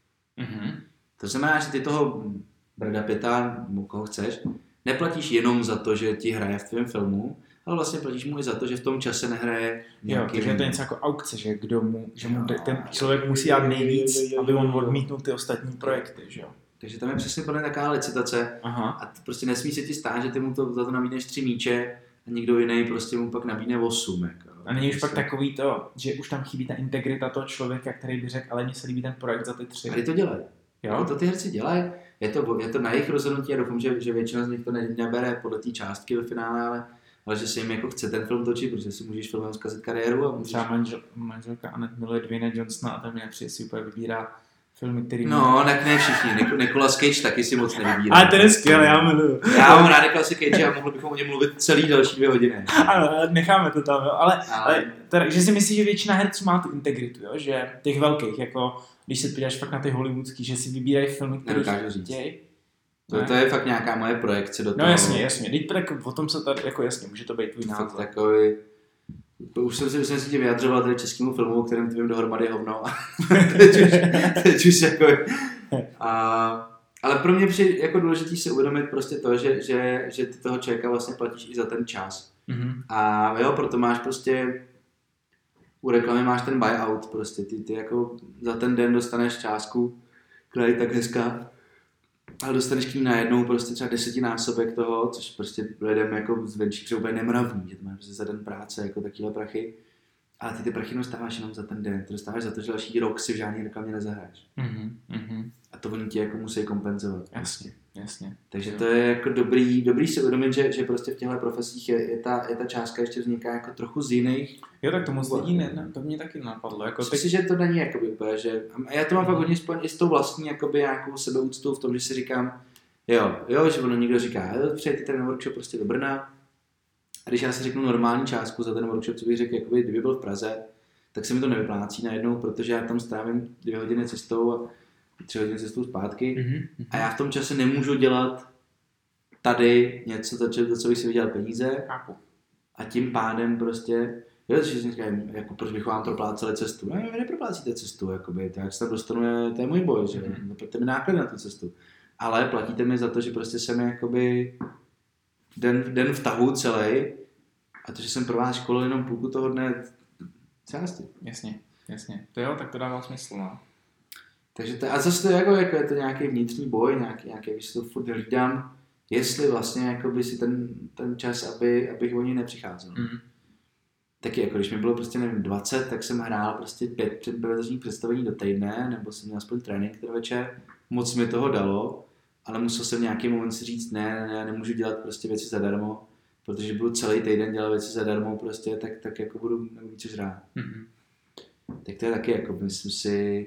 B: To znamená, že ty toho Brada Pitta, koho chceš, neplatíš jenom za to, že ti hraje v tvém filmu, ale vlastně platíš mu i za to, že v tom čase nehraje nějaký...
A: Jo, takže to je něco jako aukce, že ten člověk musí dát nejvíc, aby on odmítnul ty ostatní projekty, že jo.
B: Takže tam je přesně podle taková licitace. A prostě nesmí se ti stát, že ty mu za to nabídneš 3 míče a někdo jiný prostě mu pak nabídne 8. Jako.
A: A není už pak takový to, že už tam chybí ta integrita toho člověka, který by řekl, ale mně se líbí ten projekt za ty 3.
B: A to dělají. Jo? To ty herci dělají. Je to na jejich rozhodnutí a doufám, že většina z nich to nebere podle té částky ve finále, ale že se jim jako chce ten film točit, protože si můžeš filmem zkazit kariéru. A můžeš... Třeba
A: manželka Anet miluje Dwayna Johnsona a tam mě přijde si úplně vybírá filmy, který...
B: No, ne všichni. Nicolas Cage taky si moc nevybírá.
A: Ale ten je skvělý, já miluju.
B: Já mám rád Nicolas Cage a mohli bychom o něm mluvit celý další 2 hodiny.
A: Ano, necháme to tam, jo. Ale teda, že si myslíš, že většina herců má tu integritu, jo? Že těch velkých, jako když se podíváš fakt na ty hollywoodský, že si vybírají filmy, které chtějí.
B: To je fakt nějaká moje projekce do toho.
A: No jasně. Teď tak o tom se tady, jako jasně, může to být tvůj názor.
B: Takový... Už jsem si tě vyjadřoval tady českému filmu, o kterém tvým dohromady hovno. teď už jako... Ale pro mě jako důležitý si uvědomit prostě to, že ty toho člověka vlastně platíš i za ten čas. A jo, proto máš prostě... U reklamy máš ten buyout prostě. Ty jako za ten den dostaneš částku, která je tak hezká. Ale dostaneš k ní najednou prostě třeba 10násobek toho, což prostě lidem jako zvenčí třeba úplně nemravný, že to máš prostě za den práce, jako takové prachy. Ale ty prachy dostáváš jenom za ten den, ty dostáváš za to, že další rok si v žádný reklamě nezahraješ. A to oni ti jako musí kompenzovat.
A: Jasně.
B: Takže to je jako dobrý si uvědomit, že prostě v těchto profesích je ta částka ještě vzniká jako trochu z jiných.
A: Jo, tak to moc lidí to mě taky napadlo. Jako
B: Myslím si, že to není jakoby úplně, že... A já to mám fakt hodně spojený i s tou vlastní jakoby nějakou sebeúctou v tom, že si říkám, jo, že ono někdo říká, přijďte ten workshop prostě do Brna. A když já si řeknu normální částku za ten workshop, co bych řekl, jakoby, kdyby byl v Praze, tak se mi to nevyplácí najednou, protože já tam strávím 2 hodiny cestou a 3 hodiny cestou zpátky. A já v tom čase nemůžu dělat tady něco, za co bych si vydělal peníze. A tím pádem prostě, Jo, že si říkají, jako proč bych vám propláceli cestu. Ne, vy neproplácíte cestu, jakoby, to jak se tam dostanu, to je můj boj, že zaplaťte mi náklady na tu cestu. Ale platíte mi za to, že prostě jsem jakoby den v tahu celý a to, že jsem pro vás školil jenom půlku toho dne části.
A: Jasně. To jo, tak to dává smysl, no.
B: Takže to, a zase to jako je to nějaký vnitřní boj, nějaký když to furt hlídám, jestli vlastně jakoby si ten čas, abych o ní nepřicházel. Taky jako, když mi bylo prostě, nevím, 20, tak jsem hrál prostě 5 předběžných představení do týdne, nebo jsem měl aspoň trénink ten večer, moc mi toho dalo, ale musel jsem v nějaký moment si říct, ne, nemůžu dělat prostě věci zadarmo, protože budu celý týden dělat věci zadarmo prostě, tak jako budu co žrát. Tak to je taky jako, myslím si,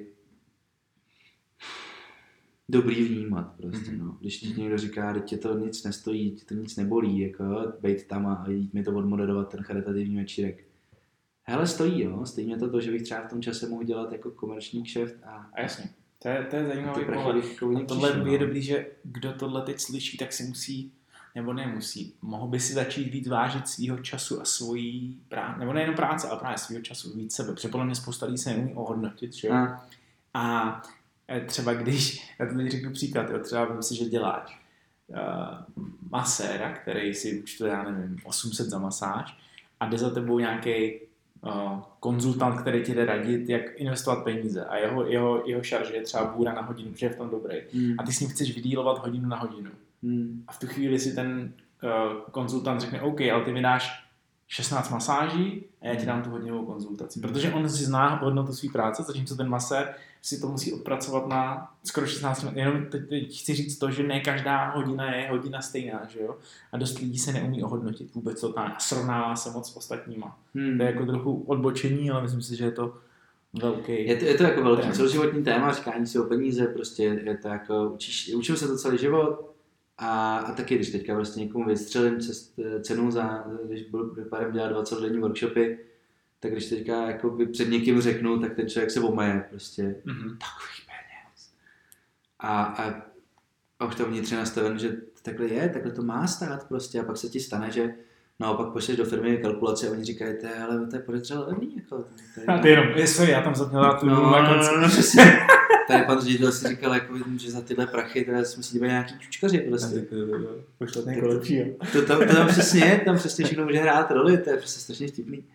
B: dobrý vnímat prostě, no. Když ti někdo říká, že tě to nic nestojí, tě to nic nebolí, jako bejt tam a jít mi to odmoderovat ten charitativní večírek. Hele, stojí mě to, že bych třeba v tom čase mohl dělat jako komerční kšeft
A: a jasně. To je zajímavý pohled. Tohle je dobrý, že kdo tohle teď slyší, tak si musí, nebo nemusí, mohl by si začít víc vážit svýho času a svojí práce, nebo nejenom práce, ale právě svýho času, víc sebe. Protože podle mě spousta lidí se neumí ohodnotit, že jo? A třeba když, já teď řeknu příklad, jo, třeba vím si, že děláš maséra, který si účtuje, já nevím, 800 za masáž a jde za tebou nějaký konzultant, který ti jde radit, jak investovat peníze a jeho šarže je třeba bůra na hodinu, protože je v tom dobrý. A ty s ním chceš vydílovat hodinu na hodinu. A v tu chvíli si ten konzultant řekne, OK, ale ty vydáš 16 masáží a já ti dám tu hodinovou konzultaci. Protože on si zná hodnotu své práce, zatímco ten masér si to musí odpracovat na skoro 16 minut. Jenom teď chci říct to, že ne každá hodina je hodina stejná, že jo? A dost lidí se neumí ohodnotit vůbec totálně a srovnává se moc s ostatníma. To je jako trochu odbočení, ale myslím si, že je to velký.
B: Je to jako velký celoživotní téma, říkání si o peníze, prostě je to jako, učím se to celý život. A taky, když teďka prostě někomu vystřelím cenu když budu párem dělat 20denní workshopy, tak když teďka jako před někým řeknu, tak ten člověk se omeje prostě takových peněz. A už to vnitřně nastaven, že takhle to má stát prostě a pak se ti stane, že naopak pošleš do firmy kalkulace a oni říkají, ale to je podezřele levný. Jako,
A: a ty jenom, já tam zapněla tu na konci.
B: Tady pan ředitel si říkal, jako, že za tyhle prachy teda si musí dělat nějaký čučkaři prostě.
A: Pošlat někoho lepšího.
B: Tam přesně všechno může hrát roli, to je prostě strašně vtipný.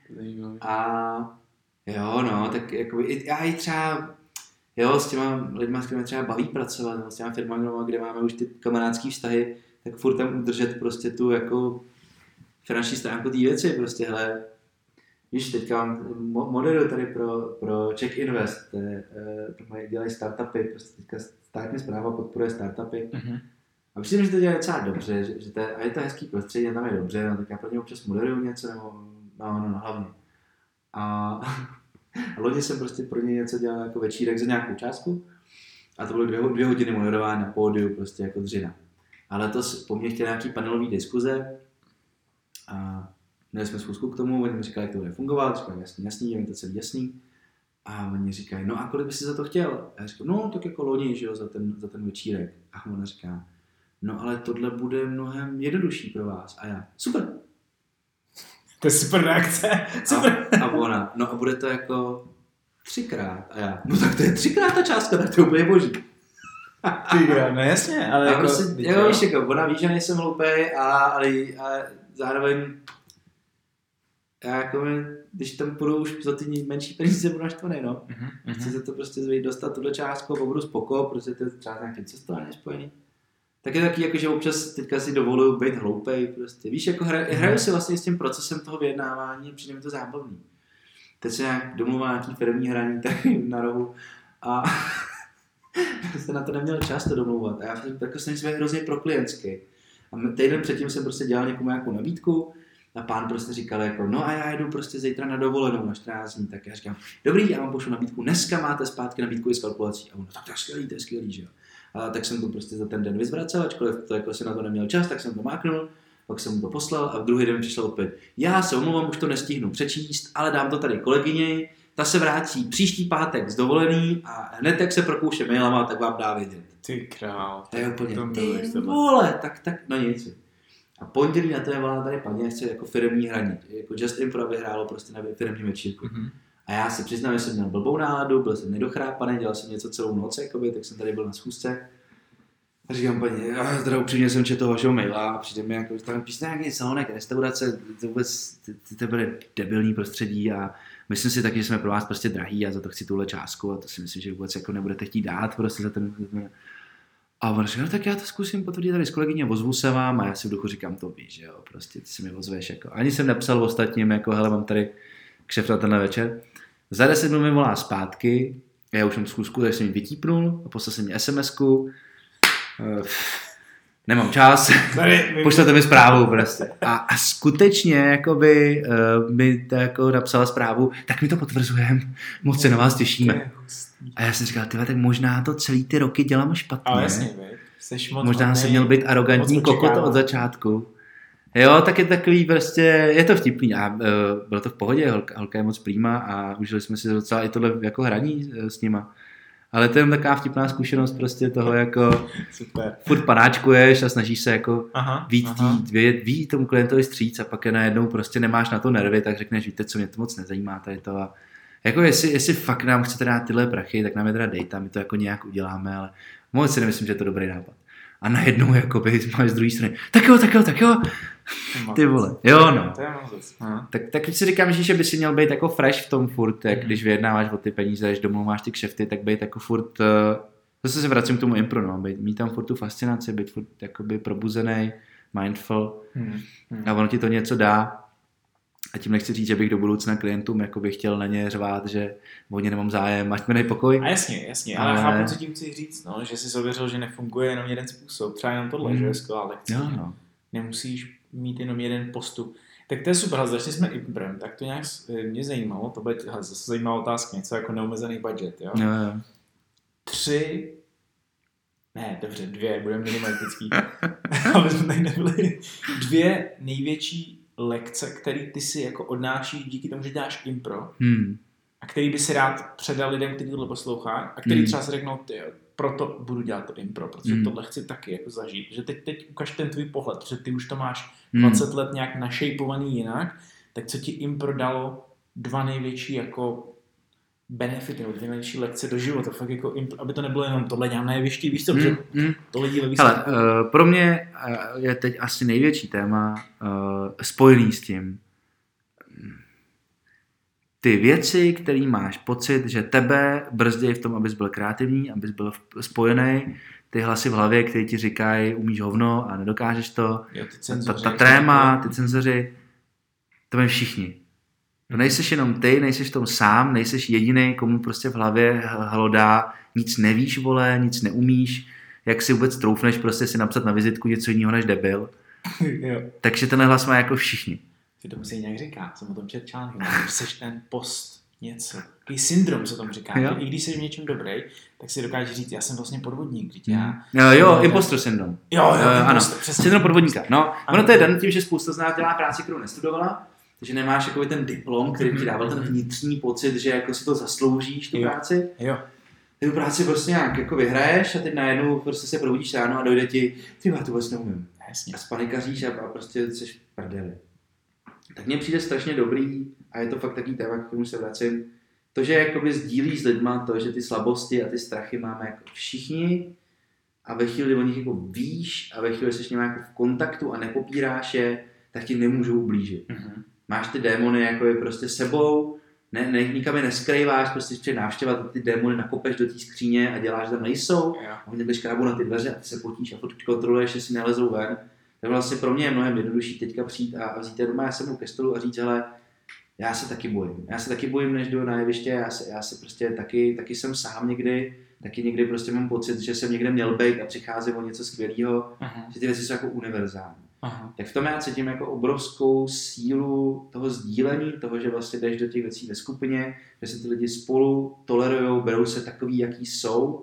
B: A jo, no, tak jako já i třeba, jo, s těma lidma, s kterými třeba baví pracovat, nebo s těma firmami, kde máme už ty kamarádský vztahy, tak furt tam udržet prostě tu jako finanční stránku té věci, prostě, hele, víš, teďka moderuju tady pro Czech Invest, dělají startupy, prostě teďka státní správa podporuje startupy. A myslím, že to dělají docela dobře, a je to hezký prostředí, tam je dobře, no, tak já pro ně občas moderuju něco, nebo hlavně. A loni jsem prostě pro ně něco dělal jako večírek za nějakou částku a to bylo 2 hodiny moderování na pódiu, prostě jako dřina. A letos po mně chtěli nějaký panelový diskuze a měli jsme schůzku k tomu, oni mi říkali, jak to bude fungovat, říkali, jasný, je mi to celý jasný. A oni říkají, no a kolik by si za to chtěl? A já říkám, no tak jako loni, že jo, za ten večírek. A ona říká, no ale tohle bude mnohem jednodušší pro vás. A já, super.
A: To je super reakce. Super.
B: A ona, no a bude to jako 3krát. A já, no tak to je 3krát ta částka, tak to je úplně boží.
A: 3krát, no jasně, ale jako...
B: Prostě, jako víš, jako, ona ví, že nejsem hloupej, ale zároveň já jako, když tam půjdu už za ty menší peníze, budu naštvaný, no. Chci se to prostě dostat tuhle částku a budu spoko, protože to je třeba nějaké cestování spojený. Tak je taky, jako, že občas teďka si dovoluju být hloupej, prostě. Víš, jako hraju si vlastně s tím procesem toho vyjednávání a přijde mi to zábavný. Teď se nějak domluvá nějaký firmní hraní tady na rohu a jsem na to neměl čas to domlouvat. A já jako jsem si hrozně proklientský. A týden předtím jsem prostě dělal někomu nějakou nabídku a pán prostě říkal jako, no a já jedu prostě zítra na dovolenou na 14 dní. Tak já říkám, dobrý, já vám pošlu nabídku, dneska máte zpátky nabídku i s kalkulací. A on, tak to je skvělý, že jo. A tak jsem to prostě za ten den vyzvracel, ačkoliv to jako si na to neměl čas, tak jsem to máknul, pak jsem mu to poslal a v druhý den přišel opět. Já se omlouvám, už to nestihnu přečíst, ale dám to tady kolegyni, ta se vrátí příští pátek z dovolený a hned jak se prokouše mailama, tak vám dá vědět.
A: Ty král.
B: To je úplně, ty vole, tak, no nic. A pondělí na to je volá tady paní, jak chce jako firemní hraní. Jako Just Impro vyhrálo prostě na firemní večírku. A já se přiznám, že jsem měl blbou náladu, byl jsem nedochrápaný, dělal jsem něco celou noc, jakoby, tak jsem tady byl na schůzce. A říkám paní, já teda upřímně jsem četl vašeho maila a přijde mi jako, že tam píšte nějaký salonek, restaurace, to vůbec, to bude debilní prostředí a myslím si taky, že jsme pro vás prostě drahý a za to chci tuhle částku a to si myslím, že vůbec jako nebudete chtít dát prostě za ten... A on říká, no tak já to zkusím potvrdit tady s kolegyní a ozvu se vám a já si v duchu říkám, to víš, že jo, prostě ty si mi ozveš jako. Ani jsem nepsal ostatním, jako hele, mám tady kšeft na tenhle večer. Za 10 minut mi volá zpátky, já už mám schůzku, takže jsem ji vytípnul a poslal jsem mi SMS-ku. Nemám čas, pošlete mi zprávu prostě. A skutečně jakoby, mi to jako napsala zprávu, tak mi to potvrzujem, moc se na vás těšíme. A já jsem říkal, tyhle, tak možná to celý ty roky dělám špatně.
A: Ale jasně,
B: možná jsem měl být arrogantní kokot od začátku. Jo, tak je takový prostě, je to vtipný a bylo to v pohodě, holka je moc prýma a užili jsme si docela i tohle jako hraní s nima. Ale to je taková vtipná zkušenost prostě toho jako
A: super.
B: Furt panáčkuješ a snažíš se jako ví tomu klientovi stříc a pak je najednou prostě nemáš na to nervy, tak řekneš, víte co, mě to moc nezajímá tady to a jako jestli fakt nám chcete dát tyhle prachy, tak nám je teda dejte, my to jako nějak uděláme, ale moc si nemyslím, že je to dobrý nápad. A najednou jakoby máš z druhé strany, tak jo, ty vole, jo no. Tak si říkám, že by si měl být jako fresh v tom furt, jak když vyjednáváš o ty peníze, když domluváš ty kšefty, tak být jako furt, zase se vracím k tomu impro, no, mít tam furt tu fascinaci, být furt jakoby probuzený, mindful a ono ti to něco dá. A tím nechci říct, že bych do budoucna klientům jakoby chtěl na ně řvát, že o ně nemám zájem, ať mi dej pokoj.
A: A jasně, ale chápu, co tím chci říct, no, že jsi ověřil, že nefunguje jenom jeden způsob, třeba jenom tohle, že je skvělá lekce.
B: Jo, no.
A: Nemusíš mít jenom jeden postup. Tak to je super, začali jsme imprem, tak to nějak mě zajímalo, to bude zase zajímavá otázka, něco jako neomezený budget, jo?
B: Jo.
A: 2, budeme minimalistický, aby jsme tady nebyli. 2 největší lekce, které ty si jako odnášíš díky tomu, že děláš impro a který by si rád předal lidem, kteří tohle poslouchají a který třeba si řeknou, proto budu dělat to impro, protože tohle chci taky jako zažít. Že teď ukaž ten tvůj pohled, protože ty už to máš 20 let nějak našejpovaný jinak, tak co ti impro dalo 2 největší jako benefity, 2 největší lekce do života, fakt jako aby to nebylo jenom tohle dělám na jevišti, víš co, že to lidi ve výsledku.
B: Pro mě je teď asi největší téma spojený s tím. Ty věci, které máš pocit, že tebe brzdí v tom, abys byl kreativní, abys byl spojený, ty hlasy v hlavě, které ti říkají, umíš hovno a nedokážeš to, ta tréma, ty cenzoři, to mají všichni. To nejseš jenom ty, nejseš v tom sám, nejseš jediný, komu prostě v hlavě hlodá, nic nevíš, vole, nic neumíš, jak si vůbec troufneš prostě si napsat na vizitku něco jiného než debil. Takže tenhle hlas má jako všichni.
A: Že tomu se nějak říká, jsem o tom četl článek, seš ten post něco, takový syndrom se tomu říká, i když jsi v něčem dobrý, tak si dokážeš říct, já jsem vlastně podvodník, když já...
B: impostor syndrom.
A: Ano,
B: syndrom podvodníka, no, ono to je dan tím, že spousta z nás dělá práci, kterou nestudovala, takže nemáš jako ten diplom, který ti dával ten vnitřní pocit, že jako si to zasloužíš, tu práci. Ty tu práci prostě nějak jako vyhraješ a teď najednou prostě se probudíš ráno a dojde ti, ty já to vůbec neumím. A spanikaříš a prostě jsi v prdeli. Tak mně přijde strašně dobrý a je to fakt takový téma, k kterému se vracím. To, že jakoby sdílíš s lidma to, že ty slabosti a ty strachy máme jako všichni a ve chvíli, kdy o nich jako víš a ve chvíli, jsi s nimi jako v kontaktu a nepopíráš je, tak ti nemůžou ublížit. Máš ty démony jako je prostě sebou, nikam je neskrýváš, prostě před návštěva ty démony nakopeš do té skříně a děláš, že tam nejsou a oni takhle škrábou na ty dveře a ty se potíš a kontroluješ, že si nelezou ven. Tak vlastně pro mě je mnohem jednodušší teďka přijít a vzít je doma, já jsem mu ke stolu a říct, hele, já se taky bojím, než jdu na jeviště, já se prostě taky jsem sám někdy prostě mám pocit, že jsem někde měl být a přicházím o něco skvělého, že ty věci jsou jako univerzální. Tak v tom já cítím jako obrovskou sílu toho sdílení, toho, že vlastně jdeš do těch věcí ve skupině, že se ty lidi spolu tolerujou, berou se takový, jaký jsou.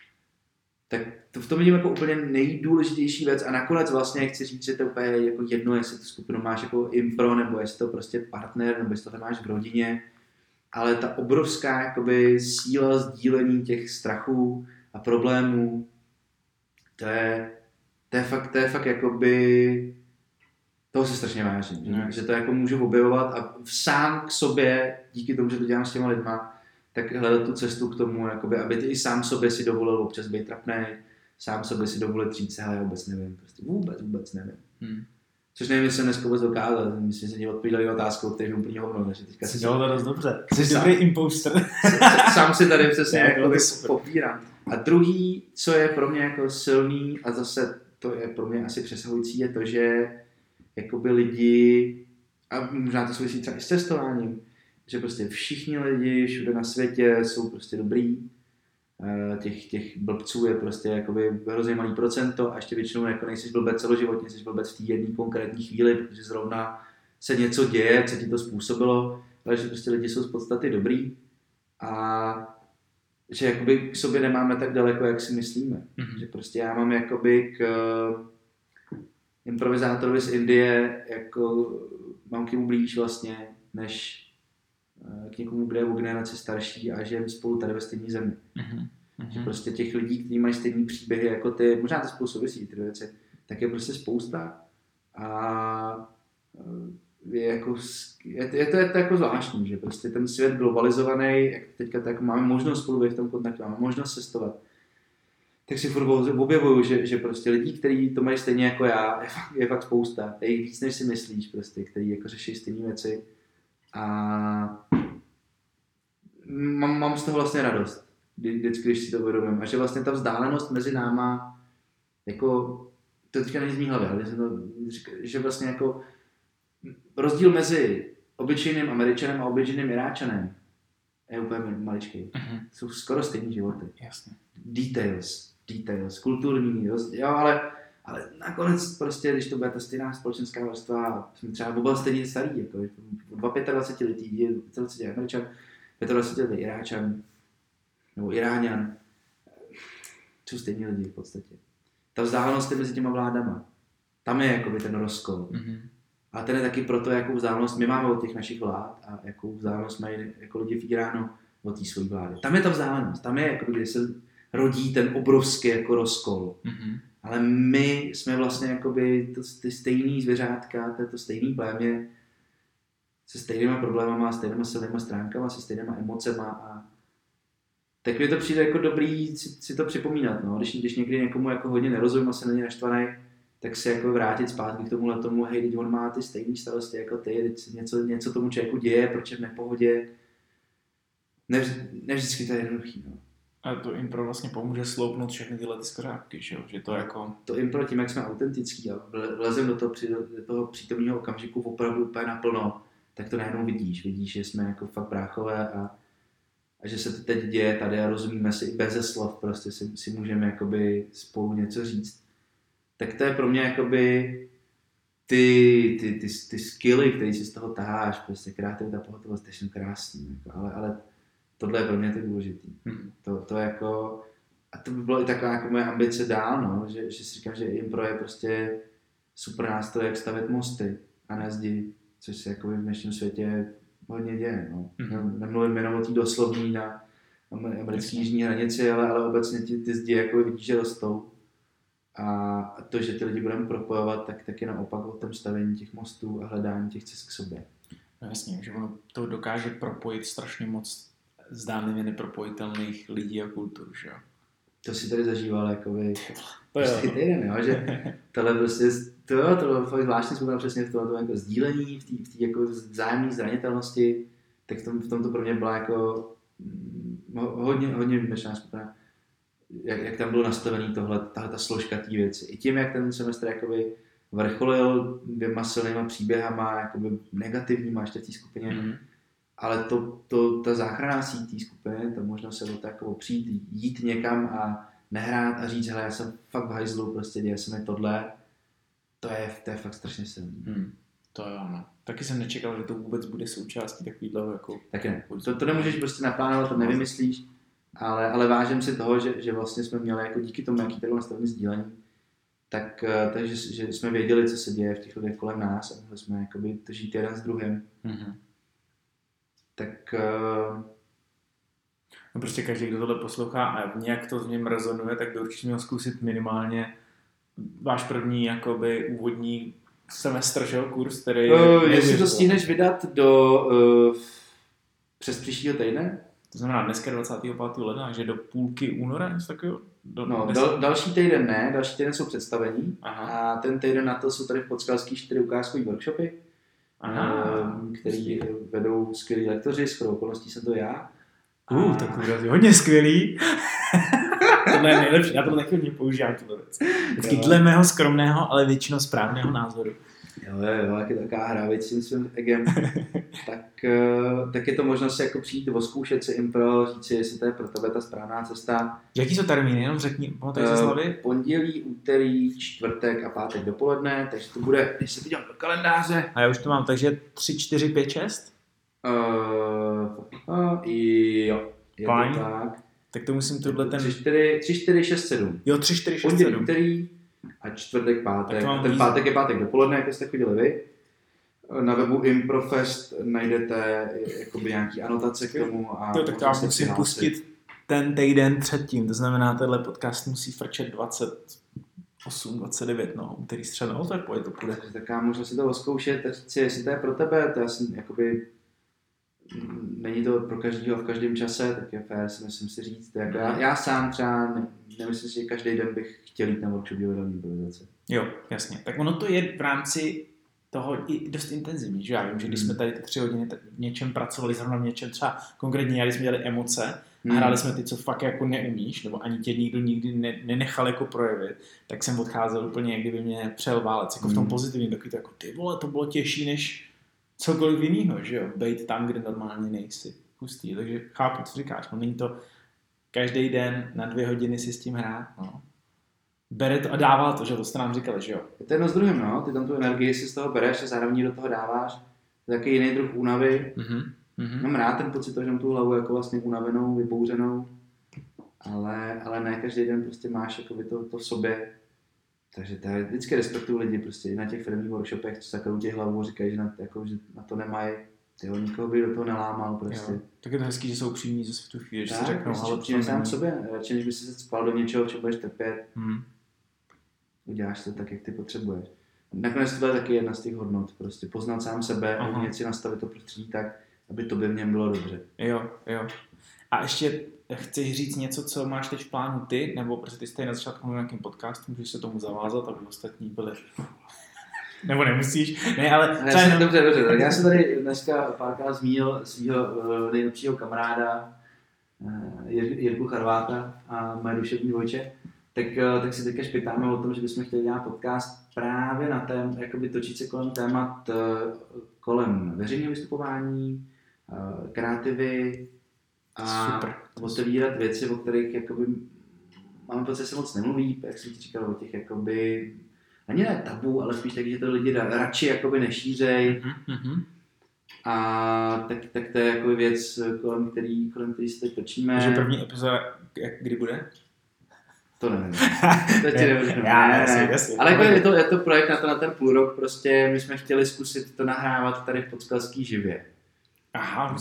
B: Tak to v tom vidím jako úplně nejdůležitější věc a nakonec vlastně chci říct, že to úplně je jako jedno, jestli tu skupinu máš jako impro, nebo jestli to prostě partner, nebo jestli to máš v rodině, ale ta obrovská jakoby síla sdílení těch strachů a problémů, to je fakt jakoby toho se strašně vážím, že to jako můžu objevovat a sám k sobě, díky tomu, že to dělám s těma lidma, tak hledat tu cestu k tomu, jakoby, aby ty i sám sobě si dovolil občas být trapnej, sám sobě si dovolit říct, hele, já vůbec nevím, prostě vůbec nevím. Což nevím, jestli jsem dneska vůbec dokázal, myslím, že mě odpovídali otázku, který je úplně hovno, takže teďka
A: si dělal to dost dobře. Jsi dobrý imposter.
B: Sám si tady přesně jako popírám. A druhý, co je pro mě jako silný, a zase to je pro mě asi přesahující, je to, že jakoby lidi, a možná to souvisí třeba i s cestováním, že prostě všichni lidi všude na světě jsou prostě dobrý, těch blbců je prostě jakoby hrozně malý procento a ještě většinou jako nejsi blbec celoživotně, jsi blbec v té jedné konkrétní chvíli, protože zrovna se něco děje, co ti to způsobilo, ale že prostě lidi jsou z podstaty dobrý a že jakoby k sobě nemáme tak daleko, jak si myslíme. Že prostě já mám jakoby k improvizátorovi z Indie, jako mám k němu blíž vlastně, než k někomu, kde je o generaci starší a žijeme spolu tady ve stejné zemi. Že prostě těch lidí, kteří mají stejný příběhy jako ty, možná to spolu souvisí ty věci, tak je prostě spousta a je to jako zvláštní, že prostě ten svět globalizovaný, jak teďka tak máme možnost spolu být v tom kontaktu, máme možnost cestovat, tak si furt objevuju, že prostě lidí, kteří to mají stejně jako já, je fakt spousta, je jich víc, než si myslíš prostě, kteří jako řeší stejné věci a mám z toho vlastně radost, vždycky, když si to uvědomím. A že vlastně ta vzdálenost mezi náma, jako, to teďka není z mý hlavy, ale že vlastně jako rozdíl mezi obyčejným Američanem a obyčejným Iráčanem je úplně maličký. Jsou skoro stejný životy.
A: Jasně.
B: Details, kulturní, jo, ale nakonec prostě, když to bude ta stejná společenská vrstva, jsme třeba oba stejně starý, jako 25 letý, 25 Američan, 25 letý Iráčan, nebo Iráňan, jsou stejní lidi v podstatě. Ta vzdálenost je mezi těma vládama. Tam je jakoby ten rozkol. A ten je taky proto, jakou vzdálenost my máme od těch našich vlád a jakou vzdálenost mají jako lidi v Iránu od té své vlády. Tam je ta vzdálenost, tam je jakoby, kde se rodí ten obrovský jako rozkol. Ale my jsme vlastně jakoby ty stejný zvěřátka, to stejný plémě se stejnýma problémama, stejnýma silnýma stránkama, se stejnýma emocema a tak mi to přijde jako dobrý si to připomínat, no. Když někdy někomu jako hodně nerozumím a se není naštvaný, tak se jako vrátit zpátky k tomu, hej, teď on má ty stejné starosti jako ty, teď se něco tomu člověku děje, proč je v nepohodě. Ne vždycky to je jednoduchý, no.
A: A to impro vlastně pomůže sloupnout všechny tyhle ty skořápky, že jo? Že to jako...
B: To impro tím, jak jsme autentický a vlezem do toho přítomného okamžiku opravdu úplně naplno, tak to najednou vidíš, že jsme jako fakt bráchové a že se to teď děje tady a rozumíme si i beze slov, prostě si můžeme jakoby spolu něco říct. Tak to je pro mě jakoby ty skilly, které si z toho taháš, prostě kreativita, pohotovost, to je krásný, jako, ale tohle je pro mě tak důležitý. To jako, a to by bylo i taková jako moje ambice dál, no, že si říkám, že impro je prostě super nástroj, jak stavět mosty a ne zdi, což se jako v dnešním světě hodně děje. No. Nemluvím jenom o té doslovní na americké jižní hranici, ale obecně ty zdi jako vidíš, že rostou. A to, že ty lidi budeme propojovat, tak je naopak o tom stavění těch mostů a hledání těch cest k sobě.
A: No jasně, že ono to dokáže propojit strašně moc zdánlivě nepropojitelných lidí a kultur, že jo?
B: To si tady zažíval jakoby prostě týden, jo, že tohle prostě, tohle bylo fakt zvláštní způsob přesně v tom jako sdílení, v té jako vzájemné zranitelnosti, tak v tom to pro mě byla jako hodně výjimečná skupina. Jak tam bylo nastavený tahle složka té věci. I tím, jak ten semestr jakoby vrcholil 2 silnýma příběhama, jakoby negativníma ještě v té skupině, ale ta záchranná síť té skupiny, ta možnost se o to jako opřít, jít někam a nehrát a říct, hele, já jsem fakt v hajzlu, prostě děje se mi tohle, to je fakt strašně silný.
A: To jo, no. Taky jsem nečekal, že to vůbec bude součástí takovýhle jako...
B: Taky ne. To nemůžeš prostě naplánovat, to nevymyslíš, ale vážím si toho, že vlastně jsme měli jako díky tomu, jaký tady nastavený sdílení, takže že jsme věděli, co se děje v těch lidech kolem nás a mohli jsme jakoby to žít jeden s druhým. Tak...
A: No prostě každý, kdo tohle poslouchá a nějak to s ním rezonuje, tak by určitě měl zkusit minimálně váš první jakoby úvodní semestr, že jo, kurz, který...
B: Jestli to stihneš vydat přes příštího týdne?
A: To znamená dneska 25. ledna, že do půlky února, něco takového?
B: Další týden ne, další týden jsou představení. Aha. A ten týden na to jsou tady v Podskalský 4 ukázkové workshopy, který vedou skvělí lektoři, shodou okolností jsem to já.
A: Tak úžasný, hodně skvělý. Tohle je nejlepší, já to taky hodně používám tuhle věc. Vždycky dle mého skromného, ale většinou správného názoru.
B: Jo, jak je taková hra větším svým egem. tak je to možnost jako přijít, odzkoušet si impro, říct si, jestli to je pro tebe ta správná cesta.
A: Jaký jsou termíny, jenom řekni, pamatuj se slavy?
B: Pondělí, úterý, čtvrtek a pátek dopoledne, takže to bude, když se podívám do kalendáře.
A: A já už to mám, takže 3, 4, 5, 6?
B: Jo, je
A: fajn.
B: To tak.
A: Tak to musím tohle ten...
B: 3, 4, 6, 7.
A: Jo, 3, 4, 6, 7.
B: Pondělí, úterý a čtvrtek, pátek. Ten pátek je pátek dopoledne, jak jste chodili vy. Na webu Improfest najdete jakoby nějaký anotace k tomu. A
A: tak to já musím pustit ten týden předtím, to znamená, tenhle podcast musí frčet 28, 29, úterý středa, to je pojď, to půjde.
B: Tak já můžu si to odzkoušet a říct si, jestli to je pro tebe, to je asi jakoby... Není to pro každého v každém čase, tak je fér, si myslím si říct. Jako já sám třeba nemyslím si, že každý den bych chtěl jít na workshop divadelní improvizace.
A: Jo, jasně. Tak ono to je v rámci toho i dost intenzivní, že já vím, že když jsme tady ty 3 hodiny v něčem pracovali, zrovna v něčem třeba konkrétně, když jsme dělali emoce a hráli jsme ty, co fakt jako neumíš, nebo ani tě nikdo nikdy nenechal jako projevit, tak jsem odcházel úplně, jak kdyby mě přel válec, jako v tom pozitivním, takový to jako ty vole, to bylo těžší než cokoliv jinýho, že jo, bejt tam, kde normálně nejsi. Hustý, takže chápu, co říkáš, není to každý den na 2 hodiny si s tím hrát, Bere to a dává to, že to jste nám říkali, že jo.
B: Je to jedno s druhým, ty tam tu energii si z toho bereš a zároveň do toho dáváš. To je taky jiný druh únavy. Mám rád ten pocit, že mám tu hlavu jako vlastně unavenou, vybouřenou, ale ne každý den prostě máš jako to v sobě. Takže to je vždycky respektuju lidi prostě i na těch firmních workshopech, co takovou těch hlavu říkají, že na to nemají. Nikoho by do toho nelámal prostě.
A: Jo. Tak je to hezký, že jsou upřímní zase v tu chvíli, že si řeknou,
B: ale to sám sobě, radši než by si se spal do něčeho, co budeš trpět. Uděláš to tak, jak ty potřebuješ. Nakonec to je taky jedna z těch hodnot, prostě poznat sám sebe a umět si nastavit to prostředí tak, aby tobě v něm bylo dobře.
A: Jo. A ještě chceš říct něco, co máš teď v plánu ty, nebo protože ty jsi tady na začátku mluvil nějakým podcastu, můžeš se tomu zavázat, aby ostatní byli... Nebo nemusíš, ne, ale...
B: Dobře, tak já jsem tady dneska párkrát zmínil svého nejlepšího kamaráda Jirku Charváta a moje duševní dvojče, tak si teďka špitáme o tom, že bychom chtěli dělat podcast právě na jakoby točit se kolem témat kolem veřejného vystupování, kreativy a otevírat věci, o kterých jakoby máme pocit, že se moc nemluví, jak jsem ti říkal, o těch jakoby ani ne tabu, ale spíš tak, že to lidi radši jakoby nešířej. A tak to je jako věc, kolem který se teď točíme.
A: Takže první epizoda, kdy bude?
B: To nevím. To ti nevím.
A: Jasně.
B: Ale jako je to projekt na ten půl rok, prostě my jsme chtěli zkusit to nahrávat tady v Podskalský živě.
A: Aha,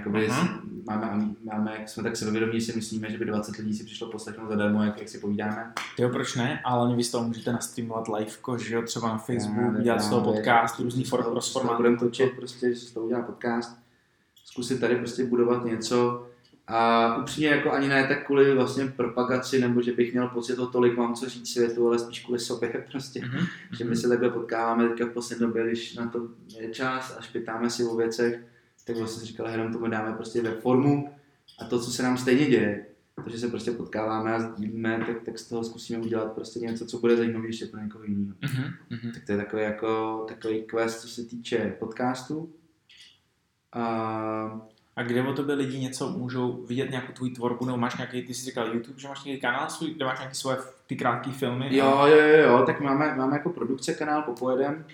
B: máme, jak jsme tak sebevědomí, si myslíme, že by 20 lidí si přišlo poslechnout zadarmo, jak si povídáme.
A: Jo, proč ne? Ale vy z toho můžete nastreamovat liveko, že jo, třeba na Facebook, dělat z toho podcast, různý formáty.
B: Budeme točit, prostě, že z toho udělá podcast, zkusit tady prostě budovat něco a upřímně jako ani ne tak kvůli vlastně propagaci, nebo že bych měl pocit o tolik mám co říct světu, ale spíš kvůli sobě prostě, že my se takhle potkáváme teďka v poslední době, když na to je čas a špitáme si o věcech, tak vlastně si říkal, jenom tomu dáme prostě ve formu a to, co se nám stejně děje, to, že se prostě potkáváme a sdílíme, tak z toho zkusíme udělat prostě něco, co bude zajímavější pro někoho jiného. Tak to je takový quest, co se týče podcastu.
A: A kde o tobě lidi něco můžou vidět, nějakou tvůj tvorbu, nebo máš nějaký, ty jsi říkal YouTube, že máš nějaký kanál svůj, kde máš nějaké svoje ty krátké filmy?
B: Jo, tak máme jako produkce kanál Popojedem.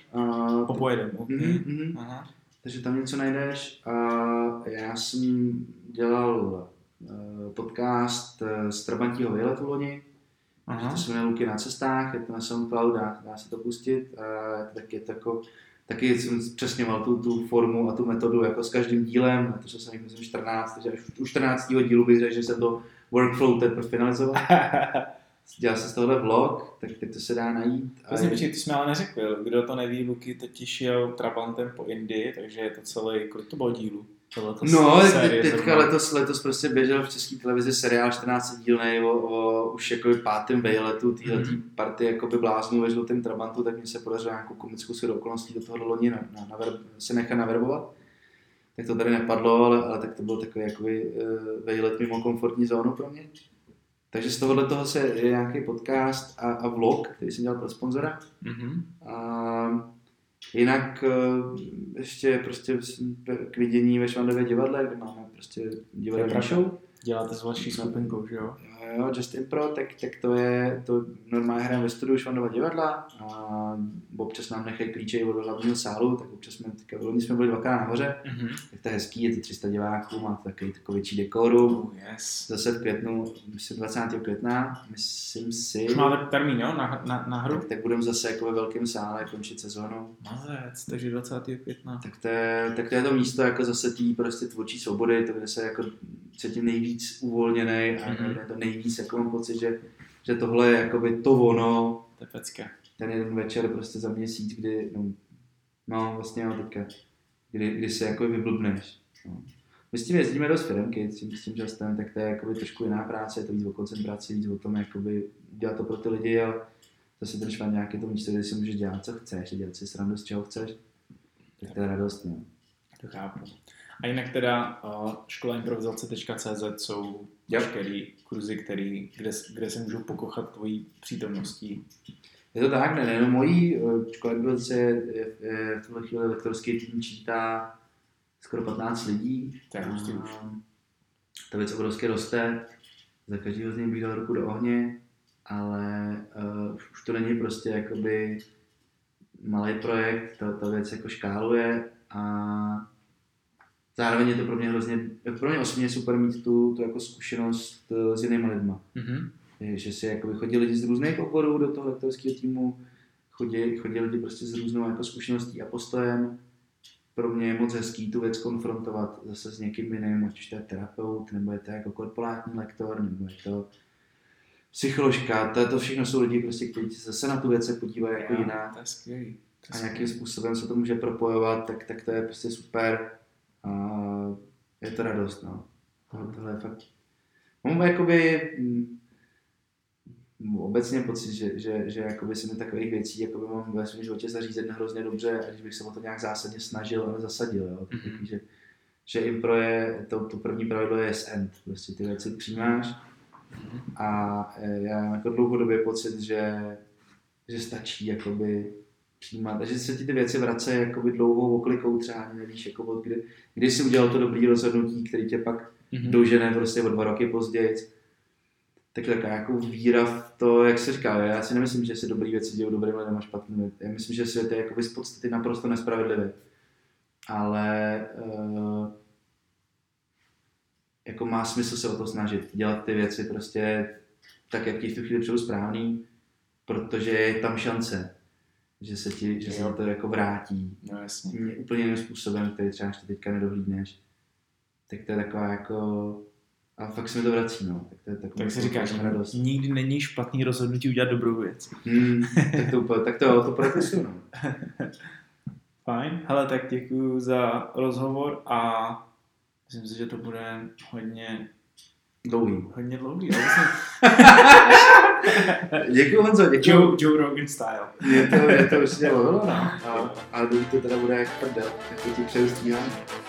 A: Aha.
B: Takže tam něco najdeš. Já jsem dělal podcast z Trabantího výletu loni. To se jmenuje Luky na cestách, je to na SoundCloud, dá se to pustit. Taky jsem zpřesňoval tu formu a tu metodu jako s každým dílem, protože jsem jich myslím 14, takže už u 14. dílu bych řekl, že jsem to workflow teprve finalizoval. dělal jsem z tohohle vlog, tak to se dá najít.
A: Ty jsi mi ale neřekl, kdo to neví, Luky totiž jel Trabantem po Indii, takže je to celý, kolik to bylo dílu?
B: No, teďka letos prostě běžel v české televizi seriál 14 dílnej o už jako 5. vejletu téhletý party jakoby bláznů ve žlutém Trabantu, tak mi se podařilo nějakou komickou shodou okolností do toho loni se nechat naverbovat. Tak to tady nepadlo, ale tak to byl takový jakoby vejlet mimo komfortní zónu pro mě. Takže z tohohle toho se je nějaký podcast a vlog, který jsem dělal pro sponzora. A jinak ještě prostě k vidění ve Švandově divadle, kde máme prostě divadelní show.
A: Děláte s vaší skupinkou, že jo?
B: Jo, Just Impro, tak to normálně hrajeme ve studiu Švandova divadla a občas nám nechají klíče od hlavního sálu, tak občas jsme byli 2krát nahoře, tak to je hezký, je to 300 diváků, má to takový větší dekoru. Zase v květnu, myslím 20. května, myslím si.
A: Už máte termín, jo, na hru?
B: Tak budeme zase jako ve velkém sále končit sezónu.
A: Mazec, takže 20. května.
B: Tak to je to místo jako zase tý prostě tvůrčí svobody, to kde se jako cítím nejvíc uvolněnej a je to nejvíc jako mám pocit, že tohle je jakoby to ono.
A: Tepecka.
B: Ten jeden večer prostě za měsíc, kdy, vlastně teďka, kdy se jako vyblbneš. No. My s tím jezdíme dost firmky, s tím častem, tak to je jakoby trošku jiná práce, je to víc o koncentraci, víc o tom jakoby dělat to pro ty lidi, ale zase ten šván nějaké to místo, kde si můžeš dělat, co chceš, dělat si srandu, z čeho chceš, tak to je radost, no.
A: To chápu. A jinak teda školaimprovizace.cz jsou veškerý kurzy, kde se můžou pokochat tvojí přítomností.
B: Je to tak, nejenom mojí škola improvizace je v tuhle chvíli lektorský tým čítá skoro 15 lidí.
A: To je hustý už.
B: Ta věc obrovsky roste, za každého z nich bych dal ruku do ohně, ale už to není prostě jakoby malý projekt, ta věc jako škáluje a zároveň je to pro mě osobně super mít tu jako zkušenost s jinými lidma. Že si jakoby chodí lidi z různých oborů do toho lektorského týmu, chodí lidi prostě s různou jako zkušeností a postojem. Pro mě je moc hezký tu věc konfrontovat zase s někým jiným, ať už to je terapeut, nebo je to jako korporátní lektor, nebo je to psycholožka. To všechno jsou lidi, prostě, kteří se zase na tu věc se podívají jako jiná.
A: To je skvělý.
B: A nějakým způsobem se to může propojovat, tak to je prostě super. A je to radost, no. Tohle je fakt. Mám jakoby obecně pocit, že jakoby se mi takových věcí jakoby mám ve svém životě zařízet hrozně dobře, aniž bych se o to nějak zásadně snažil, ale zasadil. Jo. Že impro je, to první pravidlo je yes and. Prostě ty věci přijímáš a já mám jako dlouhodobě pocit, že stačí jakoby přijímat. Takže se ti ty věci vracejí jakoby dlouhou oklikou, třeba ani nevíš, jako od kdy jsi udělal to dobrý rozhodnutí, který tě pak dožene prostě o 2 roky později. Tak taková jako víra v to, jak se říká, já si nemyslím, že se dobrý věci dějou dobrým lidem a špatným. Já myslím, že svět je jakoby z podstaty naprosto nespravedlivý. Ale jako má smysl se o to snažit, dělat ty věci prostě tak, jak ti v tu chvíli přijde správný, protože je tam šance, že se to jako vrátí.
A: No jasně.
B: Úplně jiným způsobem, který třeba ještě teďka nedohlídneš. Tak to je taková jako. A fakt se mi to vrací, no.
A: Tak si říkáš, radost. Nikdy není špatný rozhodnutí udělat dobrou věc.
B: Tak to propisu, no.
A: Fajn. Hele, tak děkuju za rozhovor a myslím si, že to bude hodně dlouhý.
B: Děkuju, Honzo, děkuju.
A: Joe Rogan style.
B: Je to určitě lovilo, no. Ale to teda bude jak prdel, tak to ti přeju stíhání.